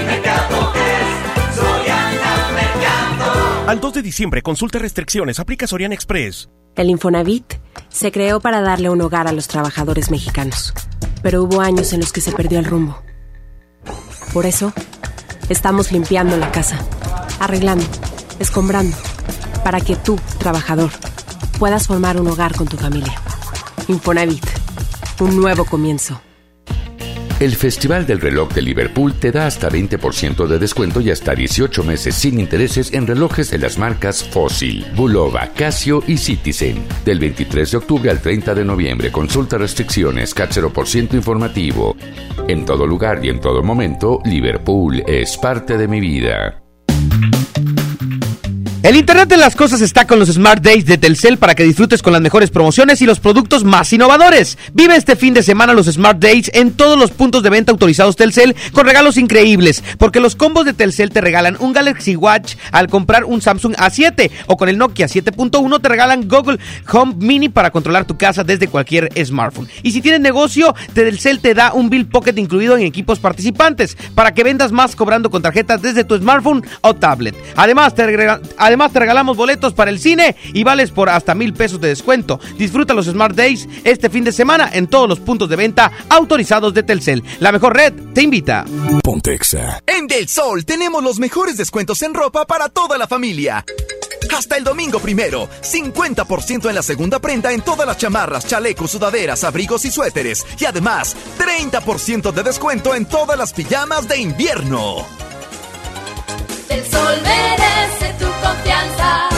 Al 2 de diciembre, consulta restricciones, aplica Soriana Express. El Infonavit se creó para darle un hogar a los trabajadores mexicanos, pero hubo años en los que se perdió el rumbo. Por eso, estamos limpiando la casa, arreglando, escombrando, para que tú, trabajador, puedas formar un hogar con tu familia. Infonavit, un nuevo comienzo. El Festival del Reloj de Liverpool te da hasta 20% de descuento y hasta 18 meses sin intereses en relojes de las marcas Fossil, Bulova, Casio y Citizen. Del 23 de octubre al 30 de noviembre, consulta restricciones, CAT 0% informativo. En todo lugar y en todo momento, Liverpool es parte de mi vida. El Internet de las cosas está con los Smart Days de Telcel para que disfrutes con las mejores promociones y los productos más innovadores. Vive este fin de semana los Smart Days en todos los puntos de venta autorizados Telcel con regalos increíbles, porque los combos de Telcel te regalan un Galaxy Watch al comprar un Samsung A7 o con el Nokia 7.1 te regalan Google Home Mini para controlar tu casa desde cualquier smartphone. Y si tienes negocio, Telcel te da un Bill Pocket incluido en equipos participantes para que vendas más cobrando con tarjetas desde tu smartphone o tablet. Además te regalamos boletos para el cine y vales por hasta $1,000 de descuento. Disfruta los Smart Days este fin de semana en todos los puntos de venta autorizados de Telcel. La mejor red te invita. Pontexa. En Del Sol tenemos los mejores descuentos en ropa para toda la familia. Hasta el domingo 1, 50% en la segunda prenda en todas las chamarras, chalecos, sudaderas, abrigos y suéteres. Y además, 30% de descuento en todas las pijamas de invierno. El Sol merece tu confianza.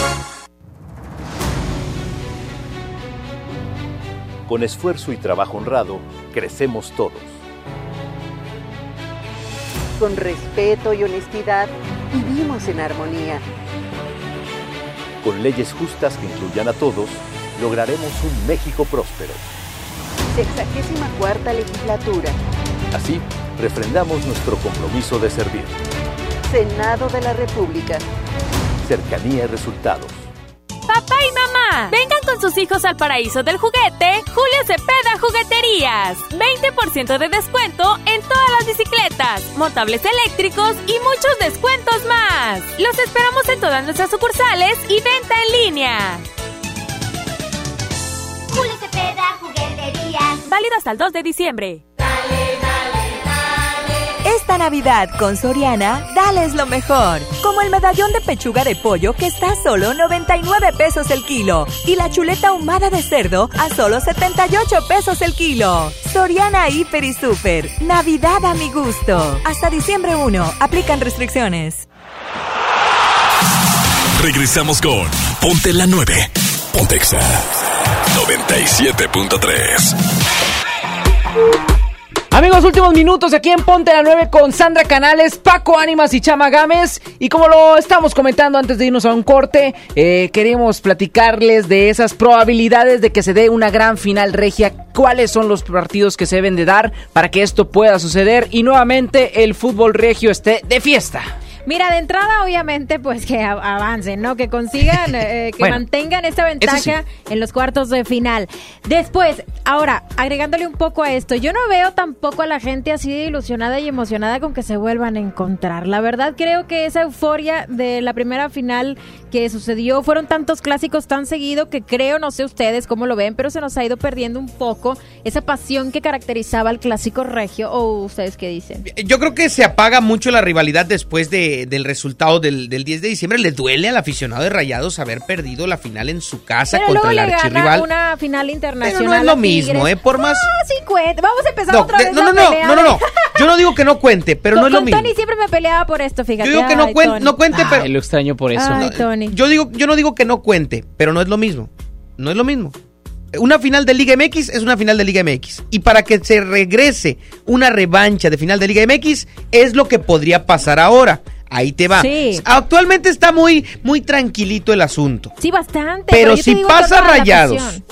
Con esfuerzo y trabajo honrado, crecemos todos. Con respeto y honestidad, vivimos en armonía. Con leyes justas que incluyan a todos, lograremos un México próspero. 64ª legislatura. Así, refrendamos nuestro compromiso de servir. Senado de la República. Cercanía y resultados. Papá y mamá, vengan con sus hijos al paraíso del juguete, Julio Cepeda Jugueterías. 20% de descuento en todas las bicicletas, montables eléctricos y muchos descuentos más. Los esperamos en todas nuestras sucursales y venta en línea. Julio Cepeda Jugueterías. Válido hasta el 2 de diciembre. Esta Navidad con Soriana, dales lo mejor. Como el medallón de pechuga de pollo que está a solo 99 pesos el kilo. Y la chuleta ahumada de cerdo a solo 78 pesos el kilo. Soriana Hiper y Super. Navidad a mi gusto. Hasta diciembre 1. Aplican restricciones. Regresamos con Ponte la 9. Pontexa 97.3. Amigos, últimos minutos aquí en Ponte la 9 con Sandra Canales, Paco Ánimas y Chama Gámez. Y como lo estamos comentando antes de irnos a un corte, queremos platicarles de esas probabilidades de que se dé una gran final regia. ¿Cuáles son los partidos que se deben de dar para que esto pueda suceder? Y nuevamente el fútbol regio esté de fiesta. Mira, de entrada, obviamente, pues que avancen, ¿no? Que consigan, que bueno, mantengan esta ventaja sí, en los cuartos de final. Después, ahora, agregándole un poco a esto, yo no veo tampoco a la gente así de ilusionada y emocionada con que se vuelvan a encontrar. La verdad, creo que esa euforia de la primera final que sucedió, fueron tantos clásicos tan seguido que creo, no sé ustedes cómo lo ven, pero se nos ha ido perdiendo un poco esa pasión que caracterizaba al clásico regio. ¿O ustedes qué dicen? Yo creo que se apaga mucho la rivalidad después del resultado del 10 de diciembre. Le duele al aficionado de Rayados haber perdido la final en su casa pero contra el archirrival. Una final internacional. Pero no es lo mismo, por más. Sí cuenta. Vamos a empezar otra vez. No. Yo no digo que no cuente, pero no es lo mismo. Tony siempre me peleaba por esto, fíjate. Yo digo que no cuente, pero. Lo extraño por eso. Ay, Tony. Yo no digo que no cuente, pero no es lo mismo. No es lo mismo. Una final de Liga MX es una final de Liga MX. Y para que se regrese una revancha de final de Liga MX, es lo que podría pasar ahora. Ahí te va. Sí. Actualmente está muy tranquilito el asunto. Sí, bastante. Pero si pasa Rayados,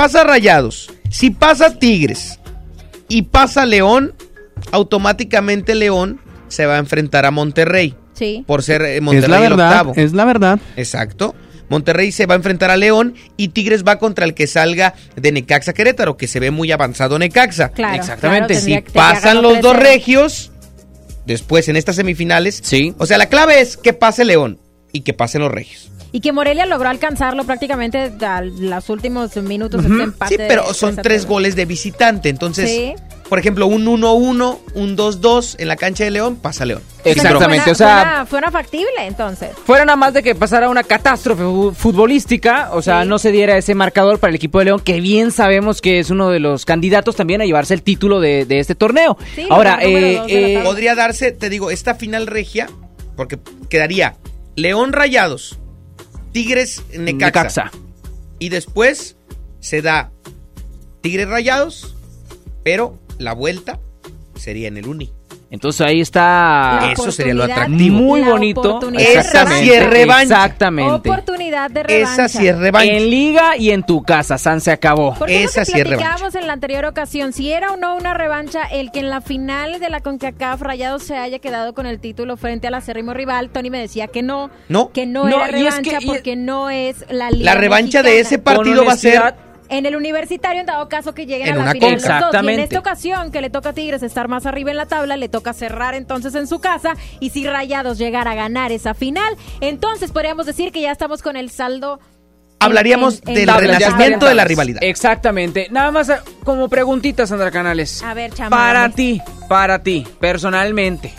si pasa Tigres y pasa León, automáticamente León se va a enfrentar a Monterrey. Sí. Por ser Monterrey el octavo. Es la verdad. Exacto. Monterrey se va a enfrentar a León y Tigres va contra el que salga de Necaxa Querétaro, que se ve muy avanzado Necaxa. Claro, exactamente. Si pasan los dos regios, después en estas semifinales, sí. O sea, la clave es que pase León y que pasen los regios. Y que Morelia logró alcanzarlo prácticamente a los últimos minutos de empate. Sí, pero son 3 goles de visitante, entonces... ¿Sí? Por ejemplo, un 1-1, un 2-2 en la cancha de León, pasa León. Exactamente, fue una factible, entonces. Fuera nada más de que pasara una catástrofe futbolística, o sea, sí, no se diera ese marcador para el equipo de León, que bien sabemos que es uno de los candidatos también a llevarse el título de este torneo. Sí, ahora, podría darse, te digo, esta final regia, porque quedaría León Rayados, Tigres Necaxa. Y después se da Tigres Rayados, pero la vuelta sería en el Uni. Entonces ahí está. Eso sería lo atractivo. Muy bonito. Esa sí es revancha. Exactamente. Oportunidad de revancha. Esa sí es revancha. En liga y en tu casa, San, se acabó. Porque esa sí es revancha. Platicábamos en la anterior ocasión, si era o no una revancha el que en la final de la CONCACAF Rayados se haya quedado con el título frente al acérrimo rival. Tony me decía que no era revancha porque no es la liga La revancha mexicana. de ese partido va a ser en el Universitario, en dado caso que lleguen en a la una final los dos. Exactamente. Y en esta ocasión, que le toca a Tigres estar más arriba en la tabla, le toca cerrar entonces en su casa. Y si Rayados llegara a ganar esa final, entonces podríamos decir que ya estamos con el saldo. Hablaríamos del renacimiento de la rivalidad. Exactamente. Nada más como preguntita, Sandra Canales. A ver, chama. Para ti, personalmente,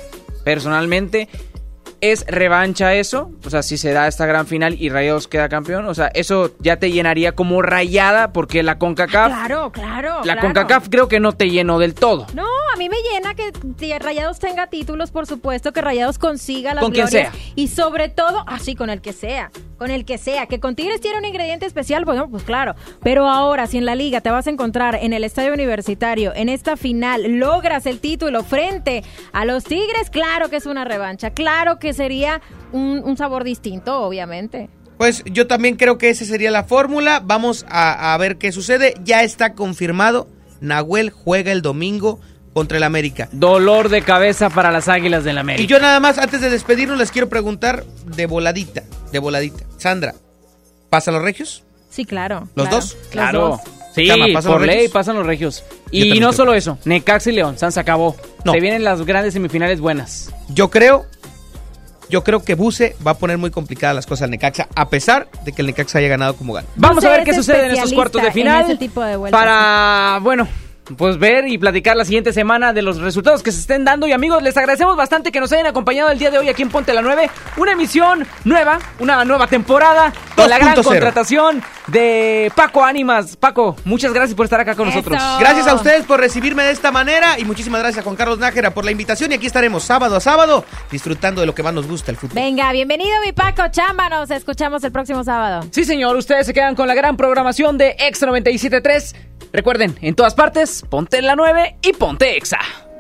¿es revancha eso? O sea, si se da esta gran final y Rayados queda campeón, o sea, ¿eso ya te llenaría como rayada? Porque la CONCACAF... Claro. La CONCACAF creo que no te llenó del todo. No, a mí me llena que Rayados tenga títulos, por supuesto, que Rayados consiga las glorias. Con quien sea. Y sobre todo, así con el que sea. Que con Tigres tiene un ingrediente especial, bueno, pues claro. Pero ahora, si en la liga te vas a encontrar en el Estadio Universitario, en esta final, logras el título frente a los Tigres, claro que es una revancha. Claro que sería un sabor distinto, obviamente. Pues yo también creo que esa sería la fórmula. Vamos a ver qué sucede. Ya está confirmado. Nahuel juega el domingo contra el América. Dolor de cabeza para las Águilas del América. Y yo nada más, antes de despedirnos, les quiero preguntar de voladita. Sandra, ¿pasan los regios? Sí, claro. ¿Los dos? Claro. Sí, Chama, por ley pasan los regios. Y no solo eso, Necaxa y León, se acabó. Se vienen las grandes semifinales buenas. Yo creo que Buse va a poner muy complicadas las cosas al Necaxa, a pesar de que el Necaxa haya ganado como gana. Vamos a ver qué sucede en estos cuartos de final. Ese tipo de vueltas. Para, pues ver y platicar la siguiente semana de los resultados que se estén dando. Y amigos, les agradecemos bastante que nos hayan acompañado el día de hoy aquí en Ponte la 9. Una emisión nueva, una nueva temporada con la gran contratación de Paco Ánimas. Paco, muchas gracias por estar acá con nosotros. Gracias a ustedes por recibirme de esta manera y muchísimas gracias a Juan Carlos Nájera por la invitación. Y aquí estaremos sábado a sábado disfrutando de lo que más nos gusta, el fútbol. Venga, bienvenido mi Paco Chamba, nos escuchamos el próximo sábado. Sí, señor, ustedes se quedan con la gran programación de Exa 97.3. Recuerden, en todas partes, ponte en la 9 y ponte Exa.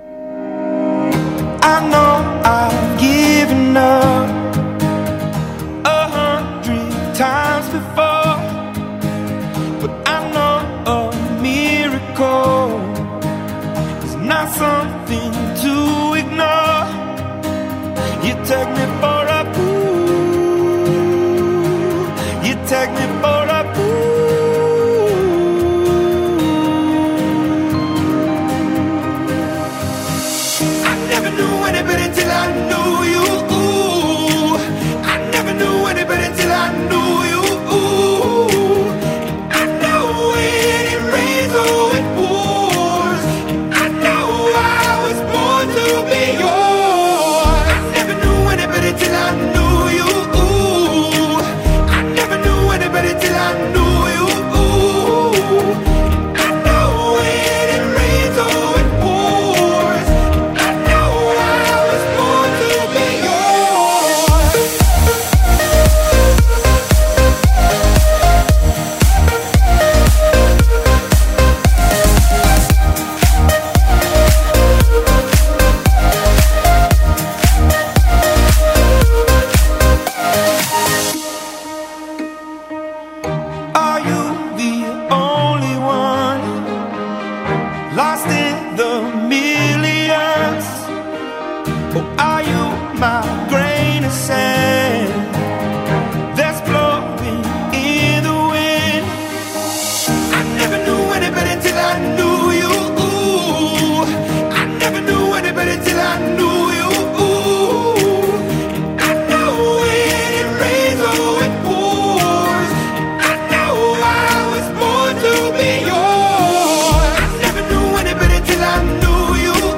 I know I've given up 100 times before, but I know a miracle is not something to ignore. You take me for a fool, you take me for a fool. Till I knew you. I never knew any better till I knew you. I know when it rains or it pours. I know I was born to be yours. I never knew any better till I knew you. I never knew any better till I knew you. I know when it rains or it pours. I know I was born to be yours. Are you the only one lost in the millions? Or are you my grain of sand that's blowing in the wind? I never knew any better till I knew you. I never knew any better till I knew you. And I know when it rains or it pours. I know I was born to be yours. I never knew any better till I knew you.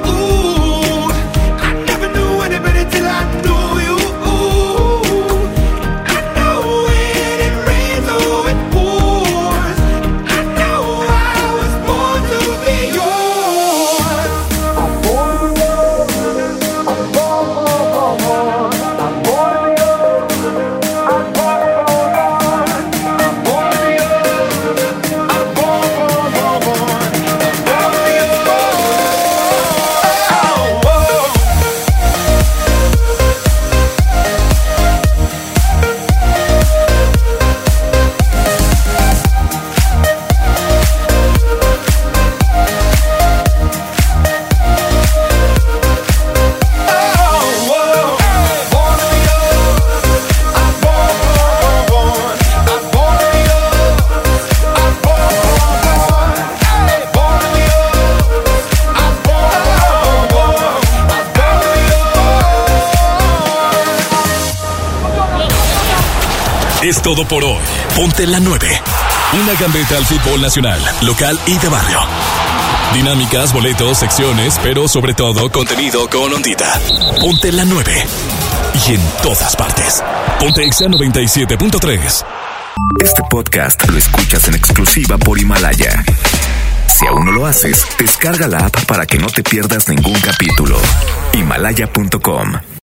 Es todo por hoy. Ponte la 9. Una gambeta al fútbol nacional, local y de barrio. Dinámicas, boletos, secciones, pero sobre todo contenido con ondita. Ponte la 9. Y en todas partes. Ponte Exa 97.3. Este podcast lo escuchas en exclusiva por Himalaya. Si aún no lo haces, descarga la app para que no te pierdas ningún capítulo. Himalaya.com